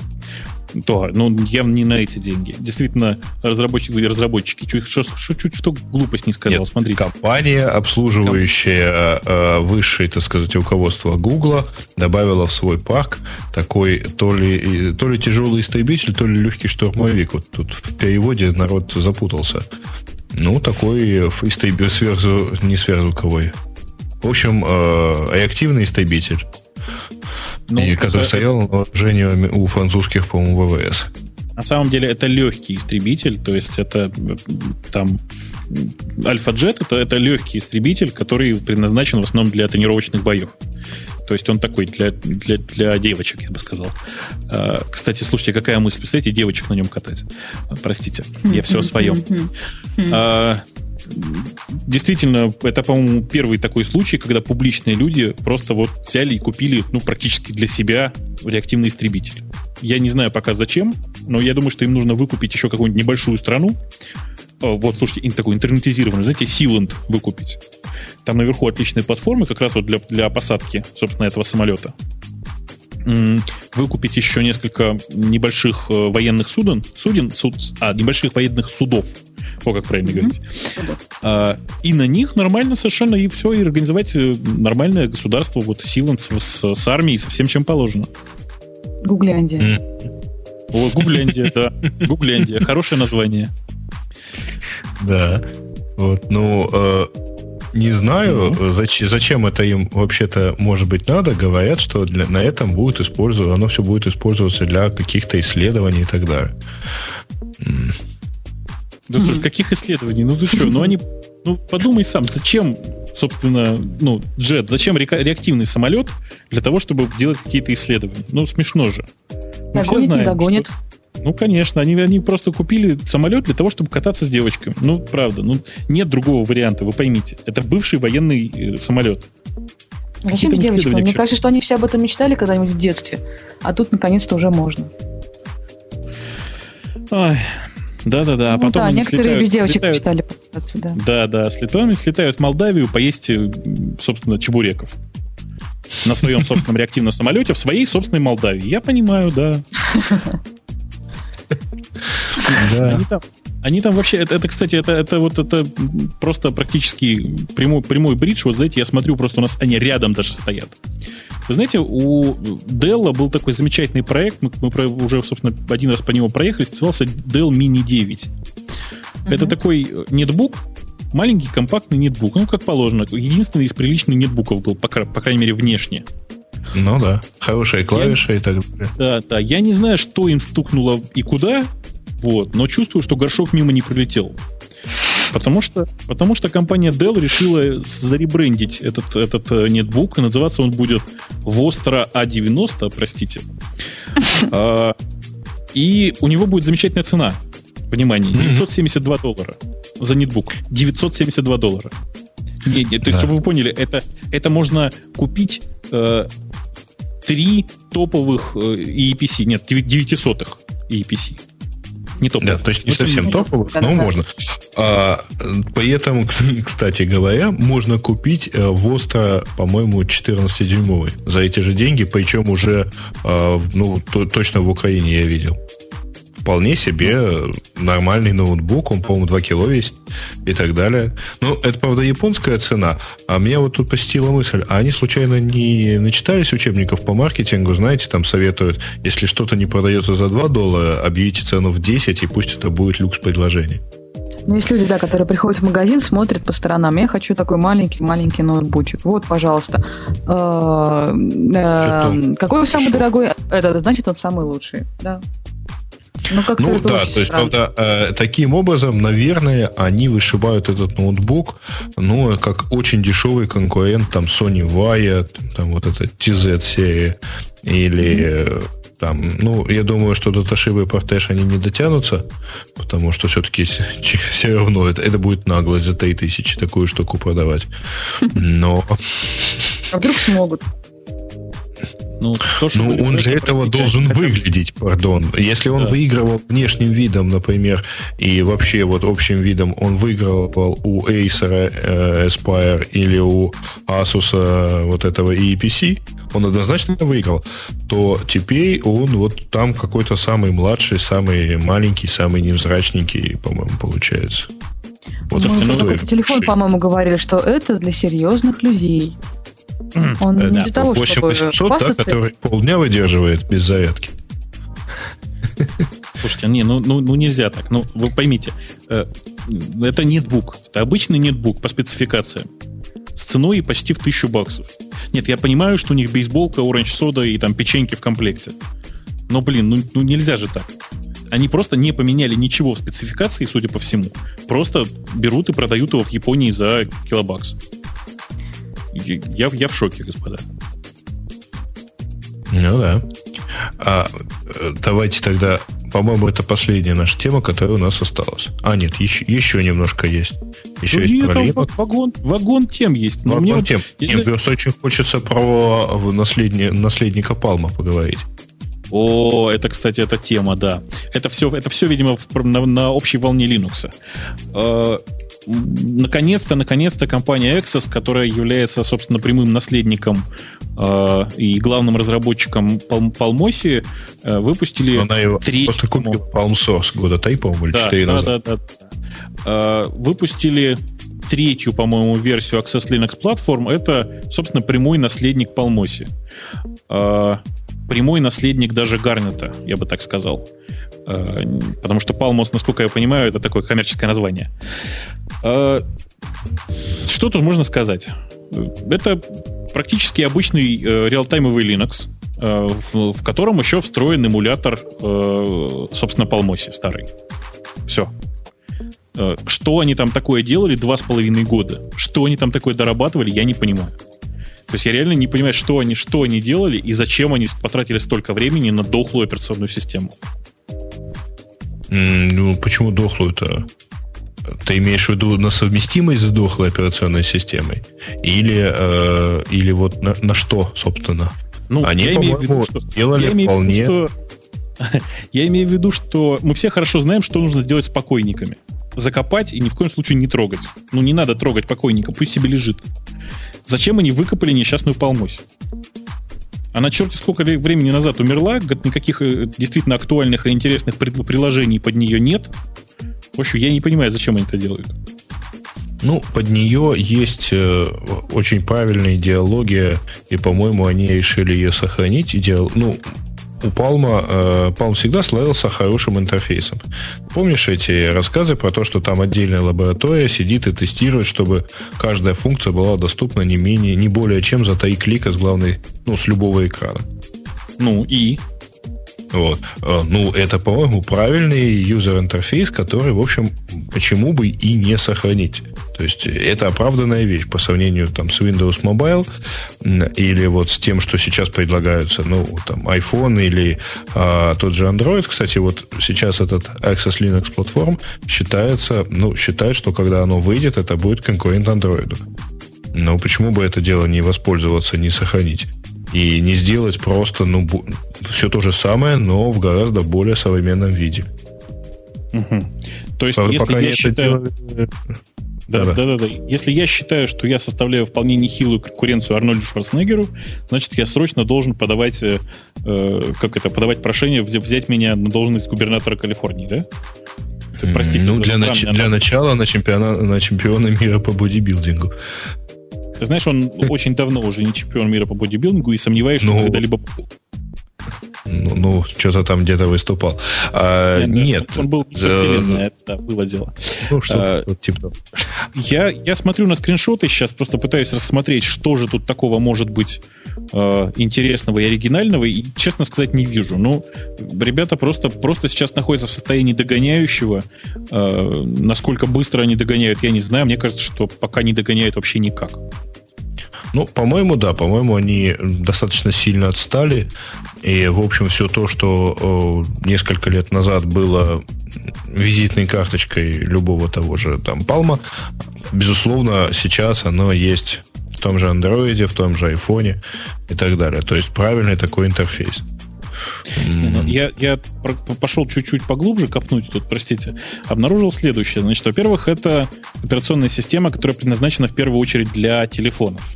Да, но явно не на эти деньги. Действительно, разработчики были разработчики. Чуть что, чуть что глупость не сказал, Нет, смотрите. Компания, обслуживающая Комп... э, высшее, так сказать, руководство Гугла, добавила в свой парк такой то ли, то ли тяжелый истребитель, то ли легкий штурмовик. Вот тут в переводе народ запутался. Ну, такой истребитель, сверхзву... не сверхзвуковой. В общем, э, реактивный истребитель. Ну, и который это... стоял на вооружении у французских, по-моему, ВВС. На самом деле это легкий истребитель, то есть это там Альфа-Джет это, это легкий истребитель, который предназначен в основном для тренировочных боев. То есть он такой для, для, для девочек, я бы сказал. А, кстати, слушайте, какая мысль, представляете, девочек на нем катать. Простите, я все о своем. А, действительно, это, по-моему, первый такой случай, когда публичные люди просто вот взяли и купили, ну, практически для себя реактивный истребитель. Я не знаю пока зачем, но я думаю, что им нужно выкупить еще какую-нибудь небольшую страну. Вот, слушайте, такой интернетизированный, знаете, Sealand выкупить. Там наверху отличные платформы, как раз вот для, для посадки, собственно, этого самолета. Выкупить еще несколько небольших военных суден, суден, суд, а, небольших военных судов, о, как правильно mm-hmm. говорить. А, и на них нормально совершенно и все, и организовать нормальное государство, вот Sealand с, с армией, со всем, чем положено. Гугляндия. Mm. О, Гугляндия, да. Гугляндия, хорошее название. Да. Вот, ну, э, не знаю, mm-hmm. зачем, зачем это им вообще-то, может быть, надо. Говорят, что для, на этом будет использоваться, оно все будет использоваться для каких-то исследований и так далее. Mm. Да mm-hmm. слушай, каких исследований? Ну ты что, ну они, ну подумай сам, зачем, собственно, ну, джет, зачем ре- реактивный самолет для того, чтобы делать какие-то исследования? Ну, смешно же. Мы догонит, знаем, не догонит. Что... Ну, конечно, они, они просто купили самолет для того, чтобы кататься с девочками. Ну, правда, ну, нет другого варианта, вы поймите. Это бывший военный э, самолет. А зачем девочкам? Мне кажется, что они все об этом мечтали когда-нибудь в детстве. А тут, наконец-то, уже можно. Ой, да-да-да. А ну, потом да, они некоторые слетают, без девочек слетают, мечтали покататься, да. Да-да, слетают, слетают в Молдавию поесть, собственно, чебуреков. На своем собственном реактивном самолете в своей собственной Молдавии. Я понимаю, да. Да. Они, там, они там вообще, это, это кстати, это, это вот это просто практически прямой, прямой бридж. Вот знаете, я смотрю, просто у нас они рядом даже стоят. Вы знаете, у Dell был такой замечательный проект, мы, мы уже, собственно, один раз по нему проехались, назывался Dell Mini девять. Uh-huh. Это такой нетбук, маленький компактный нетбук, ну, как положено, единственный из приличных нетбуков был, по, по крайней мере, внешне. Ну да, хорошие клавиши я, и так далее. Да, да. Я не знаю, что им стукнуло и куда, вот, но чувствую, что горшок мимо не прилетел. Потому что, потому что компания Dell решила заребрендить этот, этот нетбук, и называться он будет Vostra а девяносто, простите. И у него будет замечательная цена. Внимание, девятьсот семьдесят два доллара за нетбук. девятьсот семьдесят два доллара. Нет, нет, то есть, да. Чтобы вы поняли, это, это можно купить э, три топовых э, и пи си, нет, девятисотых и пи си. Не топовых. Да, то есть не совсем не топовых, да, но да. можно. А, при этом, кстати говоря, можно купить Vostra, по-моему, четырнадцатидюймовый за эти же деньги, причем уже ну, то, точно в Украине я видел. Вполне себе нормальный ноутбук, он, по-моему, два кило весит и так далее. Ну, это, правда, японская цена. А меня вот тут посетила мысль, а они случайно не начитались учебников по маркетингу? Знаете, там советуют, если что-то не продается за два доллара, объявите цену в десять, и пусть это будет люкс-предложение. Ну, есть люди, да, которые приходят в магазин, смотрят по сторонам. Я хочу такой маленький-маленький ноутбучик. Вот, пожалуйста. Какой самый дорогой? Это значит, он самый лучший. Да. Ну, ну да, то есть, правда, э, таким образом, наверное, они вышибают этот ноутбук, ну, как очень дешевый конкурент, там, Sony Vaio, там, вот эта ти зет-серия, или, mm-hmm. там, ну, я думаю, что до Toshiba и Portage они не дотянутся, потому что все-таки все равно это, это будет наглость за три тысячи такую штуку продавать. Но... А вдруг смогут? Ну, то, ну он для этого должен это... выглядеть, пардон. Если он да. выигрывал внешним видом, например, и вообще вот общим видом он выигрывал у Acer э, Aspire или у Asus э, вот этого и пи си, он однозначно выиграл, то теперь он вот там какой-то самый младший, самый маленький, самый невзрачненький, по-моему, получается. Вот мы за какой-то телефон, по-моему, говорили, что это для серьезных людей. Он да, не для того, чтобы восемьсот, да, который полдня выдерживает без зарядки. Слушайте, не, ну, ну, ну нельзя так. Ну, вы поймите, э, это нетбук. Это обычный нетбук по спецификациям. С ценой почти в тысячу баксов. Нет, я понимаю, что у них бейсболка, оранж сода и там печеньки в комплекте. Но, блин, ну, ну нельзя же так. Они просто не поменяли ничего в спецификации, судя по всему. Просто берут и продают его в Японии за килобакс. Я, я в шоке, господа. Ну да. А, давайте тогда, по-моему, это последняя наша тема, которая у нас осталась. А, нет, еще, еще немножко есть. Еще ну, есть нет, про Linux. Вагон, вагон тем есть. Но вагон мне тем. Вот, если... Мне просто очень хочется про наследни... наследника Palma поговорить. О, это, кстати, эта тема, да. Это все, это все видимо, на, на общей волне Linux. Наконец-то, наконец-то компания Exos, которая является, собственно, прямым наследником э, и главным разработчиком Palmosi, э, выпустили Она его третью... просто купил Palm Source года три, по-моему, или четыре да, назад. Да, да, да. Э, выпустили третью, по-моему, версию Access Linux Platform. Это, собственно, прямой наследник Palmosi. Э, прямой наследник даже Гарнета, я бы так сказал. Потому что Palmos, насколько я понимаю, это такое коммерческое название. Что тут можно сказать? Это практически обычный реалтаймовый Linux, в котором еще встроен эмулятор, собственно, Palmosi старый. Все. Что они там такое делали два с половиной года? Что они там такое дорабатывали, я не понимаю. То есть я реально не понимаю, что они, что они делали и зачем они потратили столько времени на дохлую операционную систему. Ну, почему дохлую-то? Ты имеешь в виду на совместимость с дохлой операционной системой? Или, э, или вот на, на что, собственно? Ну, Они, я имею в виду, что, делали я имею вполне... в виду, что, я имею в виду, что мы все хорошо знаем, что нужно сделать с покойниками. Закопать и ни в коем случае не трогать. Ну, не надо трогать покойника, пусть себе лежит. Зачем они выкопали несчастную Palmosi? Она черти сколько времени назад умерла, никаких действительно актуальных и интересных приложений под нее нет. В общем, я не понимаю, зачем они это делают. Ну, под нее есть э, очень правильная идеология, и, по-моему, они решили ее сохранить. Идеал... Ну, у Palma, э, Palm всегда славился хорошим интерфейсом. Помнишь эти рассказы про то, что там отдельная лаборатория сидит и тестирует, чтобы каждая функция была доступна не менее, не более чем за три клика с главной, ну, с любого экрана. Ну и? Вот. Ну, это, по-моему, правильный юзер-интерфейс, который, в общем, почему бы и не сохранить. То есть это оправданная вещь по сравнению там, с Windows Mobile или вот с тем, что сейчас предлагаются, ну, там, iPhone или а, тот же Android. Кстати, вот сейчас этот Access Linux Platform считается, ну, считает, что когда оно выйдет, это будет конкурент Android. Но почему бы это дело не воспользоваться, не сохранить? И не сделать просто, ну, все то же самое, но в гораздо более современном виде. Угу. То есть, Правда, если я считаю... Дело... Да, да, да, да. Если я считаю, что я составляю вполне нехилую конкуренцию Арнольду Шварценеггеру, значит, я срочно должен подавать, э, как это, подавать прошение взять меня на должность губернатора Калифорнии, да? Ты, простите, ну, для, нач... для начала на, чемпиона... на чемпиона мира по бодибилдингу. Ты знаешь, он очень давно уже не чемпион мира по бодибилдингу, и сомневаюсь, что ну... когда-либо... Ну, ну, что-то там где-то выступал. А, нет, нет. Он был мистер Вселенная, это да, было дело. Ну, что а, типа того. Я, я смотрю на скриншоты сейчас, просто пытаюсь рассмотреть, что же тут такого может быть э, интересного и оригинального, и, честно сказать, не вижу. Ну, ребята просто, просто сейчас находятся в состоянии догоняющего. Э, насколько быстро они догоняют, я не знаю. Мне кажется, что пока не догоняют вообще никак. Ну, по-моему, да, по-моему, они достаточно сильно отстали. И, в общем, все то, что э, несколько лет назад было визитной карточкой любого того же там Palm, безусловно, сейчас оно есть в том же Android, в том же iPhone и так далее. То есть правильный такой интерфейс. Я, я пошел чуть-чуть поглубже копнуть тут, простите. Обнаружил следующее. Значит, во-первых, это операционная система, которая предназначена в первую очередь для телефонов.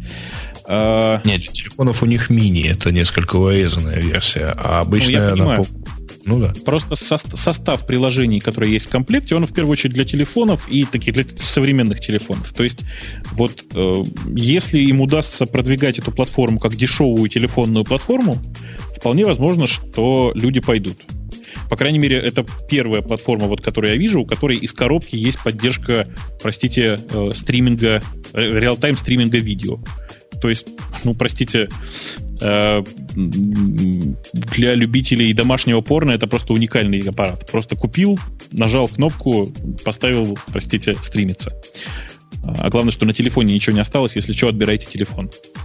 Нет, телефонов у них мини, это несколько урезанная версия, а обычная... Ну, я понимаю. Ну да. Просто со- состав приложений, которые есть в комплекте, он в первую очередь для телефонов и таких для современных телефонов. То есть, вот э, если им удастся продвигать эту платформу как дешевую телефонную платформу, вполне возможно, что люди пойдут. По крайней мере, это первая платформа, вот, которую я вижу, у которой из коробки есть поддержка, простите, э, стриминга, реал-тайм стриминга видео. То есть, ну, простите, э, для любителей домашнего порно это просто уникальный аппарат. Просто купил, нажал кнопку, поставил, простите, стримиться. А главное, что на телефоне ничего не осталось. Если что, отбирайте телефон.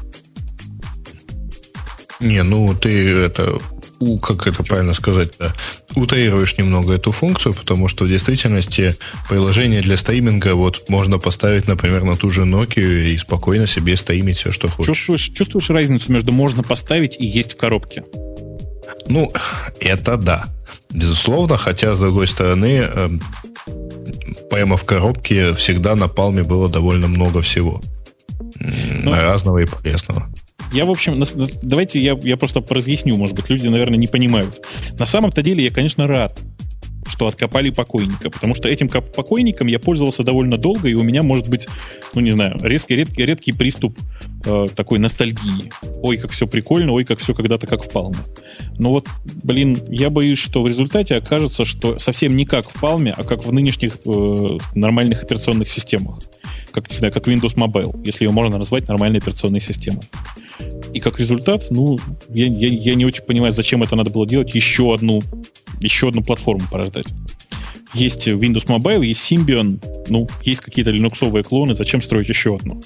Не, ну, ты это... У, как это правильно сказать, да, утаируешь немного эту функцию, потому что в действительности приложение для стриминга вот можно поставить, например, на ту же Nokia и спокойно себе стримить все, что хочешь. Чувствуешь, чувствуешь разницу между можно поставить и есть в коробке? Ну, это да. Безусловно, хотя, с другой стороны, э, прямо в коробке всегда на Palm было довольно много всего. Ну, разного и полезного. Я, в общем, давайте я, я просто разъясню, может быть, люди, наверное, не понимают. На самом-то деле я, конечно, рад, что откопали покойника, потому что этим покойником я пользовался довольно долго, и у меня, может быть, ну, не знаю, резкий, редкий, редкий приступ э, такой ностальгии. Ой, как все прикольно, ой, как все когда-то как в Palm. Но вот, блин, я боюсь, что в результате окажется, что совсем не как в Palm, а как в нынешних э, нормальных операционных системах. Как, не знаю, как Windows Mobile, если ее можно назвать нормальной операционной системой. И как результат, ну, я, я, я не очень понимаю, зачем это надо было делать, еще одну, еще одну платформу порождать. Есть Windows Mobile, есть Symbian, ну, есть какие-то линуксовые клоны, зачем строить еще одну?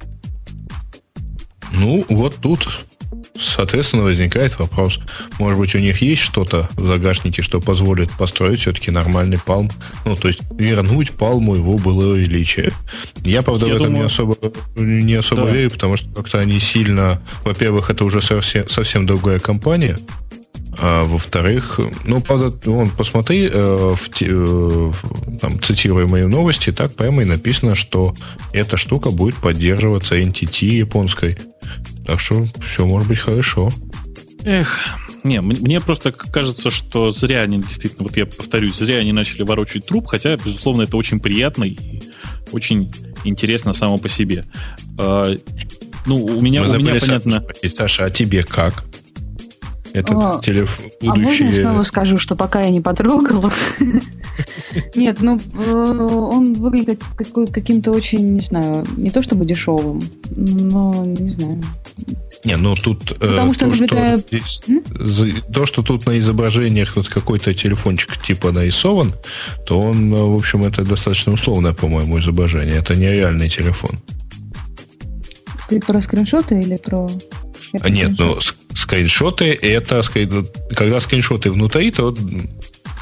Ну, вот тут, соответственно, возникает вопрос. Может быть, у них есть что-то в загашнике, что позволит построить все-таки нормальный Palm, ну, то есть вернуть Palm его былое величие. Я, правда, Я в этом думаю... не особо, не особо да. верю, потому что как-то они сильно... Во-первых, это уже совсем, совсем другая компания, а во-вторых, ну, правда, вон, посмотри, э, в, э, там, цитируя мои новости, так прямо и написано, что эта штука будет поддерживаться эн ти ти японской. Так что все может быть хорошо. Эх, не, мне просто кажется, что зря они действительно, вот я повторюсь, зря они начали ворочать труп, хотя, безусловно, это очень приятно и очень интересно само по себе. А, ну, у меня, у меня понятно... Спросить, Саша, а тебе как? Этот а, телефон будущий... А можно снова скажу, что пока я не потрогала? Нет, ну, он выглядит каким-то очень, не знаю, не то чтобы дешевым, но, не знаю. Не, ну тут... Потому что, то, наблюдаю... что здесь, то, что тут на изображениях вот какой-то телефончик типа нарисован, то он, в общем, это достаточно условное, по-моему, изображение. Это не реальный телефон. Ты про скриншоты или про... А нет, ну, скриншоты, это, когда скриншоты внутри, то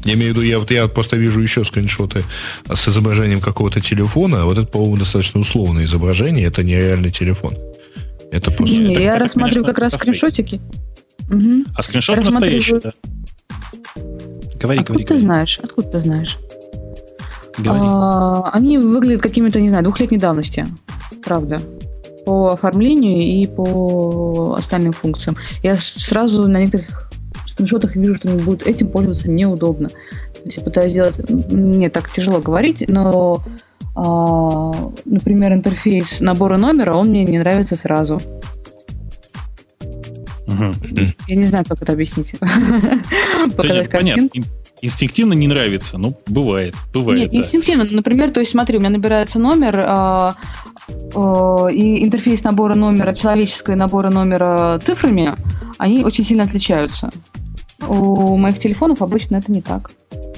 Я имею в виду, я, вот, я просто вижу еще скриншоты с изображением какого-то телефона. Вот это, по-моему, достаточно условное изображение. Это не реальный телефон. Это просто... Не, это, я это, рассматриваю конечно, как раз скриншотики. Угу. А скриншот настоящий, да. Говори, Откуда говори, ты говори. знаешь? Откуда ты знаешь? Говори. А, они выглядят какими-то, не знаю, двухлетней давности. Правда. По оформлению и по остальным функциям. Я сразу на некоторых скриншотах вижу, что мне будет этим пользоваться неудобно. То есть я пытаюсь сделать... Мне так тяжело говорить, но, а, например, интерфейс набора номера, он мне не нравится сразу. Угу. Я не знаю, как это объяснить. Показать картинку. Инстинктивно не нравится, ну, бывает, бывает. Нет, да. инстинктивно. Например, то есть, смотри, у меня набирается номер, а, а, и интерфейс набора номера, человеческого набора номера цифрами, они очень сильно отличаются. У моих телефонов обычно это не так.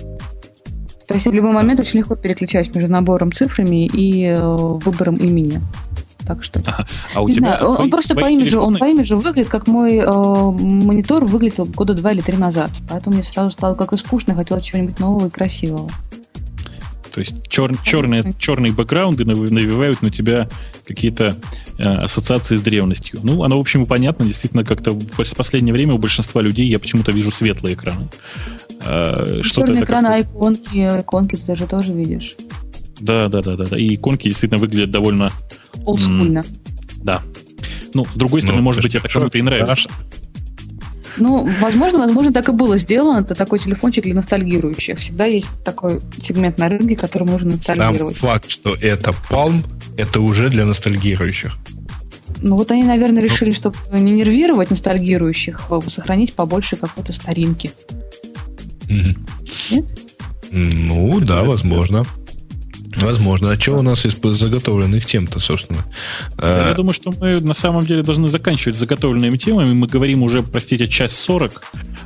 То есть, в любой момент очень легко переключаюсь между набором цифрами и э, выбором имени. Так что, ага. А у не тебя знаю, он, он просто по имиджу, телефоны... он по имиджу выглядит, как мой э, монитор выглядел года два или три назад. Поэтому мне сразу стало как-то скучно, хотелось чего-нибудь нового и красивого. То есть чер, черные, черные бэкграунды навевают на тебя какие-то э, ассоциации с древностью. Ну, оно, в общем, и понятно. Действительно, как-то в последнее время у большинства людей я почему-то вижу светлые экраны. Э, черные экраны, а иконки, иконки ты же тоже видишь. Да, да, да, да, да. И иконки действительно выглядят довольно... Олдскульно. Да. Ну, с другой стороны, ну, может быть, это кому-то и нравится. Ну, возможно, возможно, так и было сделано. Это такой телефончик для ностальгирующих. Всегда есть такой сегмент на рынке, которому нужно ностальгировать. Сам факт, что это Palm, это уже для ностальгирующих. Ну, вот они, наверное, решили, чтобы не нервировать ностальгирующих, сохранить побольше какой-то старинки. Mm-hmm. Нет? Ну, да, возможно. Возможно. А что у нас из заготовленных тем-то, собственно? Я а... думаю, что мы на самом деле должны заканчивать заготовленными темами. Мы говорим уже, простите, час сорок.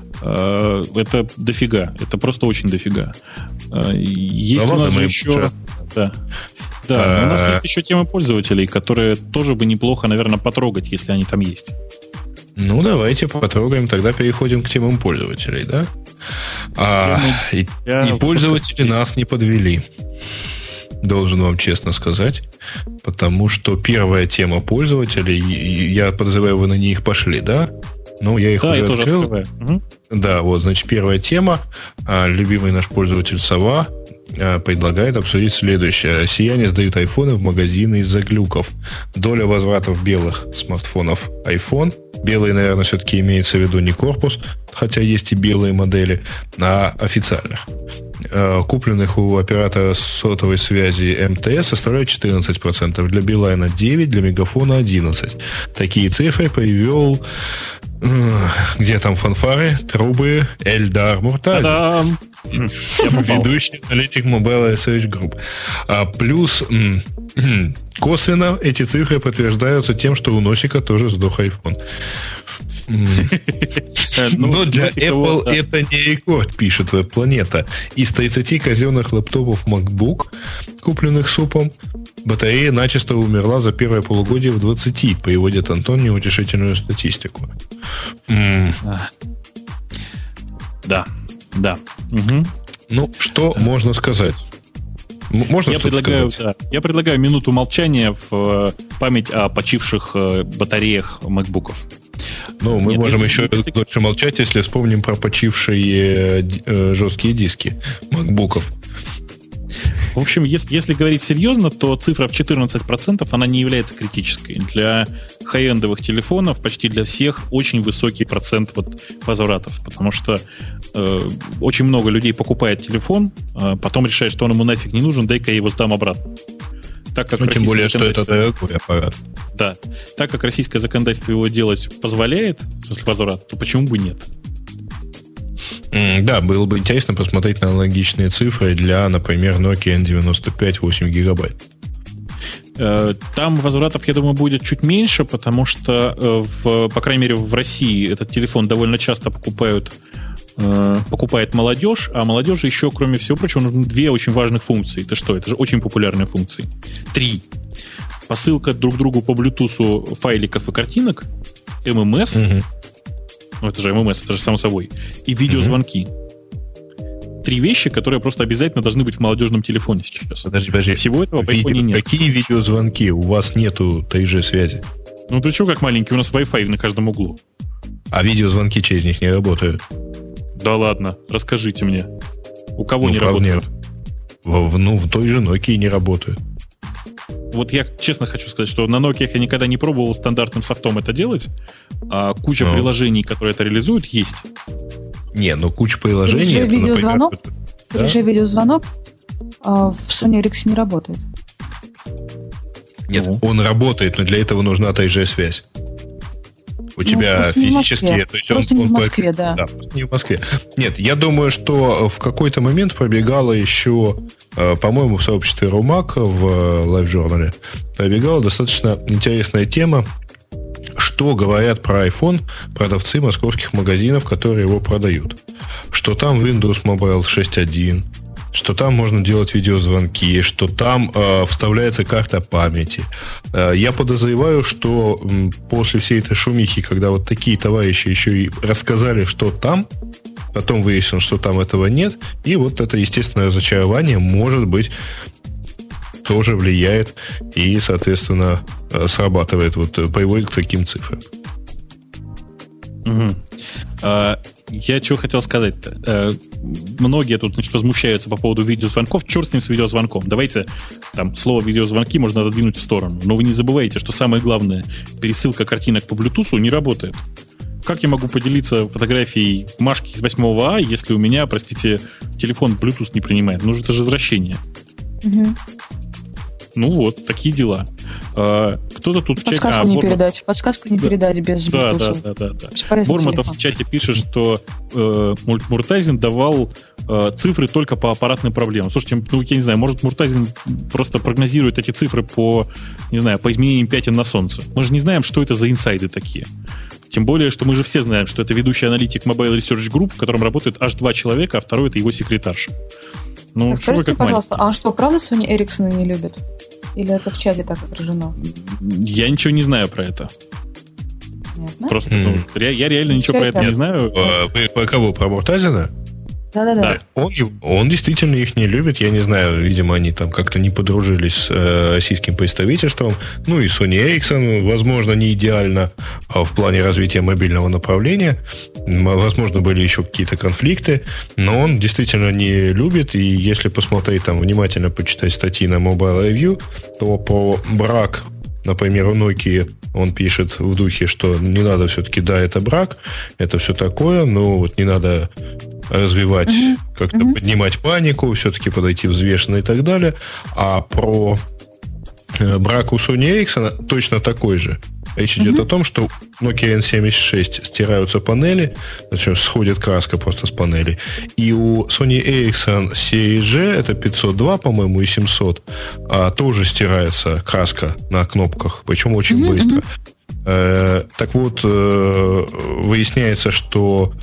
Это дофига. Это просто очень дофига. Есть да у нас же еще... Час. Да. Да, а... но у нас есть еще темы пользователей, которые тоже бы неплохо, наверное, потрогать, если они там есть. Ну, давайте потрогаем, тогда переходим к темам пользователей, да? А, и, и пользователи нас не подвели. Должен вам честно сказать, потому что первая тема пользователей, я подозреваю, вы на них пошли, да? Ну, я их да, уже я открыл. Тоже угу. Да, вот, значит, первая тема. Любимый наш пользователь Сова предлагает обсудить следующее. Россияне сдают айфоны в магазины из-за глюков. Доля возвратов белых смартфонов iPhone. Белые, наверное, все-таки имеется в виду не корпус, хотя есть и белые модели, а официальных. Купленных у оператора сотовой связи эм тэ эс составляют четырнадцать процентов, для Билайна девять процентов, для Мегафона одиннадцать процентов. Такие цифры привел где там фанфары, трубы, Эльдар Муртазин, ведущий аналитик Mobile Research Group. А плюс косвенно эти цифры подтверждаются тем, что у Носика тоже сдох iPhone. Но для Apple это не рекорд, пишет Веб-планета. Из тридцати казенных лэптопов MacBook, купленных СУПом, батарея начисто умерла за первое полугодие в двадцати, приводит Антон неутешительную статистику. Да, да. Угу. Ну, что да. можно сказать? Можно я предлагаю, да, я предлагаю минуту молчания в память о почивших батареях макбуков. Ну, мы Нет, можем если, еще если... дольше молчать, если вспомним про почившие э, жесткие диски макбуков. В общем, если, если говорить серьезно, то цифра в четырнадцать процентов, она не является критической. Для хай-эндовых телефонов почти для всех очень высокий процент вот возвратов, потому что э, очень много людей покупает телефон, э, потом решает, что он ему нафиг не нужен, дай-ка я его сдам обратно. Так как ну, тем более, что это дорогой аппарат. Да. Так как российское законодательство его делать позволяет, если возврат, то почему бы нет? Да, было бы интересно посмотреть на аналогичные цифры для, например, Nokia эн девяносто пять восемь гигабайт. Там возвратов, я думаю, будет чуть меньше, потому что, в, по крайней мере, в России этот телефон довольно часто покупают, покупает молодежь, а молодежи еще, кроме всего прочего, нужны две очень важных функции. Это что? Это же очень популярные функции. Три. Посылка друг другу по Bluetooth файликов и картинок, эм эм эс, угу. Ну, это же эм эм эс, это же само собой. И видеозвонки. три вещи, которые просто обязательно должны быть в молодежном телефоне сейчас. Подожди, подожди. Всего этого в Видео, айфоне нет. Какие видеозвонки? У вас нету три джи связи. Ну ты что, как маленький, у нас Wi-Fi на каждом углу. А видеозвонки через них не работают? Да ладно, расскажите мне. У кого ну, не работают? В, в, ну, в той же Nokia не работают. Вот я честно хочу сказать, что на Nokia я никогда не пробовал стандартным софтом это делать, а куча ну. приложений, которые это реализуют, есть. Не, ну куча приложений... Режим видеозвонок, да? режим видеозвонок а в Sony Ericsson не работает. Нет, ну. он работает, но для этого нужна та же связь. У ну, тебя физически... То есть просто он, не он в Москве, по... да. Да, просто не в Москве. Нет, я думаю, что в какой-то момент пробегала еще, по-моему, в сообществе Румак в LiveJournal пробегала достаточно интересная тема, что говорят про iPhone продавцы московских магазинов, которые его продают. Что там Windows Mobile шесть точка один, что там можно делать видеозвонки, что там э, вставляется карта памяти. Э, я подозреваю, что э, после всей этой шумихи, когда вот такие товарищи еще и рассказали, что там, потом выяснилось, что там этого нет, и вот это естественное разочарование, может быть, тоже влияет и, соответственно, срабатывает, вот, приводит к таким цифрам. Угу. А, я что хотел сказать-то. А, многие тут, значит, возмущаются по поводу видеозвонков. Черт с ним с видеозвонком. Давайте там слово видеозвонки можно отодвинуть в сторону. Но вы не забывайте, что самое главное, пересылка картинок по Bluetooth не работает. Как я могу поделиться фотографией Машки из восьмого А, если у меня, простите, телефон Bluetooth не принимает? Ну, это же извращение. Угу. Ну вот, такие дела. А, кто-то тут в чате... Подсказку а, не Бормат... передать. Подсказку не да. передать без да, Bluetooth. да, да, да, да. Борматов в чате пишет, что э, Муртазин давал э, цифры только по аппаратным проблемам. Слушайте, ну, я не знаю, может, Муртазин просто прогнозирует эти цифры по, не знаю, по изменениям пятен на солнце. Мы же не знаем, что это за инсайды такие. Тем более, что мы же все знаем, что это ведущий аналитик Mobile Research Group, в котором работает аж два человека, а второй — это его секретарша. Ну, что вы как пожалуйста, маленький. А что, правда Sony Ericsson не любят? Или это в чате так отражено? Я ничего не знаю про это. Понятно. Просто, mm. ну, я реально ничего про это Нет, не знаю. Вы про кого? Про Муртазина? Да-да-да. Да. Он, он действительно их не любит. Я не знаю, видимо, они там как-то не подружились с э, российским представительством. Ну и Sony Ericsson, возможно, не идеально а в плане развития мобильного направления. Возможно, были еще какие-то конфликты. Но он действительно не любит. И если посмотреть там, внимательно почитать статьи на Mobile Review, то по брак, например, у Nokia он пишет в духе, что не надо все-таки, да, это брак, это все такое, но вот не надо развивать, uh-huh. как-то uh-huh. поднимать панику, все-таки подойти взвешенно и так далее. А про брак у Sony Ericsson точно такой же. Речь uh-huh. идет о том, что Nokia эн семьдесят шесть стираются панели, значит, сходит краска просто с панели. И у Sony Ericsson серии G, это пятьсот два, по-моему, и семьсот, а, тоже стирается краска на кнопках, причем очень uh-huh. быстро. Э, так вот, э, выясняется, что...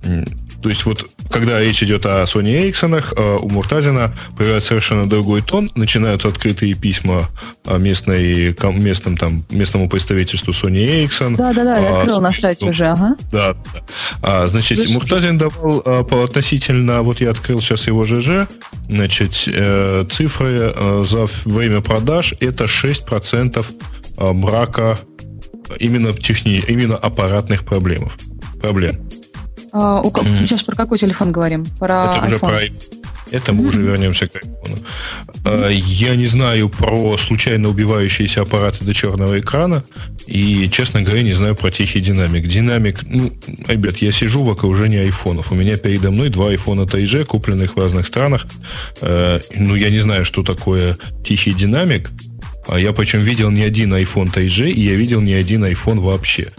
То есть вот, когда речь идет о Sony Ericsson, у Муртазина появляется совершенно другой тон, начинаются открытые письма местной, местным, там, местному представительству Sony Ericsson. Да-да-да, я открыл на сайте уже, ага. Да, да. Значит, Слышите? Муртазин давал по относительно, вот я открыл сейчас его ЖЖ, значит, цифры за время продаж это шесть процентов брака именно, техни... именно аппаратных проблем. проблем. А, у, mm. Сейчас про какой телефон говорим? Про Это iPhone. уже про Это мы mm-hmm. уже вернемся к iPhone. Mm-hmm. Я не знаю про случайно убивающиеся аппараты до черного экрана. И, честно говоря, не знаю про тихий динамик. Динамик, ну, ребят, я сижу в окружении айфонов. У меня передо мной два айфона три джи, купленных в разных странах. Ну, я не знаю, что такое тихий динамик. Я причем видел не один iPhone три джи, и я видел не один iPhone вообще.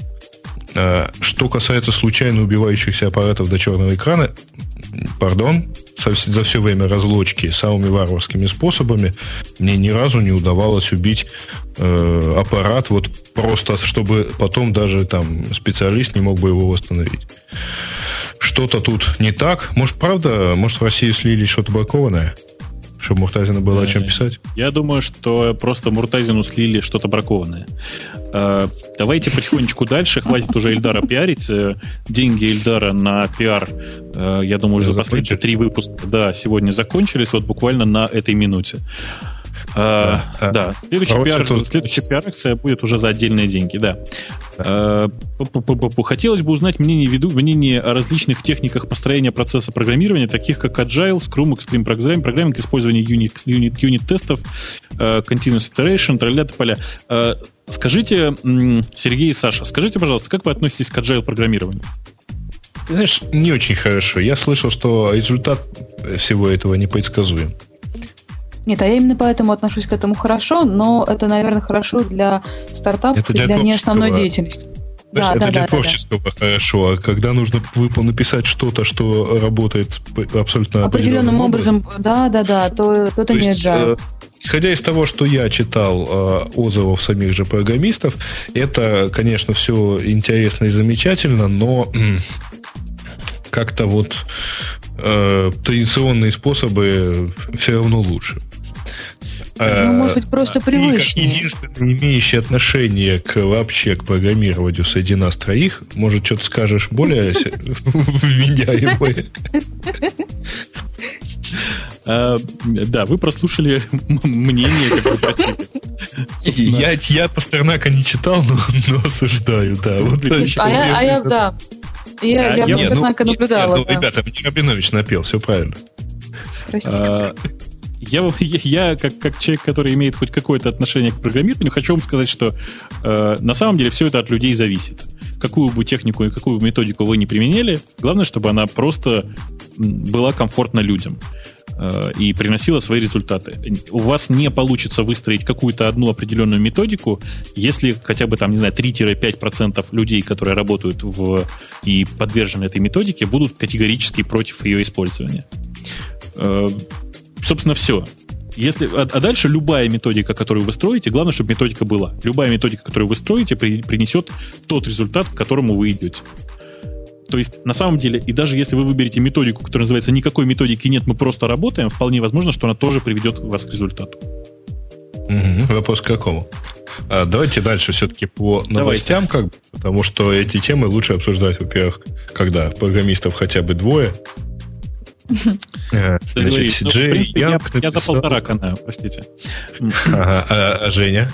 Что касается случайно убивающихся аппаратов до черного экрана, пардон, за все время разлочки самыми варварскими способами мне ни разу не удавалось убить э, аппарат, вот просто, чтобы потом даже там специалист не мог бы его восстановить. Что-то тут не так. Может, правда, может, в России слили что-то бракованное? Чтобы Муртазину было о чем писать? Я думаю, что просто Муртазину слили что-то бракованное. Давайте потихонечку дальше. Хватит уже Эльдара пиарить. Деньги Эльдара на пиар, я думаю, уже за последние три выпуска, да, сегодня закончились, вот буквально на этой минуте. А, а, да, следующая пиар, следующая пиар-акция будет уже за отдельные деньги, да. А, хотелось бы узнать мнение, мнение о различных техниках построения процесса программирования, таких как Agile, Scrum, Extreme Programming, программинг, использование юнит, юнит, юнит-тестов, Continuous Iteration, тролля поля. Скажите, Сергей и Саша, скажите, пожалуйста, как вы относитесь к Agile программированию? Знаешь, не очень хорошо. Я слышал, что результат всего этого непредсказуем. Нет, а я именно поэтому отношусь к этому хорошо, но это, наверное, хорошо для стартапов и для, для не основной деятельности. Знаешь, да, это да, для да, творческого да, хорошо, а когда нужно написать что-то, что работает абсолютно определенным образом, образом, да, да, да, то, то это то не agile. Исходя из того, что я читал э, отзывов самих же программистов, это, конечно, все интересно и замечательно, но м- как-то вот э, традиционные способы все равно лучше. Ну, может быть, просто привычнее. И как единственный, имеющий отношение к, вообще к программированию среди нас троих, может, что-то скажешь более вменяемое? Да, вы прослушали мнение, как вы просили. Я, я Пастернака не читал, но, но осуждаю, да. Вот а, я, а я, да. Я, я, я Пастернака ну, наблюдала. Нет, ну, да. Ребята, мне Рабинович напел, все правильно. А, я, я, я как, как человек, который имеет хоть какое-то отношение к программированию, хочу вам сказать, что э, на самом деле все это от людей зависит. Какую бы технику и какую бы методику вы не применяли, главное, чтобы она просто была комфортна людям э, и приносила свои результаты. У вас не получится выстроить какую-то одну определенную методику, если хотя бы там, не знаю, три-пять процентов людей, которые работают в, и подвержены этой методике, будут категорически против ее использования. Э, собственно, все. Если, а, а дальше любая методика, которую вы строите, главное, чтобы методика была. Любая методика, которую вы строите, при, принесет тот результат, к которому вы идете. То есть, на самом деле, и даже если вы выберете методику, которая называется «никакой методики нет, мы просто работаем», вполне возможно, что она тоже приведет вас к результату. Угу. Вопрос к какому? А, давайте дальше все-таки по новостям, как бы, потому что эти темы лучше обсуждать, во-первых, когда программистов хотя бы двое. Значит, говорит, ну, Джей, принципе, я, написал... я за полтора канаю, простите. Ага, а, а Женя?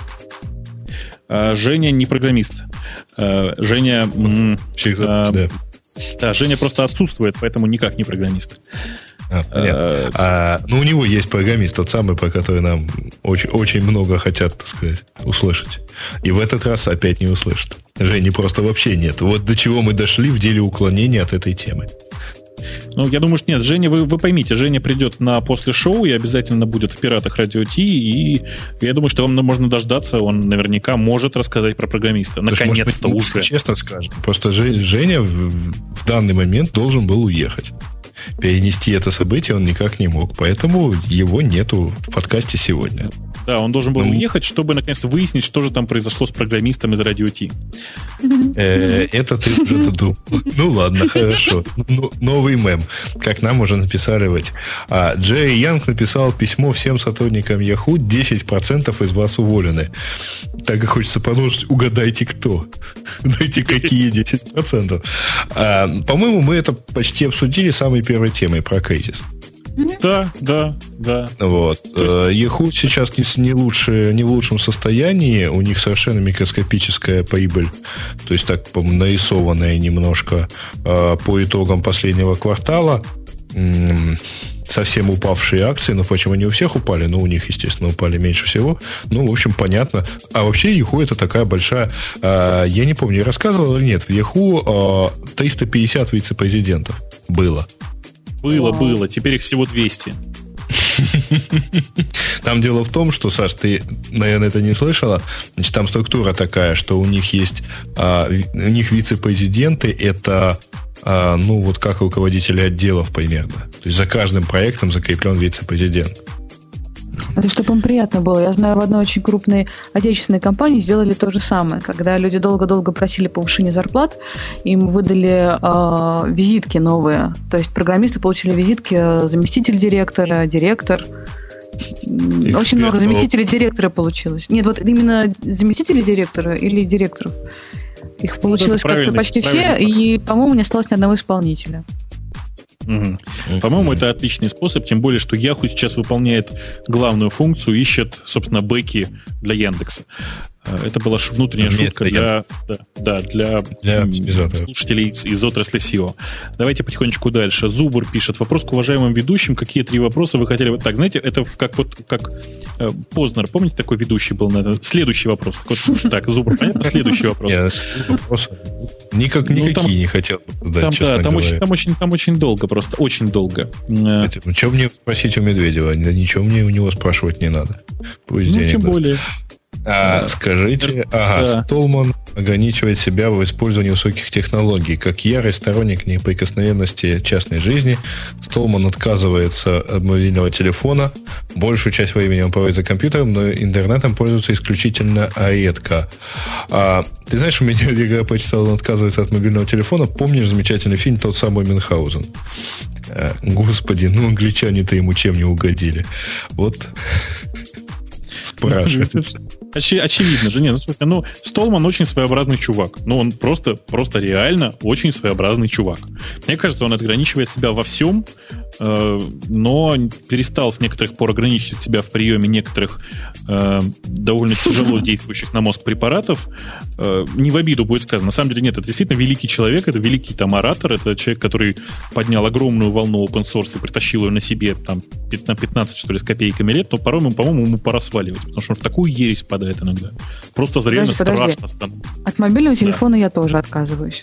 А, Женя не программист. А, Женя... А, да. да, Женя просто отсутствует, поэтому никак не программист. А, а, а, ну, у него есть программист, тот самый, про который нам очень, очень много хотят, так сказать, услышать. И в этот раз опять не услышат. Жени просто вообще нет. Вот до чего мы дошли в деле уклонения от этой темы. Ну, я думаю, что нет. Женя, вы, вы поймите, Женя придет на после шоу и обязательно будет в «Пиратах Радио Ти», и я думаю, что вам можно дождаться, он наверняка может рассказать про программиста. Наконец-то быть, уже. Честно скажем, просто Женя в, в данный момент должен был уехать. Перенести это событие он никак не мог, поэтому его нету в подкасте сегодня. Да, он должен был ну, уехать, чтобы наконец-то выяснить, что же там произошло с программистом из Радио Ти. Это ты уже додумал. Ну ладно, хорошо. Новый мем, как нам уже написали. Джерри Янг написал письмо всем сотрудникам Yahoo: десять процентов из вас уволены. Так и хочется продолжить. Угадайте, кто. Знаете, какие десять процентов. По-моему, мы это почти обсудили самой первой темой про кризис. Да, да, да. Вот. Yahoo сейчас не, не, лучше, не в лучшем состоянии. У них совершенно микроскопическая прибыль. То есть так, по-моему, нарисованная немножко по итогам последнего квартала. Совсем упавшие акции, но почему они у всех упали? Ну, у них, естественно, упали меньше всего. Ну, в общем, понятно. А вообще Yahoo это такая большая... Я не помню, я рассказывал или нет. В Yahoo триста пятьдесят вице-президентов было. Было, было. Теперь их всего двести. Там дело в том, что, Саш, ты, наверное, это не слышала. Значит, там структура такая, что у них есть... А, у них вице-президенты — это, а, ну, вот как руководители отделов примерно. То есть за каждым проектом закреплен вице-президент. Это чтобы им приятно было. Я знаю, в одной очень крупной отечественной компании сделали то же самое. Когда люди долго-долго просили повышения зарплат, им выдали э, визитки новые. То есть программисты получили визитки заместитель директора, директор. Эксперт, очень много заместителей директора получилось. Нет, вот именно заместителей директора или директоров. Их получилось ну, как-то почти все, и, по-моему, не осталось ни одного исполнителя. Угу. По-моему, это отличный способ, тем более, что Yahoo сейчас выполняет главную функцию, ищет, собственно, бэки для Яндекса. Это была внутренняя Нет, шутка для, да, да, для, для слушателей из, из отрасли сео. Давайте потихонечку дальше. Зубр пишет: вопрос к уважаемым ведущим. Какие три вопроса вы хотели... Так, знаете, это как вот как э, Познер. Помните, такой ведущий был? Наверное? Следующий вопрос. Так, Зубр, понятно? Следующий вопрос. Никак, никакие не хотел задать, честно говоря. Там очень, там очень долго, просто очень долго. Ну, что мне спросить у Медведева? Да ничего мне у него спрашивать не надо. Пусть ну, тем более. А, да. Скажите, ага, да. Столман ограничивает себя в использовании высоких технологий. Как ярый сторонник неприкосновенности частной жизни, Столман отказывается от мобильного телефона. Большую часть времени он проводит за компьютером, но интернетом пользуется исключительно редко. А, ты знаешь, у меня, я почитал, он отказывается от мобильного телефона. Помнишь замечательный фильм «Тот самый Мюнхгаузен»? А, господи, ну англичане-то ему чем не угодили. Вот... Спрашивается. Очи- очевидно же, нет, ну, слушайте, ну, Столман очень своеобразный чувак. Ну, он просто, просто реально очень своеобразный чувак. Мне кажется, он ограничивает себя во всем, э, но перестал с некоторых пор ограничивать себя в приеме некоторых э, довольно тяжело действующих на мозг препаратов. Э, не в обиду будет сказано. На самом деле, нет, это действительно великий человек, это великий там оратор, это человек, который поднял огромную волну open source и притащил ее на себе там на пятнадцать, что ли, с копейками лет, но порой, по-моему, ему пора сваливать, потому что он в такую ересь впадает иногда. Просто реально страшно становится. От мобильного телефона да. я тоже отказываюсь.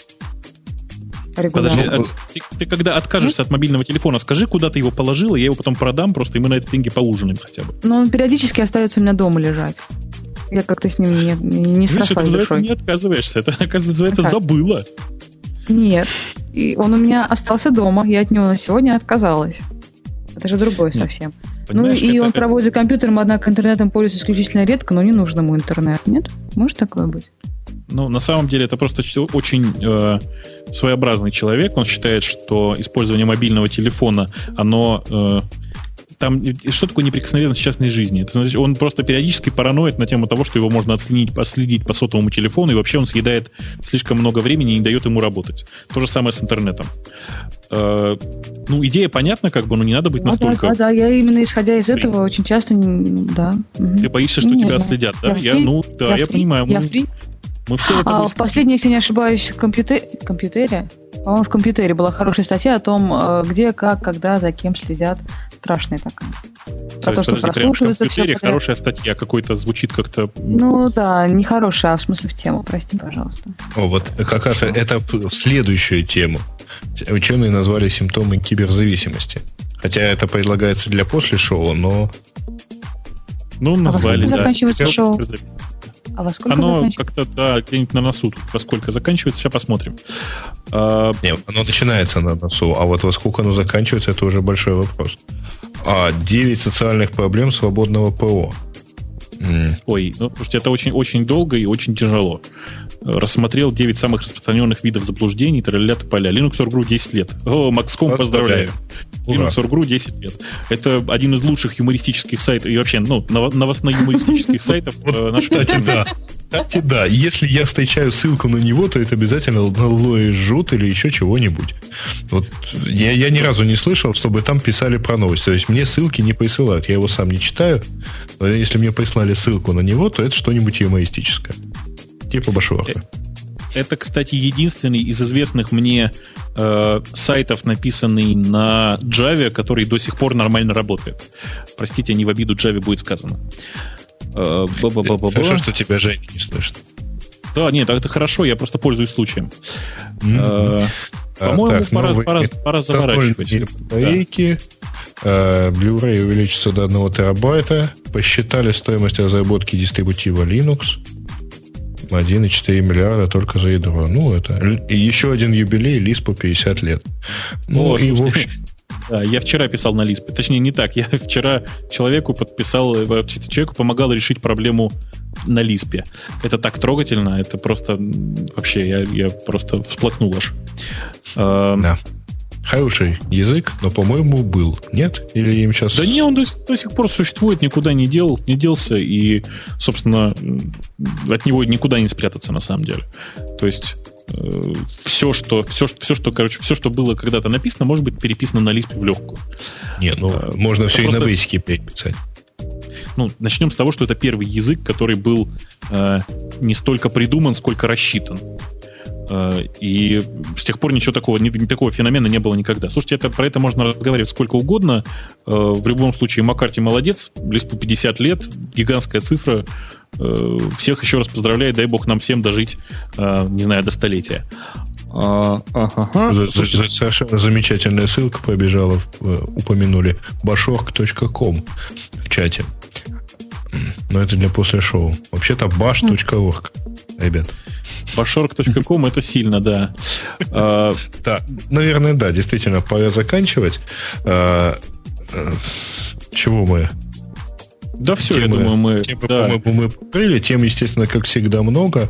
Подожди, а ты, ты когда откажешься mm? от мобильного телефона, скажи, куда ты его положила, я его потом продам, просто и мы на эти деньги поужинаем хотя бы. Но он периодически остается у меня дома лежать. Я как-то с ним не, не срослась душой. Ты не отказываешься, это, оказывается, называется а забыла. Нет, и он у меня остался дома, я от него на сегодня отказалась. Это же другое Нет. совсем. Понимаешь, ну и это, он проводит за компьютером, однако интернетом пользуется исключительно редко, но не нужно ему интернет. Нет? Может такое быть? Ну, на самом деле, это просто очень э, своеобразный человек. Он считает, что использование мобильного телефона, оно... Э, там, что такое неприкосновенность частной жизни? Это значит, он просто периодически параноид на тему того, что его можно отследить, отследить по сотовому телефону, и вообще он съедает слишком много времени и не дает ему работать. То же самое с интернетом. Э, ну, идея понятна, как бы, но не надо быть ну, настолько... Да, да, да, я именно исходя из этого очень часто... Да. Ты боишься, что Нет, тебя отследят, да? Я, я, ну, да, я, я понимаю. Я мы, фри. Мы все это а в последней, если не ошибаюсь, в компьютер... компьютере, по-моему, в компьютере была хорошая статья о том, где, как, когда, за кем следят. Страшная такая. Про то, то что прослушивается все подряд. Хорошая статья какой-то звучит как-то... Ну да, не хорошая, а в смысле в тему. Прости, пожалуйста. О, вот как раз это в следующую тему. Ученые назвали симптомы киберзависимости. Хотя это предлагается для после шоу, но... Ну, назвали, а да. Заканчивается шоу. А во сколько оно как-то, да, где-нибудь на носу. Во сколько заканчивается, сейчас посмотрим. А... Нет, оно начинается на носу, а вот во сколько оно заканчивается, это уже большой вопрос. А, девять социальных проблем свободного ПО. Mm. Ой, ну, слушайте, это очень, очень долго и очень тяжело. Рассмотрел девять самых распространенных видов заблуждений, тролля поля. Linux.org.ru десять лет. О, Макском, поздравляю. Linux.org.ru десять лет. Это один из лучших юмористических сайтов, и вообще, ну, новостно-юмористических сайтов. Кстати, да. Кстати, да. Если я встречаю ссылку на него, то это обязательно Лои жжут или еще чего-нибудь. Вот я, я ни разу не слышал, чтобы там писали про новости. То есть мне ссылки не присылают. Я его сам не читаю. Но если мне прислали ссылку на него, то это что-нибудь юмористическое. Типа Башварда. Это, кстати, единственный из известных мне э, сайтов, написанный на Java, который до сих пор нормально работает. Простите, не в обиду Java будет сказано. Э, хорошо, что тебя, Женя, не слышно. Да, нет, это хорошо, я просто пользуюсь случаем. Mm-hmm. Э, по-моему, так, пора, пора, пора заворачивать. Батарейки, э, Blu-ray увеличится до одного терабайта. Посчитали стоимость разработки дистрибутива Linux. один целых четыре миллиарда только за ядро. Ну, это еще один юбилей Лиспу пятьдесят лет. Ну, О, и в общем... Да, я вчера писал на Лиспе. Точнее, не так. Я вчера человеку подписал, человеку помогал решить проблему на Лиспе. Это так трогательно. Это просто... Вообще, я, я просто всплакнул аж. Да. Хороший язык, но, по-моему, был. Нет? Или им сейчас... Да не, он до, до сих пор существует, никуда не, дел, не делся, и, собственно, от него никуда не спрятаться, на самом деле. То есть э, все, что, все, все, что, короче, все, что было когда-то написано, может быть переписано на Lisp в легкую. Не, ну, а, можно все и на Basic переписать. Ну, начнем с того, что это первый язык, который был э, не столько придуман, сколько рассчитан. И с тех пор ничего такого, ни, ни такого феномена не было никогда. Слушайте, это, про это можно разговаривать сколько угодно. В любом случае, Маккарти молодец. Лиспу пятьдесят лет, гигантская цифра. Всех еще раз поздравляю. Дай бог нам всем дожить, не знаю, до столетия. А, ага. Совершенно замечательная ссылка побежала, упомянули башорк точка ком в чате. Но это для после шоу. Вообще-то баш точка орг, ребят. башорк точка ком это сильно, да. Да, наверное, да, действительно, пора заканчивать. Чего мы? Да все, я думаю, мы... Тем, да. мы, мы покрыли, тем, естественно, как всегда, много.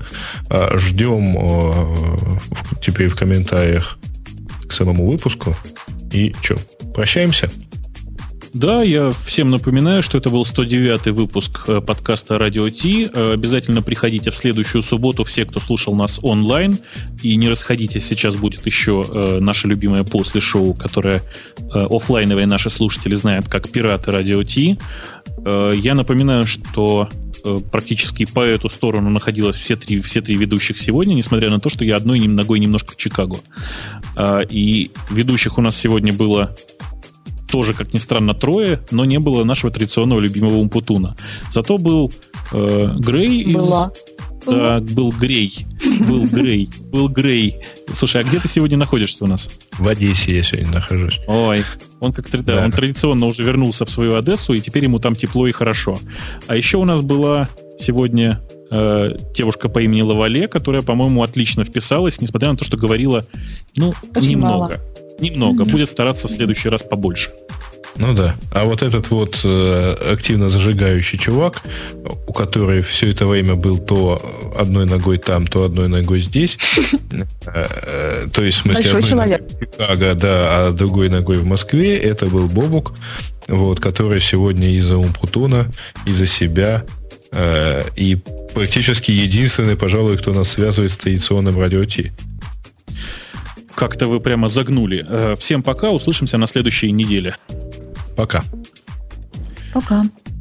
Ждем теперь в комментариях к самому выпуску. И что, прощаемся? Да, я всем напоминаю, что это был сто девятый выпуск подкаста Радио Ти. Обязательно приходите в следующую субботу, все, кто слушал нас онлайн. И не расходитесь, сейчас будет еще наше любимое после-шоу, которое офлайновые наши слушатели знают как «Пираты Радио Ти». Я напоминаю, что практически по эту сторону находилось все три, все три ведущих сегодня, несмотря на то, что я одной ногой немножко в Чикаго. И ведущих у нас сегодня было... тоже, как ни странно, трое, но не было нашего традиционного любимого Умпутуна. Зато был э, Грей из... Была. Да, был Грей. Был Грей. Был Грей. Слушай, а где ты сегодня находишься у нас? В Одессе я сегодня нахожусь. Ой, он как да, да. Он традиционно уже вернулся в свою Одессу, и теперь ему там тепло и хорошо. А еще у нас была сегодня э, девушка по имени Лавале, которая, по-моему, отлично вписалась, несмотря на то, что говорила, ну, очень немного. Мало. Немного. Mm-hmm. Будет стараться в следующий раз побольше. Ну да. А вот этот вот э, активно зажигающий чувак, у которого все это время был то одной ногой там, то одной ногой здесь, то есть, в смысле, одной ногой в Чикаго, да, а другой ногой в Москве, это был Бобук, вот, который сегодня из-за Умпутуна, из-за себя и практически единственный, пожалуй, кто нас связывает с традиционным Радио Ти. Как-то вы прямо загнули. Всем пока, услышимся на следующей неделе. Пока. Пока.